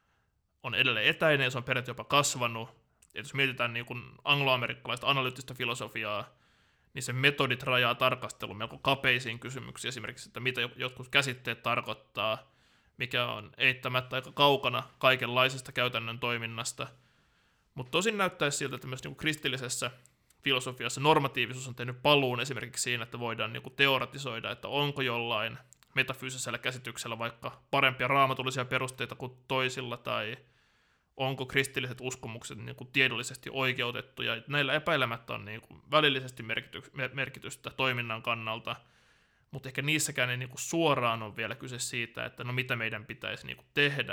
on edelleen etäinen, ja se on periaatteessa jopa kasvanut. Et jos mietitään niin kuin angloamerikkalaista analyyttistä filosofiaa, niin se metodit rajaa tarkastelun melko kapeisiin kysymyksiin, esimerkiksi, että mitä jotkut käsitteet tarkoittaa, mikä on eittämättä aika kaukana kaikenlaisesta käytännön toiminnasta. Mutta tosin näyttäisi siltä, että myös niinku kristillisessä filosofiassa normatiivisuus on tehnyt paluun esimerkiksi siinä, että voidaan niinku teoretisoida, että onko jollain metafyysisellä käsityksellä vaikka parempia raamatullisia perusteita kuin toisilla, tai onko kristilliset uskomukset niinku tiedollisesti oikeutettuja. Näillä epäilemättä on niinku välillisesti merkitystä toiminnan kannalta, mutta ehkä niissäkään ei niinku suoraan ole vielä kyse siitä, että no mitä meidän pitäisi niinku tehdä.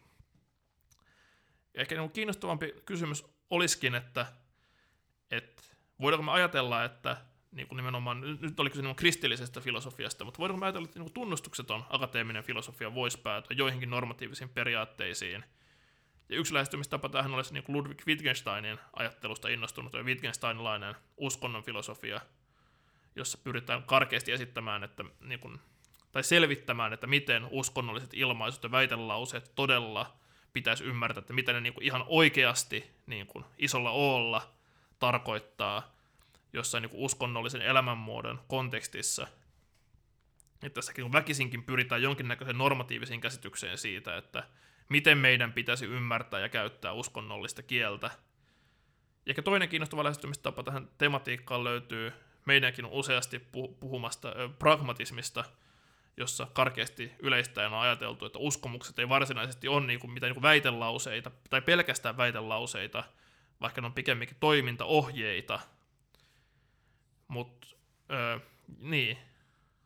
Ja ehkä niinku kiinnostavampi kysymys olisikin, että, että voidaanko me ajatella, että niinku nimenomaan, nyt oli kyse nimenomaan kristillisestä filosofiasta, mutta voidaanko me ajatella, että niinku tunnustukseton akateeminen filosofia voisi päätyä joihinkin normatiivisiin periaatteisiin. Ja yksi lähestymistapa tähän olisi niinku Ludwig Wittgensteinin ajattelusta innostunut, ja Wittgensteinilainen uskonnon filosofia, jossa pyritään karkeasti esittämään, että, niin kun, tai selvittämään, että miten uskonnolliset ilmaisut ja väitelauseet todella pitäisi ymmärtää, että mitä ne niin kun, ihan oikeasti niin kun, isolla oolla tarkoittaa jossain niin kun, uskonnollisen elämänmuodon kontekstissa. Että tässäkin väkisinkin pyritään jonkinnäköiseen normatiiviseen käsitykseen siitä, että miten meidän pitäisi ymmärtää ja käyttää uskonnollista kieltä. Ja ehkä toinen kiinnostava lähestymistapa tähän tematiikkaan löytyy meidänkin useasti puhumasta pragmatismista, jossa karkeasti yleistäen on ajateltu, että uskomukset ei varsinaisesti ole niin kuin mitään niin kuin väitelauseita, tai pelkästään väitelauseita, vaikka ne on pikemminkin toimintaohjeita. Mutta, öö, niin.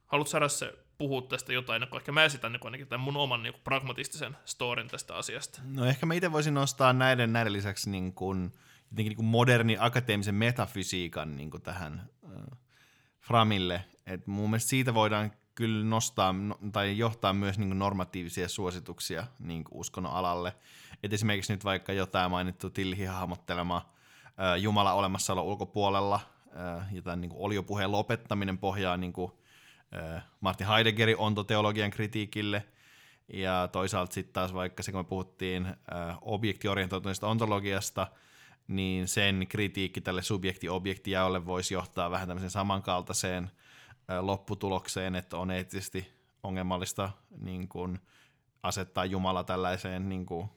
haluatko saada se puhua tästä jotain, niin ehkä mä esitän niin ainakin tämän mun oman niin pragmatistisen storin tästä asiasta. No ehkä mä itse voisin nostaa näiden, näiden lisäksi niin kuin, jotenkin niin kuin moderni akateemisen metafysiikan niin kuin tähän äh, framille. Et mun mielestä siitä voidaan kyllä nostaa tai johtaa myös niin kuin normatiivisia suosituksia niin kuin uskonnon alalle. Et esimerkiksi nyt vaikka jotain mainittu Tillihin hahmottelema äh, Jumala olemassaolo ulkopuolella, äh, jotain niin kuin oliopuheen lopettaminen pohjaa niin kuin, äh, Martin Heideggerin ontoteologian kritiikille, ja toisaalta sitten taas vaikka se, kun me puhuttiin äh, objektiorientoituneesta ontologiasta, niin sen kritiikki tälle subjekti-objektijaolle voisi johtaa vähän tämmöiseen samankaltaiseen äh, lopputulokseen, että on eettisesti ongelmallista niin kuin asettaa Jumala tällaiseen niin kuin,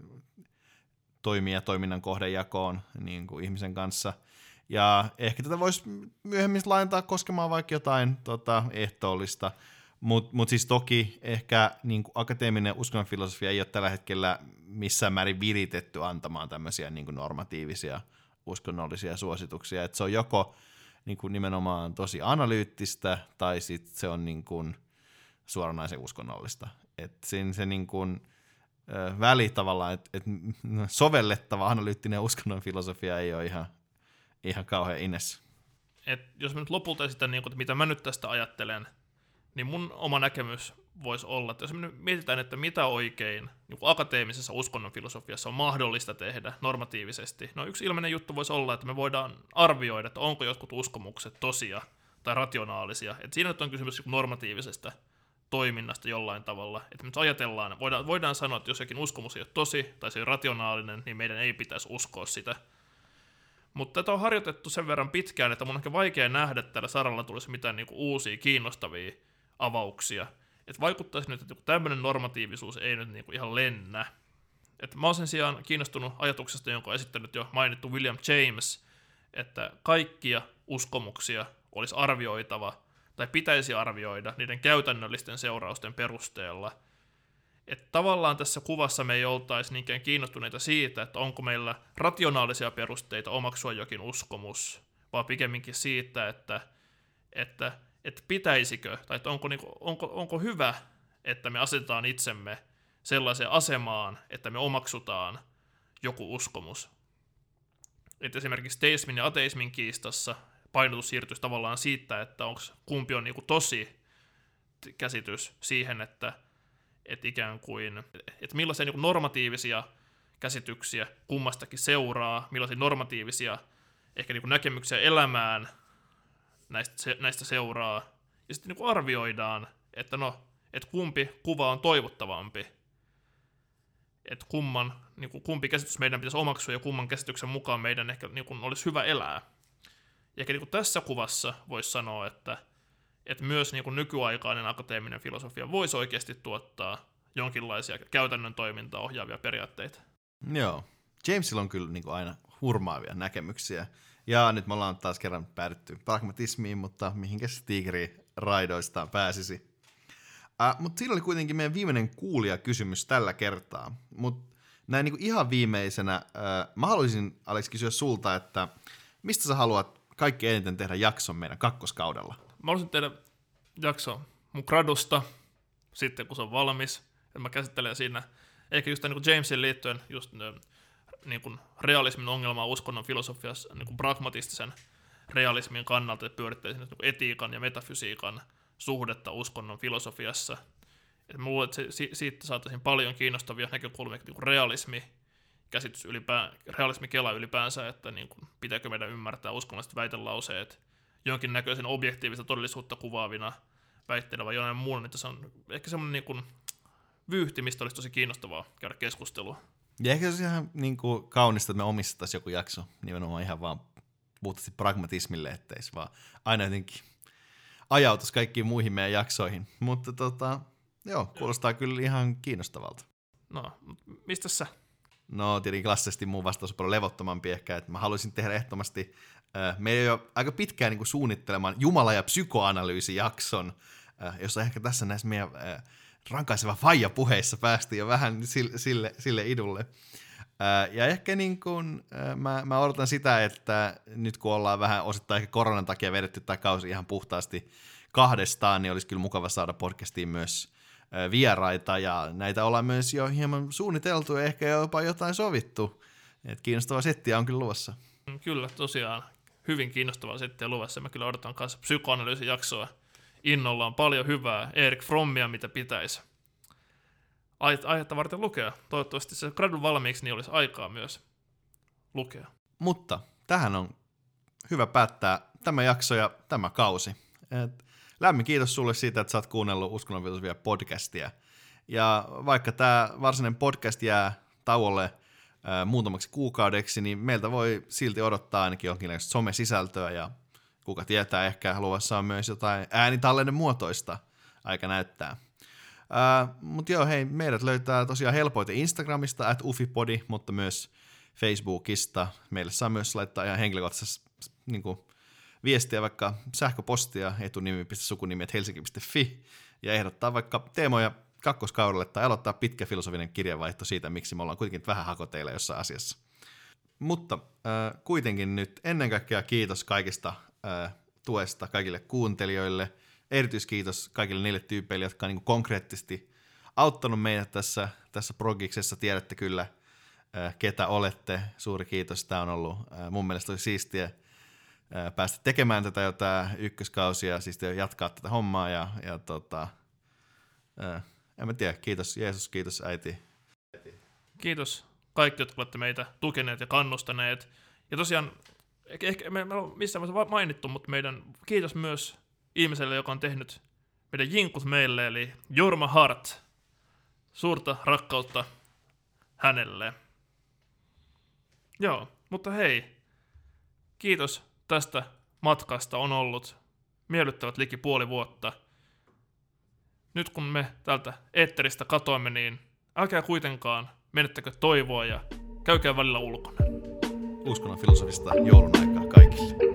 toimia toiminnan kohdejakoon niin kuin ihmisen kanssa. Ja ehkä tätä voisi myöhemmin laajentaa koskemaan vaikka jotain tota, ehtoollista, mutta mut siis toki ehkä niin kuin akateeminen uskonnonfilosofia ei ole tällä hetkellä missään määrin viritetty antamaan tämmöisiä niin kuin normatiivisia uskonnollisia suosituksia. Et se on joko niin kuin nimenomaan tosi analyyttistä tai sitten se on niin kuin suoranaisen uskonnollista. Et siinä se niin kuin, ö, väli tavallaan, että et sovellettava analyyttinen uskonnonfilosofia ei ole ihan, ihan kauhean ines. Et jos mä nyt lopulta esitän, niin kuin, että mitä mä nyt tästä ajattelen, niin mun oma näkemys voisi olla, että jos me nyt mietitään, että mitä oikein niin kuin akateemisessa uskonnonfilosofiassa on mahdollista tehdä normatiivisesti, no yksi ilmeinen juttu voisi olla, että me voidaan arvioida, että onko jotkut uskomukset tosia tai rationaalisia. Et siinä nyt on kysymys normatiivisesta toiminnasta jollain tavalla. Että me nyt ajatellaan, voidaan, voidaan sanoa, että jos jokin uskomus ei ole tosi tai se on rationaalinen, niin meidän ei pitäisi uskoa sitä. Mutta tätä on harjoitettu sen verran pitkään, että mun on ehkä vaikea nähdä, että tällä saralla tulisi mitään niinku uusia, kiinnostavia avauksia. Että vaikuttaisi nyt, että tämmöinen normatiivisuus ei nyt niinku ihan lennä. Et mä oon sen sijaan kiinnostunut ajatuksesta, jonka on esittänyt jo mainittu William James, että kaikkia uskomuksia olisi arvioitava tai pitäisi arvioida niiden käytännöllisten seurausten perusteella. Että tavallaan tässä kuvassa me ei oltaisi niinkään kiinnostuneita siitä, että onko meillä rationaalisia perusteita omaksua jokin uskomus, vaan pikemminkin siitä, että, että, että pitäisikö, tai että onko, niinku, onko, onko hyvä, että me asetetaan itsemme sellaiseen asemaan, että me omaksutaan joku uskomus. Että esimerkiksi teismin ja ateismin kiistassa painotus siirtyisi tavallaan siitä, että onko kumpi on niinku tosi käsitys siihen, että että ikään kuin, että millaisia niin kuin normatiivisia käsityksiä kummastakin seuraa, millaisia normatiivisia ehkä niin kuin näkemyksiä elämään näistä, se, näistä seuraa, ja sitten niin kuin arvioidaan, että no, että kumpi kuva on toivottavampi, että kumman, niin kuin kumpi käsitys meidän pitäisi omaksua ja kumman käsityksen mukaan meidän ehkä niin kuin olisi hyvä elää. Ja ehkä niin kuin tässä kuvassa voisi sanoa, että että myös niin kuin nykyaikainen akateeminen filosofia voisi oikeasti tuottaa jonkinlaisia käytännön toimintaa ohjaavia periaatteita. Joo. Jamesilla on kyllä niin kuin aina hurmaavia näkemyksiä. Ja nyt me ollaan taas kerran päädytty pragmatismiin, mutta mihinkä se tiikeri raidoistaan pääsisi. Äh, mutta siinä oli kuitenkin meidän viimeinen kuulijakysymys tällä kertaa. Mutta näin niin kuin ihan viimeisenä, äh, mä haluaisin, Alex, kysyä sulta, että mistä sä haluat kaikki eniten tehdä jakson meidän kakkoskaudella? Mä haluaisin tehdä jakso mun gradusta, sitten kun se on valmis, ja mä käsittelen siinä, ehkä just niin kuin Jamesin liittyen, just niin kuin realismin ongelmaa uskonnon filosofiassa, niin kuin pragmatistisen realismin kannalta, että pyörittäisiin niin kuin etiikan ja metafysiikan suhdetta uskonnon filosofiassa. Et mä luulen, että se, siitä saataisiin paljon kiinnostavia näkökulmia, niin kuin realismi, käsitys ylipään, realismi kela ylipäänsä, että niin kuin, pitääkö meidän ymmärtää uskonnolliset väitelauseet jonkinnäköisen objektiivista todellisuutta kuvaavina väitteinä vai jonain muuna, niin se on ehkä semmoinen niin kuin vyyhti, mistä olisi tosi kiinnostavaa käydä keskustelua. Ja ehkä se olisi ihan niin kuin kaunista, että me omistettaisiin joku jakso nimenomaan ihan vaan puhtaasti pragmatismille, etteisi vaan aina jotenkin ajautus kaikkiin muihin meidän jaksoihin. Mutta tota, joo, kuulostaa joo. Kyllä ihan kiinnostavalta. No, mistä sä? No tietenkin klassisesti mun vastaus on paljon levottomampi ehkä, että mä haluaisin tehdä ehdottomasti, äh, meidän jo aika pitkään niin kuin suunnittelemaan Jumala- ja psykoanalyysijakson, äh, jossa ehkä tässä näissä meidän äh, rankaiseva faija-puheissa päästiin jo vähän sille, sille, sille idulle. Äh, ja ehkä niin kuin, äh, mä, mä odotan sitä, että nyt kun ollaan vähän osittain ehkä koronan takia vedetty tämä kausi ihan puhtaasti kahdestaan, niin olisi kyllä mukava saada podcastiin myös vieraita, ja näitä ollaan myös jo hieman suunniteltu ja ehkä jopa jotain sovittu. Et kiinnostavaa settiä on kyllä luvassa. Kyllä, tosiaan hyvin kiinnostavaa settiä luvassa. Mä kyllä odotan kanssa psykoanalyysin jaksoa. Innolla on paljon hyvää, Erik Frommia, mitä pitäisi aihetta varten lukea. Toivottavasti se gradun valmiiksi, niin olisi aikaa myös lukea. Mutta tähän on hyvä päättää tämä jakso ja tämä kausi. Et lämmin kiitos sulle siitä, että sä oot kuunnellut Uskonnonfilosofia podcastia. Ja vaikka tämä varsinainen podcast jää tauolle ää, muutamaksi kuukaudeksi, niin meiltä voi silti odottaa ainakin jonkinlaista somesisältöä, ja kuka tietää, ehkä luvassa on myös jotain äänitallenne muotoista aika näyttää. Uh, mutta joo, hei, meidät löytää tosiaan helpoiten Instagramista, at ufipodi, mutta myös Facebookista. Meille saa myös laittaa ihan henkilökohtaisesti niin kuin viestiä, vaikka sähköpostia etunimi piste sukunimi at helsinki piste fi, ja ehdottaa vaikka teemoja kakkoskaudelle tai aloittaa pitkä filosofinen kirjavaihto siitä, miksi me ollaan kuitenkin vähän hakoteilla jossain asiassa. Mutta äh, kuitenkin nyt ennen kaikkea kiitos kaikista äh, tuesta kaikille kuuntelijoille. Erityiskiitos kaikille niille tyypeille, jotka on niin kuin konkreettisesti auttanut meidät tässä, tässä progiksessa. Tiedätte kyllä, äh, ketä olette. Suuri kiitos. Tämä on ollut äh, mun mielestä tosi siistiä äh, päästä tekemään tätä jo tämä ykköskausi ja siis jatkaa tätä hommaa. Ja, ja tota, äh, en mä tiedä. Kiitos Jeesus, kiitos äiti. Kiitos kaikki, jotka olette meitä tukeneet ja kannustaneet. Ja tosiaan, ehkä me ei ole missään vaiheessa mainittu, mutta meidän kiitos myös ihmiselle, joka on tehnyt meidän jinkut meille, eli Jorma Hart. Suurta rakkautta hänelle. Joo, mutta hei, kiitos tästä matkasta, on ollut miellyttävät liki puoli vuotta. Nyt kun me täältä eetteristä katoamme, niin älkää kuitenkaan menettäkö toivoa ja käykää välillä ulkona. Uskonnon filosofista joulun aikaa kaikille.